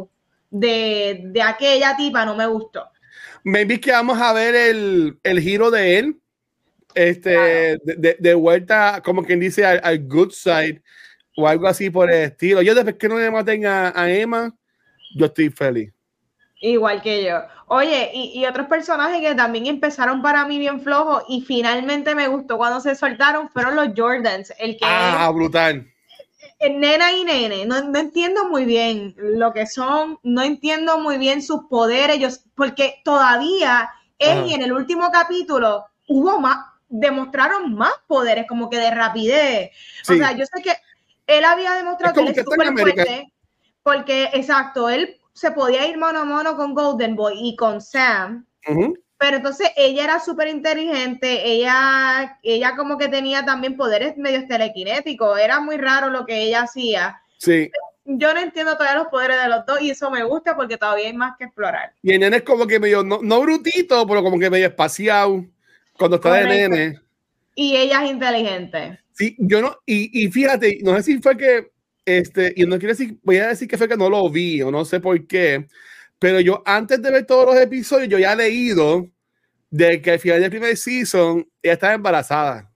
de, de aquella tipa, no me gustó. Maybe que vamos a ver el, el giro de él. Este, claro. de, de, de vuelta, como quien dice, al, al good side o algo así por el estilo. Yo después que no le maten a, a Emma, yo estoy feliz. Igual que yo. Oye, y, y otros personajes que también empezaron para mí bien flojos y finalmente me gustó cuando se soltaron fueron los Jordans. El que ah, es, brutal. El nena y nene. No, no entiendo muy bien lo que son, no entiendo muy bien sus poderes, yo, porque todavía él y en el último capítulo hubo más, demostraron más poderes, como que de rapidez. Sí. O sea, yo sé que él había demostrado es que él es súper fuerte, porque, exacto, él se podía ir mano a mano con Golden Boy y con Sam, uh-huh. pero entonces ella era súper inteligente, ella, ella como que tenía también poderes medios telequinéticos, era muy raro lo que ella hacía. Sí. Yo no entiendo todavía los poderes de los dos y eso me gusta porque todavía hay más que explorar. Y el nene es como que medio, no, no brutito, pero como que medio espaciado. Cuando está Correcto. de nene. Y ella es inteligente. Sí, yo no, y, y fíjate, no sé si fue que, este, y no quiero decir, voy a decir que fue que no lo vi, o no sé por qué, pero yo antes de ver todos los episodios, yo ya he leído de que al final del primer season, ella estaba embarazada.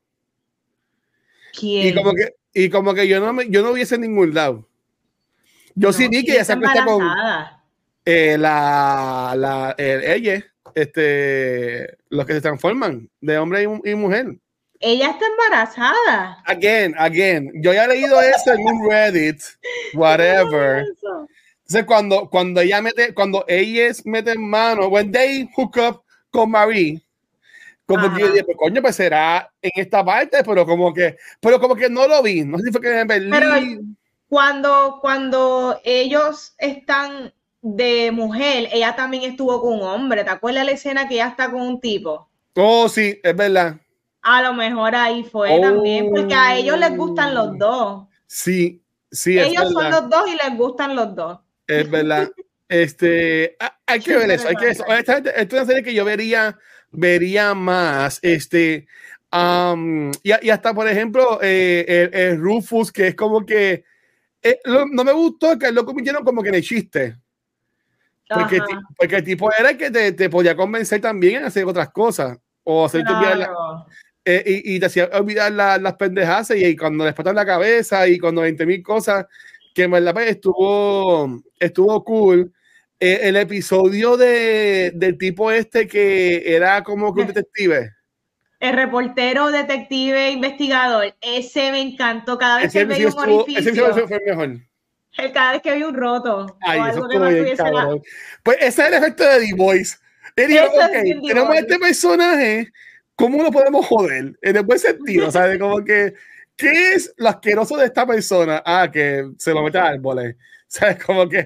¿Quién? Y como que, y como que yo no me, yo no hubiese en ningún lado. Yo no, sí vi que ella se acuesta con eh, la, la, el, ella, este, los que se transforman de hombre y, y mujer. Ella está embarazada. Again, again. Yo ya he leído eso en un Reddit, whatever. Entonces, cuando, cuando ella mete, cuando ellas meten mano, when they hook up con Marie, como Ajá. que yo dije, pues, coño, pues será en esta parte, pero como que, pero como que no lo vi. No sé si fue que en Berlín. Pero cuando, cuando ellos están de mujer, ella también estuvo con un hombre. ¿Te acuerdas la escena que ella está con un tipo? Oh, sí, es verdad. A lo mejor ahí fue oh. también, porque a ellos les gustan los dos. Sí, sí, ellos es son los dos y les gustan los dos. Es verdad. Este, hay que ver eso, hay que ver eso. Esta, esta es una serie que yo vería, vería más. Este, um, y, y hasta, por ejemplo, eh, el, el Rufus, que es como que eh, lo, no me gustó que lo convirtieron como que en el chiste. Porque, porque el tipo era el que te, te podía convencer también en hacer otras cosas. O hacerte claro. olvidar la, eh, y, y te hacía olvidar la, las pendejas y, y cuando le explotan la cabeza y cuando veinte mil cosas que en verdad estuvo, estuvo cool. Eh, el episodio de, del tipo este que era como que un detective. El reportero, detective, investigador. Ese me encantó. Cada vez ese que veía un orificio. Ese episodio fue mejor. El, cada vez que había un roto. Ay, o algo que no tuviese la... Pues ese es el efecto de The Voice. Dijo, okay, es tenemos este personaje, ¿cómo lo podemos joder? En el buen sentido, ¿sabes? Como que, ¿qué es lo asqueroso de esta persona? Ah, que se lo mete a árboles. ¿Sabes? Como que,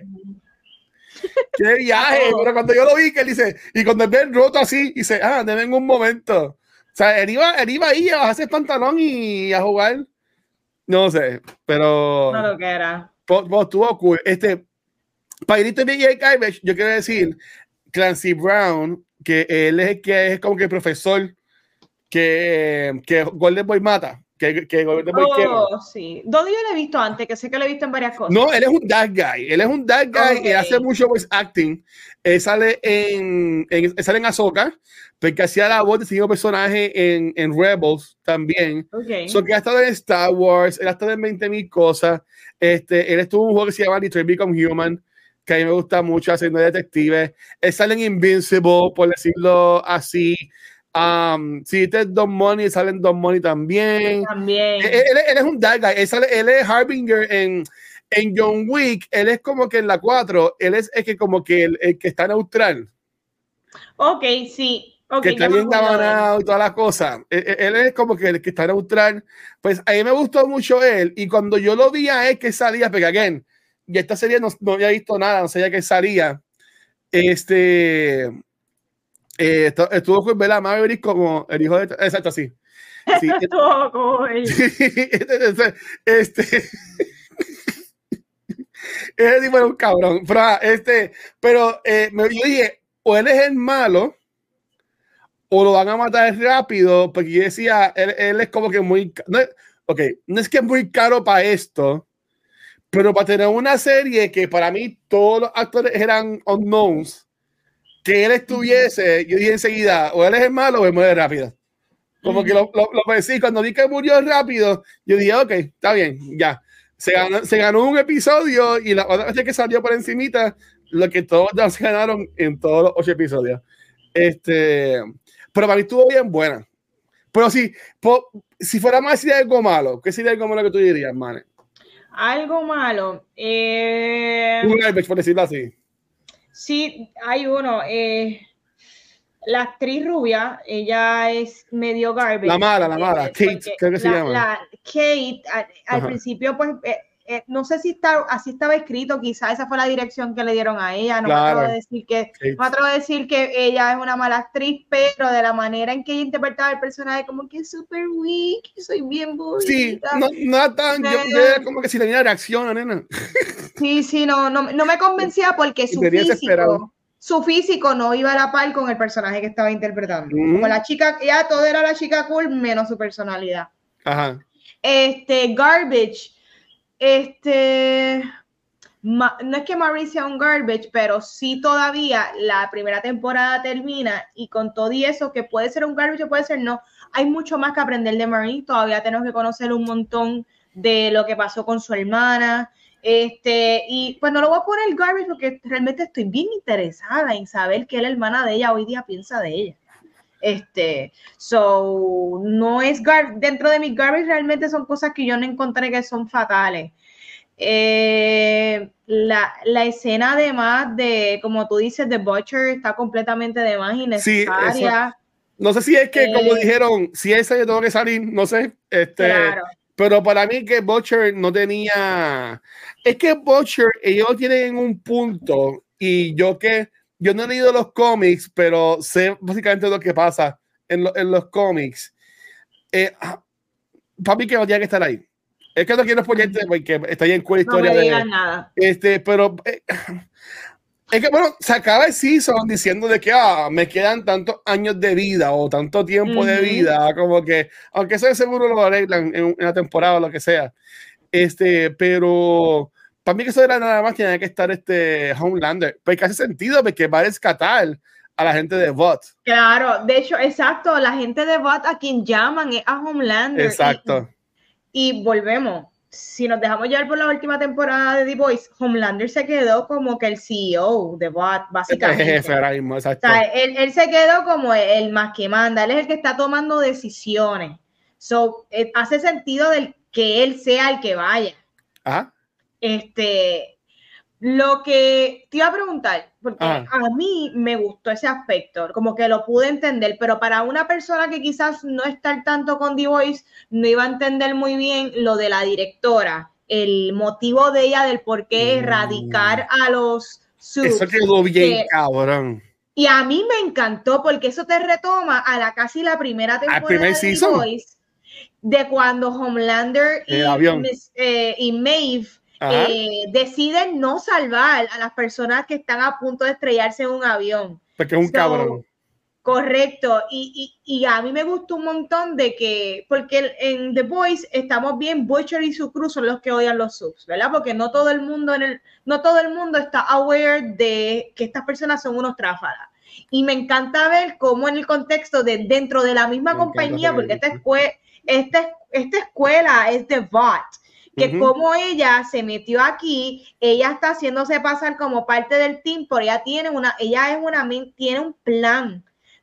qué viaje. Pero cuando yo lo vi, que él dice, y cuando él ve el roto así, dice, ah, denme un momento. O sea, él iba, él iba ahí a bajarse el pantalón y a jugar. No sé, pero. No lo que era. Pues, pues, estuvo cool. Este, para irte de E A Garbage, yo quiero decir. Clancy Brown, que él es, que es como que el profesor que, que Golden Boy mata, que, que Golden Boy oh, quiere. Sí. ¿Dónde yo lo he visto antes? Que sé que lo he visto en varias cosas. No, él es un bad guy. Él es un bad guy. Okay. Él hace mucho voice acting. Él sale en, en, él sale en Ahsoka, porque hacía la voz de ese personaje en, en Rebels también. Okay. So que ha estado en Star Wars, él ha estado en veinte mil cosas. Este, él estuvo en un juego que se llama Detroit Become Human, que a mí me gusta mucho, haciendo detectives. Él sale en Invincible, por decirlo así. Um, si este es Don Money, salen Don Money también. También. Él, él, él es un bad guy. Él, sale, él es Harbinger en, en John Wick. Él es como que en la cuatro, él es, es que como que el, el que está neutral. Ok, sí. Okay, que está bien gabanado y todas las cosas. Él, él es como que el que está neutral. Pues a mí me gustó mucho él. Y cuando yo lo vi a él que salía, porque again, y esta serie no, no había visto nada, no sabía que salía. Este eh, estuvo con Bella Maverick como el hijo de. Exacto, sí. sí estuvo cool. Sí, este. este ese tipo era un cabrón. Pero, este, pero eh, yo dije, o él es el malo, o lo van a matar rápido, porque yo decía, él, él es como que muy. No, ok, no es que es muy caro para esto, pero para tener una serie que para mí todos los actores eran unknowns, que él estuviese, yo dije enseguida, o él es el malo o él muere rápido. Como que lo, lo, lo pensé, cuando vi que murió rápido, yo dije, ok, está bien, ya. Se ganó, se ganó un episodio y la otra vez que salió por encimita, lo que todos ya se ganaron en todos los ocho episodios. Este, pero para mí estuvo bien buena. Pero si, po, si fuera más de algo malo, ¿qué sería algo malo que tú dirías, man? Algo malo. Eh... Un garbage, por decirlo así. Sí, hay uno. Eh... La actriz rubia, ella es medio garbage. La mala, la mala. Kate, creo que se la, llama. La Kate, al, al principio, pues, eh, eh, no sé si está, así estaba escrito, quizá esa fue la dirección que le dieron a ella. No claro. me atrevo a decir que, no me atrevo a decir que ella es una mala actriz, pero de la manera en que ella interpretaba el personaje, como que es súper weak, soy bien bonita. Sí, no, no tan, yo, yo como que si tenía reacción, nena. Sí, sí, no, no, no me convencía porque su físico... su físico no iba a la par con el personaje que estaba interpretando. Mm-hmm. Como la chica, ya todo era la chica cool, menos su personalidad. Ajá. Este, garbage. Este, ma, no es que Marie sea un garbage, pero sí todavía la primera temporada termina y con todo y eso, que puede ser un garbage o puede ser no, hay mucho más que aprender de Marie. Todavía tenemos que conocer un montón de lo que pasó con su hermana. Este, y pues no lo voy a poner garbage porque realmente estoy bien interesada en saber qué la hermana de ella hoy día piensa de ella. Este, so, no es gar dentro de mis garbage, realmente son cosas que yo no encontré que son fatales. Eh, la, la escena además de, como tú dices, de Butcher está completamente de más innecesaria. Sí, no sé si es que, eh, como dijeron, si esa yo tengo que salir, no sé. Este, claro. Pero para mí que Butcher no tenía... Es que Butcher, ellos tienen un punto y yo que... Yo no he leído los cómics, pero sé básicamente lo que pasa en, lo, en los cómics. Eh, para mí que no tiene que estar ahí. Es que no quiero spoilarte porque está ahí en cuál historia. No me digas de, nada. Este, pero... Eh, es que, bueno, se acaba el season diciendo de que ah, me quedan tantos años de vida o tanto tiempo uh-huh. de vida, como que, aunque eso seguro lo arreglan en, en la temporada o lo que sea. Este, pero para mí que eso era nada más tenía que estar este Homelander, porque hace sentido porque va a rescatar a la gente de V O T. Claro, de hecho, exacto, la gente de V O T a quien llaman es a Homelander. Exacto. Y, y volvemos. Si nos dejamos llevar por la última temporada de The Boys, Homelander se quedó como que el C E O de V O T, básicamente. El jefe ahora mismo, exacto. O sea, él, él se quedó como el, el más que manda, él es el que está tomando decisiones. So, eh, hace sentido del que él sea el que vaya. Ajá. Este, lo que te iba a preguntar, porque Ajá. a mí me gustó ese aspecto, como que lo pude entender, pero para una persona que quizás no está al tanto con The Voice, no iba a entender muy bien lo de la directora, el motivo de ella del por qué erradicar a los subs. Eso quedó bien, que, cabrón. Y a mí me encantó porque eso te retoma a la casi la primera temporada primer de season. The Voice, de cuando Homelander y, eh, y Maeve Eh, deciden no salvar a las personas que están a punto de estrellarse en un avión. Porque es un so, cabrón. Correcto. Y, y, y a mí me gustó un montón de que, porque en The Boys estamos bien, Butcher y su crew son los que odian los subs, ¿verdad? Porque no todo el mundo en el, no todo el mundo está aware de que estas personas son unos tráfalas. Y me encanta ver cómo en el contexto de dentro de la misma me compañía, porque esta, escue esta, esta escuela es de V O T, que uh-huh. como ella se metió aquí, ella está haciéndose pasar como parte del team, pero ella tiene una, ella es una, tiene un plan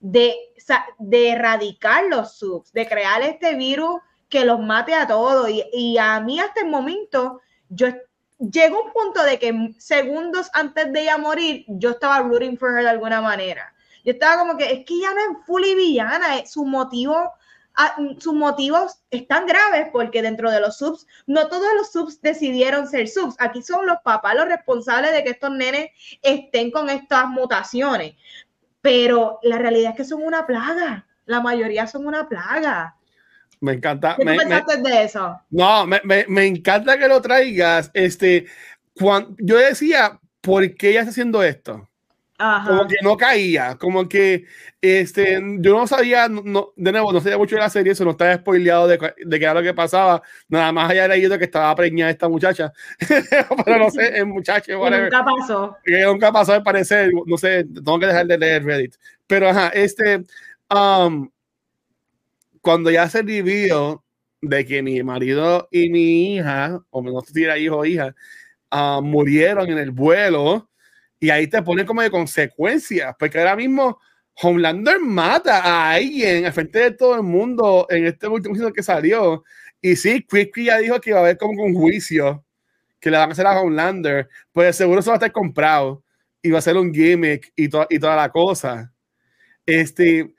de, de erradicar los subs, de crear este virus que los mate a todos. Y, y a mí hasta el momento, yo llegó un punto de que segundos antes de ella morir, yo estaba rooting for her de alguna manera. Yo estaba como que, es que ella no es fully villana, es su motivo... Ah, sus motivos están graves porque dentro de los subs, no todos los subs decidieron ser subs. Aquí son los papás los responsables de que estos nenes estén con estas mutaciones. Pero la realidad es que son una plaga. La mayoría son una plaga. Me encanta. ¿Qué me, pensaste me, de eso? No, me, me, me encanta que lo traigas. Este, cuando, yo decía, ¿por qué ella está haciendo esto? Ajá. Como que no caía, como que este, yo no sabía, no, de nuevo, no sabía mucho de la serie, eso no estaba spoileado de, de qué era lo que pasaba, nada más había leído que estaba preñada esta muchacha, pero no sé, el muchacho, whatever. Nunca pasó. Que nunca pasó, al parecer, no sé, tengo que dejar de leer Reddit, pero ajá, este, um, cuando ya se reveal de que mi marido y mi hija, o no sé si era hijo o hija, uh, murieron en el vuelo. Y ahí te pone como de consecuencias, porque ahora mismo Homelander mata a alguien al frente de todo el mundo en este último season que salió. Y sí, Quickly ya dijo que va a haber como un juicio que le van a hacer a Homelander, pues seguro eso va a estar comprado y va a ser un gimmick y, to y toda la cosa. Este,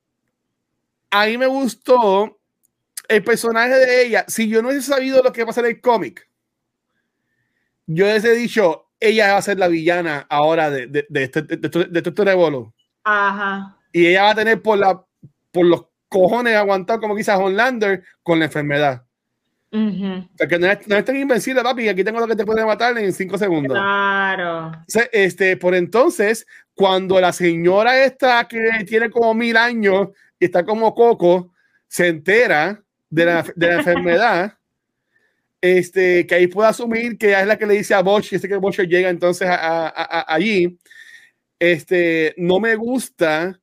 a mí me gustó el personaje de ella. Si yo no hubiese sabido lo que va a pasar en el cómic, yo hubiese dicho, ella va a ser la villana ahora de, de, de este de, de, de, de este rebolo. Ajá. Y ella va a tener por, la, por los cojones aguantar como quizás Homelander con la enfermedad. Uh-huh. Porque no es, no es tan invencible, papi, aquí tengo lo que te puede matar en cinco segundos. Claro. Este, por entonces, cuando la señora esta que tiene como mil años y está como Coco, se entera de la, de la enfermedad, Este, que ahí puede asumir que es la que le dice a Bosch, y este que Bosch llega entonces a, a, a, allí. Este, no me gusta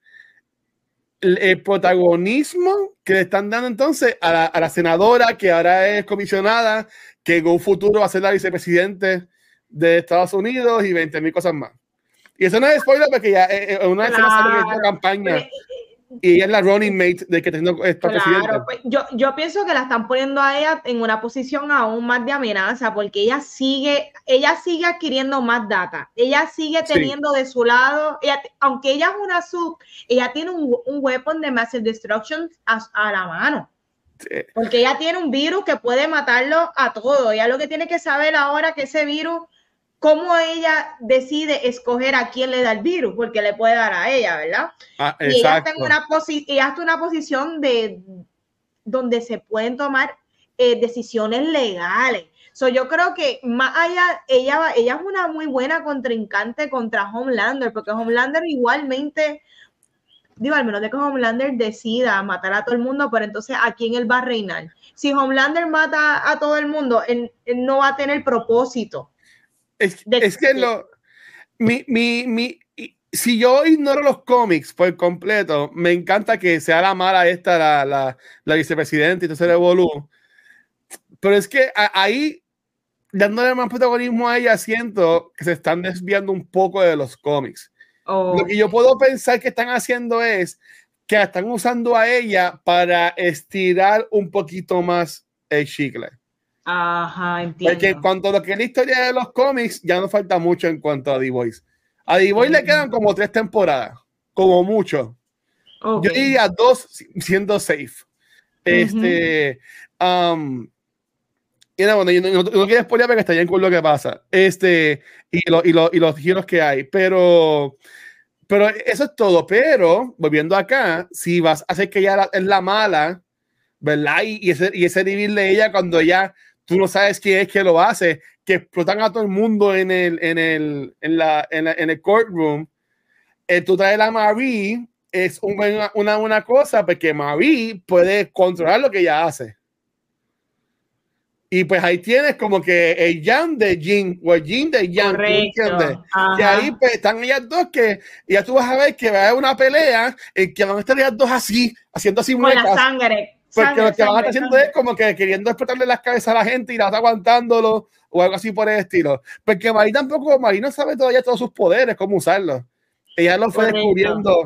el, el protagonismo que le están dando entonces a la, a la senadora que ahora es comisionada, que en un futuro va a ser la vicepresidente de Estados Unidos y veinte mil cosas más. Y eso no es spoiler porque ya es una claro. de campaña. Pero, y ella es la running mate de que tengo esta claro, presidenta. Pues yo, yo pienso que la están poniendo a ella en una posición aún más de amenaza porque ella sigue, ella sigue adquiriendo más data. Ella sigue teniendo sí. de su lado, ella, aunque ella es una sub, ella tiene un, un weapon de massive destruction a, a la mano. Sí. Porque ella tiene un virus que puede matarlo a todos. Ella lo que tiene que saber ahora que ese virus, cómo ella decide escoger a quién le da el virus, porque le puede dar a ella, ¿verdad? Ah, y ella está en una, posi ella está en una posición de donde se pueden tomar eh, decisiones legales. So, yo creo que más allá, ella, ella es una muy buena contrincante contra Homelander, porque Homelander igualmente, digo, al menos de que Homelander decida matar a todo el mundo, pero entonces ¿a quién él va a reinar? Si Homelander mata a todo el mundo, él, él no va a tener propósito. Es, es que lo, mi, mi, mi, si yo ignoro los cómics por completo, me encanta que sea la mala esta, la, la, la vicepresidenta y todo ese revolú. Pero es que a, ahí, dándole más protagonismo a ella, siento que se están desviando un poco de los cómics. Oh. Lo que yo puedo pensar que están haciendo es que la están usando a ella para estirar un poquito más el chicle. Ajá, entiendo. Porque en cuanto a lo que es la historia de los cómics, ya no falta mucho en cuanto a The Voice. A The Voice mm. le quedan como tres temporadas, como mucho. Okay. Yo diría dos siendo safe. Este, uh -huh. um, y no, bueno, yo no, no, no quiero spoiler porque está bien con lo que pasa. Este, y, lo, y, lo, y los giros que hay. Pero, pero eso es todo. Pero, volviendo acá, si vas a hacer que ella es la mala, ¿verdad? Y, y ese, y ese reveal de ella cuando ya tú no sabes quién es que lo hace, que explotan a todo el mundo en el, en el, en la, en la, en el courtroom. El tú traes a Marie es una, una, una cosa porque Marie puede controlar lo que ella hace. Y pues ahí tienes como que el Jan de Jean o el Jean de Jan, ¿tú entiendes? Que ahí pues están ellas dos que ya tú vas a ver que va a haber una pelea en que van a estar ellas dos así, haciendo así muecas. Con la sangre. Porque sangre, lo que sangre, van a estar haciendo sangre. es como que queriendo explotarle las cabezas a la gente y la está aguantándolo o algo así por el estilo. Porque Marie tampoco, Marie no sabe todavía todos sus poderes, cómo usarlos. Ella lo fue Correcto. descubriendo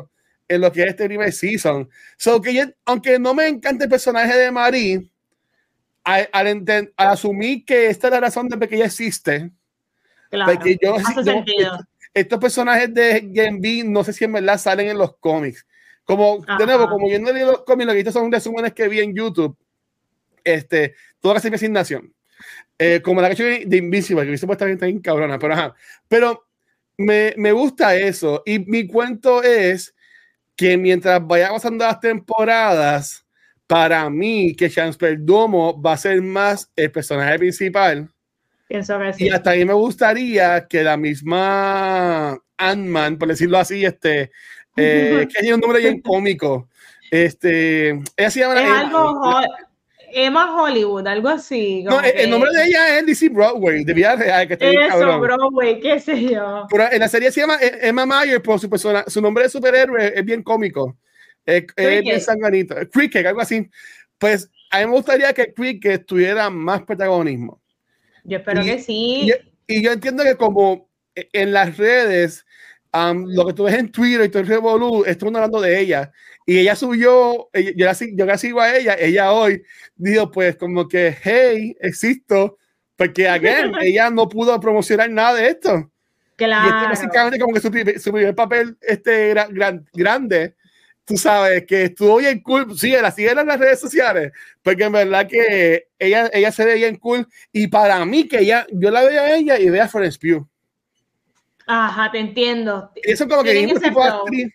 en lo que es este primer season. So que yo, aunque no me encanta el personaje de Marie, al, al, enten, al asumir que esta es la razón de que ella existe, claro, porque yo, hace yo sentido. estos personajes de Gen V no sé si en verdad salen en los cómics. Como, Ajá. de nuevo, como yo no leí los cómics, lo que hice son resúmenes que vi en YouTube. Este, todo que hacer mi asignación. Eh, como la que he hecho de Invincible, que supuestamente está bien cabrona, pero ajá. Pero me, me gusta eso. Y mi cuento es que mientras vaya pasando las temporadas, para mí, que Chance Perdomo va a ser más el personaje principal. Pienso que sí. Y hasta ahí me gustaría que la misma Ant-Man, por decirlo así, este, eh, que tiene un nombre bien cómico. Este, ella se llama. Es Emma, algo. Emma Hollywood, algo así. No, el, el nombre de ella es D C Broadway, de vida real, que está bien Eso, cabrón. Broadway, qué sé yo. Pero en la serie se llama Emma Mayer, pero su, persona, su nombre de superhéroe es bien cómico. Es, es bien sanganito. Cricket, algo así. Pues a mí me gustaría que Cricket tuviera más protagonismo. Yo espero y, que sí. Y, y yo entiendo que como en las redes, um, lo que tú ves en Twitter y todo el revolú, están hablando de ella. Y ella subió, ella, yo, la, yo la sigo a ella, ella hoy dijo pues como que, hey, existo, porque again, ella no pudo promocionar nada de esto. Claro. Y este básicamente como que su, su primer papel este, gran, gran, grande, tú sabes, que estuvo bien cool, sí, la siguen en las redes sociales, porque en verdad que ella, ella se ve bien cool, y para mí que ella, yo la veo a ella y veo a Florence Pugh. Ajá, te entiendo. Y eso como que es un tipo de actriz.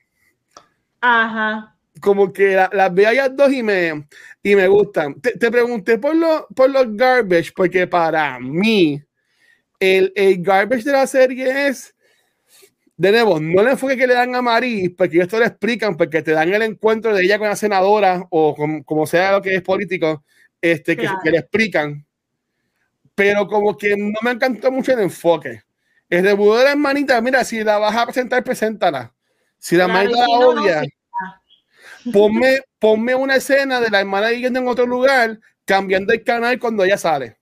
Ajá. Como que las la veo a ellas dos y me, y me gustan. Te, te pregunté por, lo, por los garbage, porque para mí el, el garbage de la serie es, de nuevo, no el enfoque que le dan a Marie, porque esto lo explican, porque te dan el encuentro de ella con la senadora, o con, como sea lo que es político, este, claro. que, que le explican. Pero como que no me encantó mucho el enfoque. El debut de la hermanita, mira, si la vas a presentar, preséntala. Si la claro, hermanita la no, odia, no, sí. Ponme, ponme una escena de la hermana viviendo en otro lugar, cambiando el canal cuando ella sale.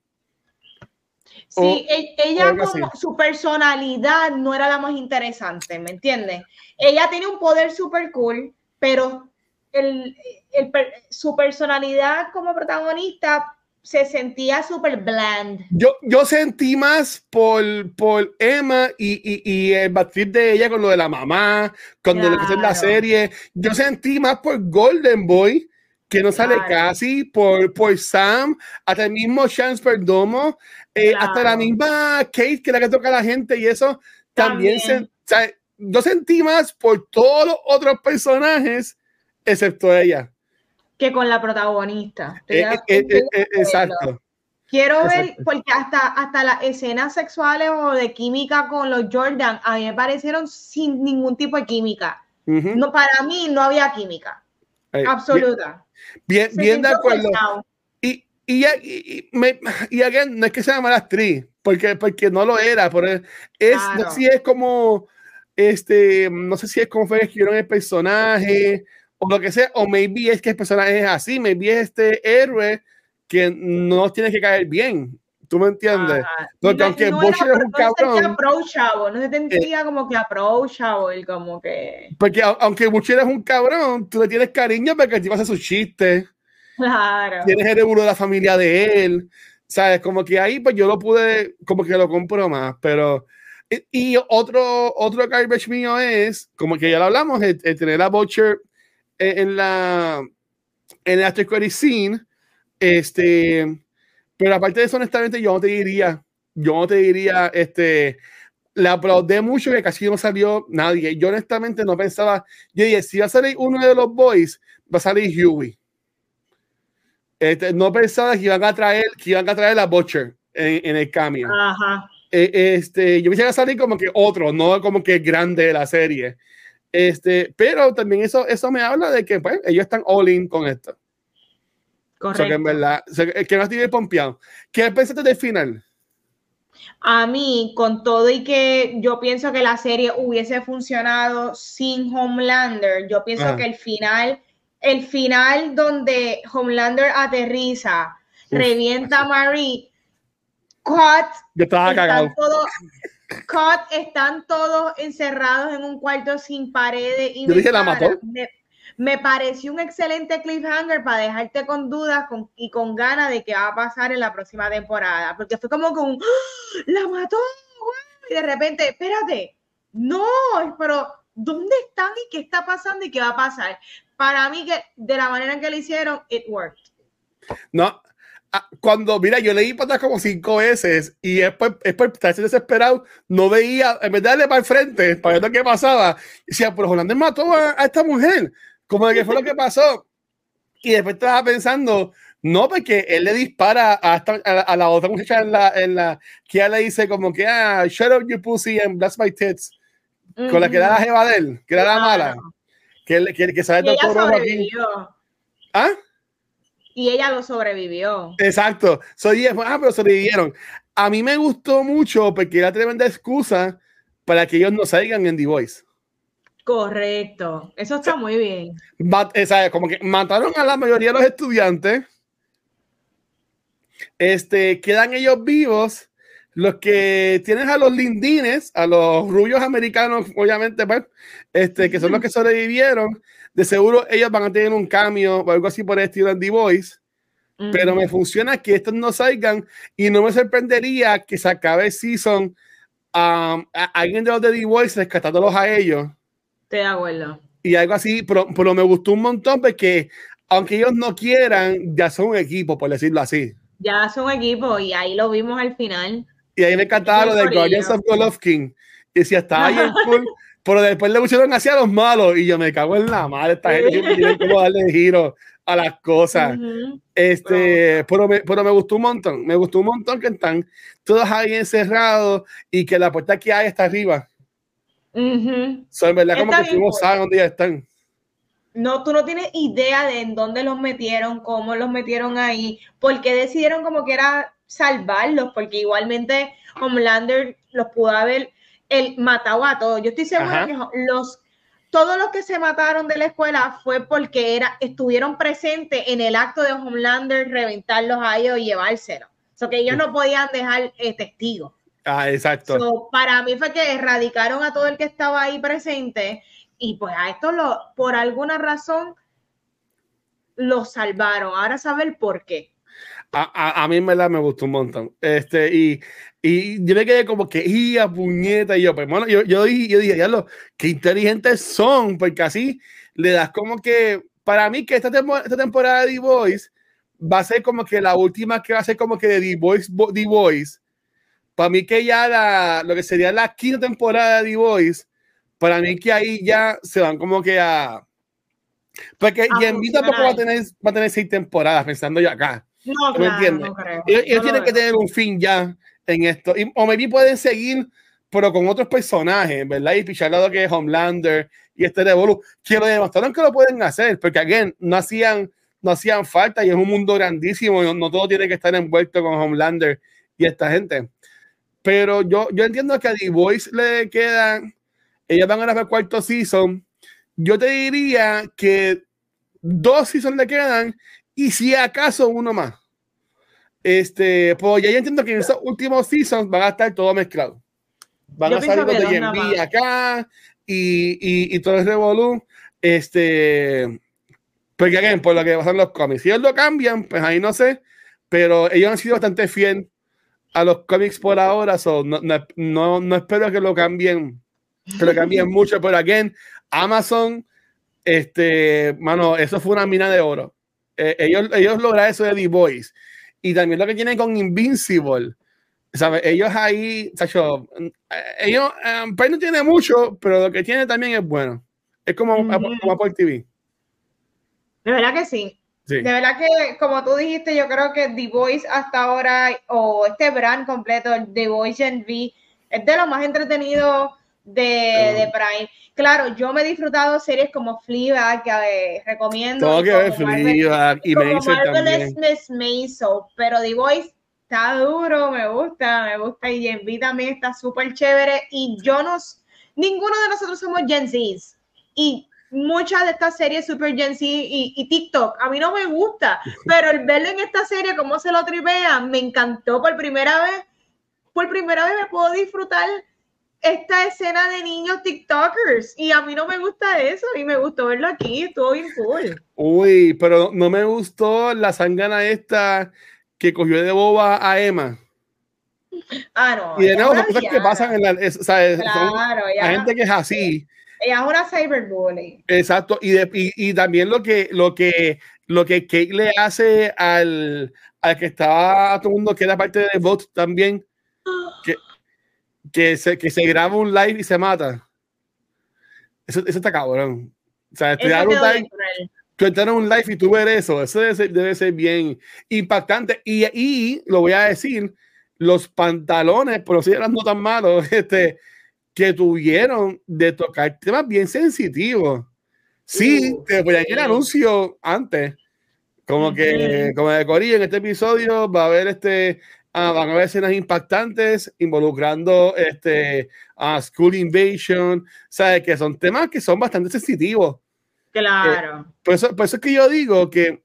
Sí, o, ella o como su personalidad no era la más interesante, ¿me entiendes? Ella tiene un poder súper cool, pero el, el, su personalidad como protagonista se sentía súper bland. Yo, yo sentí más por, por Emma y, y, y el batir de ella con lo de la mamá, con claro. lo que es la serie. Yo sentí más por Golden Boy, que no sale claro. casi, por, por Sam, hasta el mismo Chance Perdomo, eh, claro. hasta la misma Kate, que es la que toca a la gente, y eso también, también. Se, o sea, yo sentí más por todos los otros personajes, excepto ella. Que con la protagonista. Eh, eh, eh, eh, exacto. Quiero exacto. ver, porque hasta, hasta las escenas sexuales o de química con los Jordan, a mí me parecieron sin ningún tipo de química. Uh-huh. No, para mí no había química. Ay, absoluta. Bien, bien, bien de acuerdo. Y, y, y, me, y again, no es que sea mala actriz, porque, porque no lo era, pero es, claro. no sé si es como, este, no sé si es como fue que escribieron el personaje, o lo que sea, o maybe es que el personaje es así, maybe es este héroe que no nos tiene que caer bien. ¿Tú me entiendes? Ah, Porque no, aunque no Butcher era, es un no cabrón. approachable, no se sentía eh, como que approachable, como que. Porque aunque Butcher es un cabrón, tú le tienes cariño porque el tipo hace sus chistes. Claro. Tienes el seguro de la familia de él. ¿Sabes? Como que ahí, pues yo lo pude, como que lo compro más. Pero. Y, y otro, otro garbage mío es, como que ya lo hablamos, el, el tener a Butcher en la en el after credit scene, este, pero aparte de eso, honestamente, yo no te diría, yo no te diría, este, la aplaudé mucho que casi no salió nadie. Yo honestamente no pensaba, yo dije, si va a salir uno de los boys, va a salir Huey. Este, no pensaba que iban a traer, que iban a traer a Butcher en, en el cambio. Ajá. Eh, este, yo pensé que iba a salir como que otro, no como que grande de la serie. Este, pero también eso, eso me habla de que pues, ellos están all in con esto. Correcto. O sea, que en verdad, o sea, que no estoy pompeado. ¿Qué pensaste del final? A mí, con todo y que yo pienso que la serie hubiese funcionado sin Homelander, yo pienso Ajá. que el final, el final donde Homelander aterriza, Uf, revienta así. a Marie, cut, yo estaba cagado. Todo, Cut, están todos encerrados en un cuarto sin paredes. Y yo dije, la mató. Me, me pareció un excelente cliffhanger para dejarte con dudas con, y con ganas de qué va a pasar en la próxima temporada. Porque fue como que un, ¡oh! ¡La mató! Y de repente, espérate, no, pero ¿dónde están y qué está pasando y qué va a pasar? Para mí, que de la manera en que lo hicieron, it worked. No, cuando, mira, yo leí para atrás como cinco veces y después, después estar desesperado, no veía, en vez de darle para el frente, para ver qué pasaba, decía, pero Hollander mató a, a esta mujer, como de que fue lo que pasó. Y después estaba pensando, no, porque él le dispara a, esta, a, la, a la otra muchacha en la, en la, que ella le dice como que, ah, shut up your pussy and bless my tits, mm-hmm. con la que era la jeva de él, que era la mala, que, que, que sabe todo rojo aquí. ¿Ah? Y ella lo sobrevivió. Exacto. Soy, ah, pero sobrevivieron. A mí me gustó mucho porque era tremenda excusa para que ellos no salgan en The Voice. Correcto. Eso está muy bien. But, esa, como que mataron a la mayoría de los estudiantes. Este, quedan ellos vivos. Los que tienen a los lindines, a los rubios americanos, obviamente, pues, este, que son los que sobrevivieron. De seguro ellos van a tener un cambio o algo así por el estilo en The Voice. Uh-huh. Pero me funciona que estos no salgan y no me sorprendería que se acabe el season um, a alguien de los de The Voice rescatándolos a ellos. Te de acuerdo. Y algo así, pero, pero me gustó un montón porque aunque ellos no quieran, ya son un equipo, por decirlo así. Ya son un equipo y ahí lo vimos al final. Y ahí me encantaba lo de Guardians of Golovkin. Y si estaba ahí en full, pero después le pusieron hacia los malos y yo me cago en la madre, esta gente que tiene como darle giro a las cosas. Uh-huh. Este, pero, me, pero me gustó un montón, me gustó un montón que están todos ahí encerrados y que la puerta que hay está arriba. Uh-huh. So, en verdad, como que tú no sabes dónde ya están. No, tú no tienes idea de en dónde los metieron, cómo los metieron ahí, por qué decidieron como que era salvarlos, porque igualmente Homelander los pudo haber él matado a todos. Yo estoy segura que los todos los que se mataron de la escuela fue porque era, estuvieron presentes en el acto de Homelander reventarlos a ellos y llevárselos. O sea, que ellos no podían dejar eh, testigos. Ah, exacto. So, para mí fue que erradicaron a todo el que estaba ahí presente y pues a esto lo, por alguna razón los salvaron. Ahora sabe el por qué. A, a, a mí en verdad me gustó un montón. Este, y, y yo me quedé como que, ¡ia, puñeta! Y yo, pues bueno, yo, yo, yo dije, ya lo, qué inteligentes son, porque así le das como que, para mí que esta, temporada, esta temporada de The Voice va a ser como que la última que va a ser como que de The Voice, The Voice. Para mí que ya la, lo que sería la quinta temporada de The Voice, para mí que ahí ya se van como que a... Porque Yenvi tampoco va a tener, va a tener seis temporadas, pensando yo acá. No, claro, no creo. Ellos, ellos no tienen que tener un fin ya en esto. Y, o maybe pueden seguir, pero con otros personajes, ¿verdad? Y pichar lo que es Homelander y este Revolu, que lo demostraron que lo pueden hacer, porque, again, no hacían, no hacían falta y es un mundo grandísimo. No, no todo tiene que estar envuelto con Homelander y esta gente. Pero yo, yo entiendo que a The Voice le quedan, ellos van a ver el cuarto season. Yo te diría que dos seasons le quedan y si acaso uno más. Este, pues ya yo entiendo que en esos últimos seasons van a estar todo mezclado. Van yo a salir los de Yenvi acá y, y, y todo el revolú. Este, porque again, por lo que pasan los cómics. Si ellos lo cambian, pues ahí no sé. Pero ellos han sido bastante fieles a los cómics por ahora. So no, no, no, no espero que lo cambien, que lo cambien mucho. Pero again, Amazon, este, mano, eso fue una mina de oro. Eh, ellos, ellos lograron eso de The Voice. Y también lo que tienen con Invincible, ¿sabes? Ellos ahí, Sacho, ellos, um, pues no tiene mucho, pero lo que tiene también es bueno. Es como, mm-hmm. como Apple T V. De verdad que sí. sí. De verdad que, como tú dijiste, yo creo que The Voice hasta ahora, o este brand completo, The Voice Gen V, es de lo más entretenido de, de Prime. Claro, yo me he disfrutado series como Fleabag, que eh, recomiendo. Todo que ver Fleabag y Maisel también. Miss Maisel, pero The Voice está duro, me gusta, me gusta. Y Gen V también está súper chévere. Y yo no, ninguno de nosotros somos Gen Zs. Y muchas de estas series super Gen Z y, y TikTok, a mí no me gusta. Pero el verlo en esta serie, cómo se lo tripean, me encantó por primera vez. Por primera vez me puedo disfrutar esta escena de niños TikTokers y a mí no me gusta eso y me gustó verlo aquí, estuvo bien cool. Uy, pero no me gustó la sangana esta que cogió de boba a Emma. Ah, no. Y de nuevo, son cosas que pasan en la... Es, o sea, claro, son, hay gente que es así. Ella es una cyberbully. Exacto, y, de, y, y también lo que, lo que, lo que Kate le hace al, al que estaba, a todo el mundo que era parte de Vote también, que, que, se, que se graba un live y se mata. Eso, eso está cabrón. O sea, te da tú entrar en un live y tú ver eso, eso debe ser, debe ser bien impactante. Y, y lo voy a decir, los pantalones, por si eran no tan malos, este, que tuvieron de tocar temas bien sensitivos. Sí, uh, te ponían sí. el anuncio antes, como uh-huh. que, como de Corillo, en este episodio va a haber este, uh, van a haber escenas impactantes involucrando este, uh, School Invasion, ¿sabes? Que son temas que son bastante sensitivos. Claro. Eh, por, eso, por eso es que yo digo que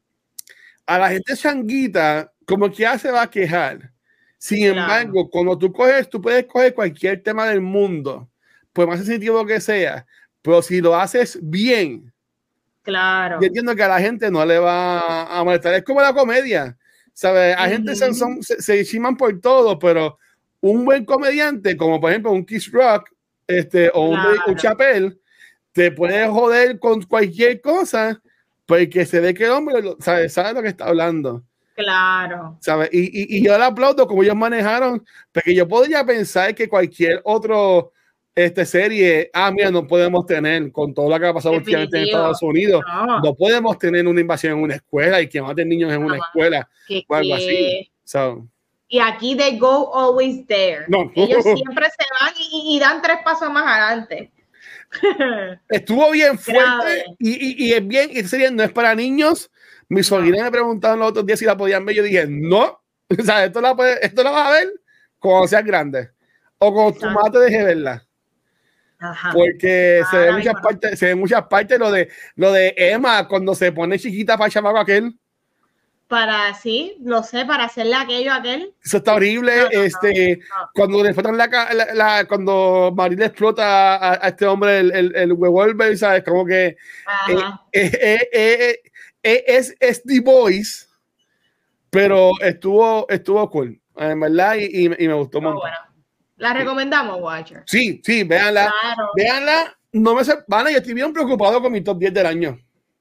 a la gente changuita, como que ya se va a quejar. Sin claro. embargo, cuando tú coges, tú puedes coger cualquier tema del mundo, por más sensitivo que sea, pero si lo haces bien, claro. yo entiendo que a la gente no le va a molestar. Es como la comedia, ¿sabes? A uh-huh. gente se, son, se, se chiman por todo, pero un buen comediante, como por ejemplo un Chris Rock este, o claro. un, un Chappelle, te puede joder con cualquier cosa, porque se ve que el hombre sabe, sabe lo que está hablando. Claro. ¿Sabes? Y, y, y yo le aplaudo como ellos manejaron, porque yo podría pensar que cualquier otro este, serie, ah, mira, no podemos tener, con todo lo que ha pasado últimamente en Estados Unidos, no. no podemos tener una invasión en una escuela y que maten niños en una escuela ¿Qué, o algo así. So, y aquí they go always there. No. Ellos siempre se van y, y dan tres pasos más adelante. Estuvo bien fuerte y, y, y es bien, y serie no es para niños. Mis no. sobrinas me preguntaron los otros días si la podían ver. Yo dije, no, o sea, esto la, puede, esto la vas a ver cuando seas grande o cuando tu madre te deje verla. Ajá. Porque ah, se ve muchas partes, se ve muchas partes lo de lo de Emma cuando se pone chiquita para el chamaco aquel. Para sí, lo sé, para hacerle aquello a aquel. Eso está horrible. No, no, este, no, no. Cuando le explotan la, la, la cuando Marie le explota a, a este hombre el, el, el Revolver, ¿sabes? Como que eh, eh, eh, eh, eh, es, es The Boys, pero estuvo, estuvo cool, en verdad, y, y, y me gustó mucho. Oh, bueno. ¿La recomendamos, Watcher? Sí, sí, véanla. Claro. Véanla. No me sé, van, yo estoy bien preocupado con mi top diez del año.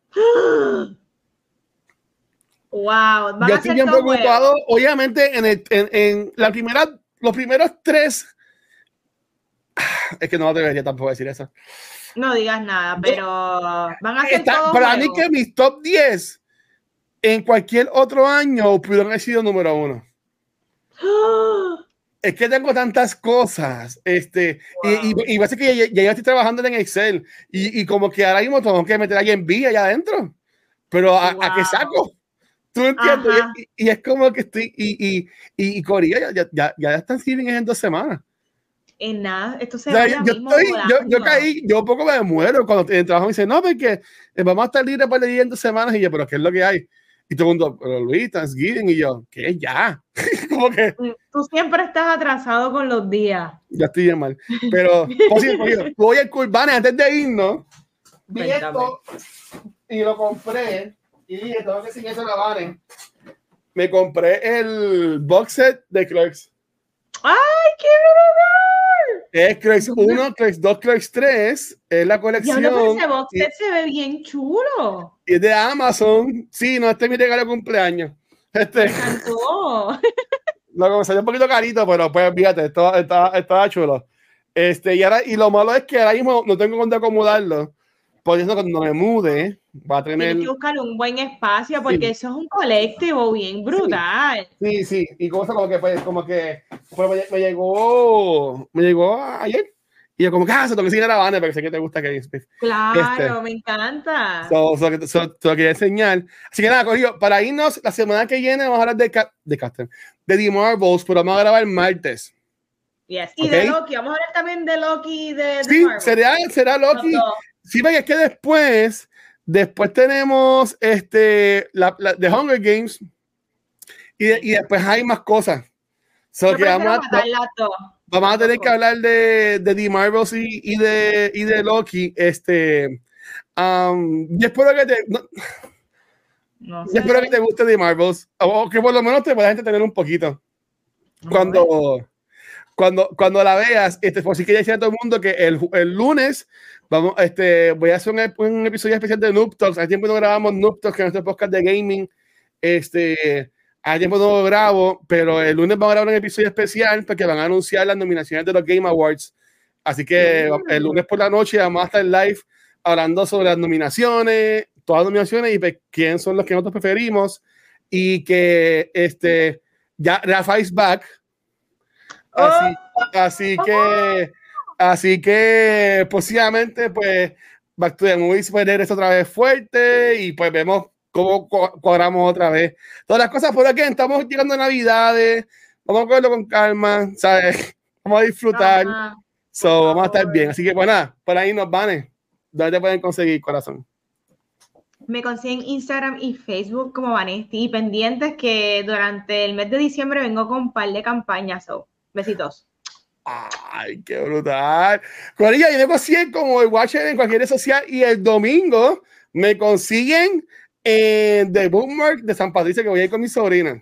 Wow, yo estoy bien preocupado. Bueno. Obviamente, en, el, en, en la primera, los primeros tres. Es que no debería tampoco decir eso. No digas nada, pero no, van a ser está, todos para juegos. mí que mis top diez en cualquier otro año pudieron haber sido número uno. Es que tengo tantas cosas, este, wow. y, y, y parece que ya, ya estoy trabajando en Excel y, y como que ahora mismo tengo que meter ahí en vía allá adentro, pero a, wow. ¿a qué saco? ¿Tú entiendes? Y, y es como que estoy, y, y, y, y Corilla, ya, ya, ya están sirviendo en dos semanas. En nada, esto se o sea, va yo, estoy, yo, yo caí, yo poco me muero cuando en el trabajo me dicen, no, porque vamos a estar libres para el día en dos semanas, y yo, pero ¿qué es lo que hay? Y todo el mundo, pero Luis, Thanksgiving, y yo, ¿qué? Ya. Como que. Tú siempre estás atrasado con los días. Ya estoy bien mal. Pero, oye, voy al Curbane antes de irnos. Vi esto y lo compré. Y dije, tengo que seguir eso la Vane. Me compré el box set de Clerks. ¡Ay, qué verdad! Es Clerks uno, Clerks dos, Clerks tres. Es la colección. Ya no, ese box set y, se ve bien chulo. Y es de Amazon. Sí, no, este es mi regalo de cumpleaños. Este. Me encantó. Lo que salió un poquito carito, pero pues fíjate, estaba, estaba, estaba chulo. Este, y, ahora, y lo malo es que ahora mismo no tengo dónde acomodarlo. Por eso cuando me mude, va a tener. Tienes que buscar un buen espacio porque sí. Eso es un colectivo bien brutal. Sí, sí, sí. Y cosa como que, pues, como que pues, me, me llegó, me llegó ayer. Y yo como que, ah, se tengo que seguir a la banda porque sé que te gusta Kevin Smith. Claro, este, me encanta. So, so, so, so, te lo quería enseñar. Así que nada, cogido, para irnos, la semana que viene vamos a hablar de, de Captain, de The Marvels, pero vamos a grabar el martes. Yes. Y okay. De Loki, vamos a hablar también de Loki de, de sí, Marvel. será, será Loki. No, no. Sí, porque es que después, después tenemos este, la, la, The Hunger Games y, y después hay más cosas. So que vamos, a, vamos a tener que hablar de, de The Marvels y, y, de, y de Loki. Este, um, yo espero que te... No, no sé. Yo espero que te guste The Marvels, o que por lo menos te puedas entretener un poquito. Cuando, cuando, cuando la veas, este, por si quieres decir a todo el mundo que el, el lunes vamos, este, voy a hacer un, un episodio especial de Noob Talks. Hace tiempo no grabamos Noob Talks, que es nuestro podcast de gaming. Este, hace tiempo no lo grabo, pero el lunes vamos a grabar un episodio especial porque van a anunciar las nominaciones de los Game Awards. Así que el lunes por la noche vamos a estar live hablando sobre las nominaciones, todas las nominaciones y pues, quién son los que nosotros preferimos. Y que este, ya Rafa is back. Así, así que, así que posiblemente, pues, Back to the Movies puede regresar otra vez fuerte y pues vemos cómo cuadramos otra vez. Todas las cosas por aquí, estamos llegando a Navidades, vamos a cogerlo con calma, ¿sabes? Vamos a disfrutar. Ajá. So, vamos a estar bien. Así que, pues nada, por ahí nos van. ¿Dónde te pueden conseguir, corazón? Me consiguen Instagram y Facebook como Vanesti, y pendientes que durante el mes de diciembre vengo con un par de campañas. So, besitos. Ay, qué brutal. Corilla, yo me consiguen como el Watcher en cualquier red social y el domingo me consiguen en The Bookmark de San Patricio, que voy a ir con mi sobrina.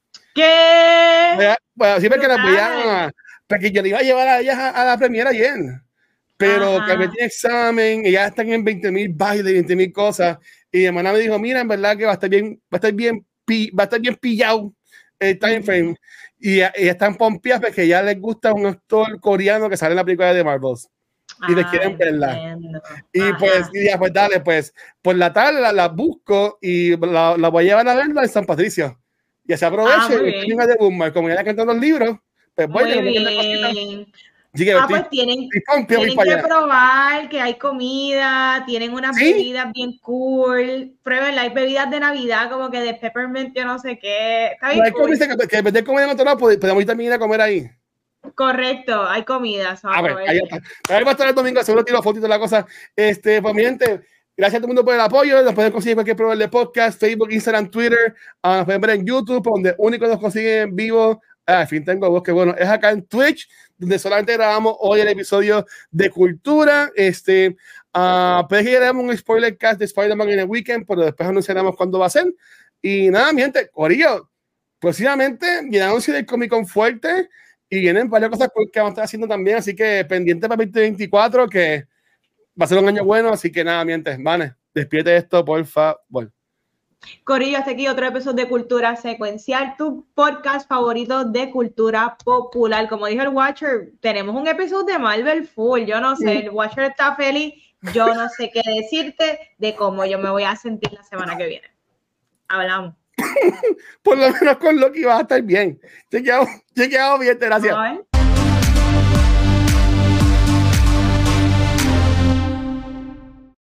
¿Qué? Bueno, sí, porque la voy a, porque yo le iba a llevar a ellas a, a la premiera ayer, pero ajá, que me tiene examen y ya están en veinte mil bailes, veinte mil cosas. Y mi hermana me dijo, mira, en verdad que va a estar bien, va a estar bien, va a estar bien pillado el time frame. Y, y están pompeadas porque ya les gusta un actor coreano que sale en la película de Marvels. Y les quieren verla. Y ajá, pues, y ya, pues dale, pues, por la tarde la, la busco y la, la voy a llevar a verla en San Patricio. Y se aprovecha ah, y de Boomer, como ya le cantan los libros, pues voy a bien. Que ah, pues tienen, tienen que probar que hay comida, tienen unas ¿sí? bebidas bien cool, pruébenla, hay bebidas de Navidad como que de peppermint, yo no sé qué, está bien no cool. Que, que en vez de comer en otro lado, podemos ir también a comer ahí. Correcto, hay comida. A ver, ahí está. A ver, va a estar el domingo, seguro tiro fotitos de la cosa. Este, pues mi gente, gracias a todo el mundo por el apoyo, nos pueden conseguir cualquier programa de podcast, Facebook, Instagram, Twitter, uh, nos pueden ver en YouTube, donde único nos consiguen en vivo. Ah, al fin tengo voz, que bueno, es acá en Twitch, donde solamente grabamos hoy el episodio de Cultura. Este, uh, puede que grabemos un spoiler cast de Spider-Man en el weekend, pero después anunciaremos cuándo va a ser. Y nada, mi gente, Corillo, próximamente viene el anuncio del Comic Con fuerte y vienen varias cosas que vamos a estar haciendo también, así que pendiente para veinte veinticuatro, que va a ser un año bueno, así que nada, mi gente, vale, despierte esto, por favor. Corillo, hasta aquí otro episodio de Cultura Secuencial, tu podcast favorito de cultura popular. Como dijo el Watcher, tenemos un episodio de Marvel full. Yo no sé, el Watcher está feliz. Yo no sé qué decirte de cómo yo me voy a sentir la semana que viene. Hablamos. Por lo menos con Loki va a estar bien. Chequeado, chequeado bien, gracias.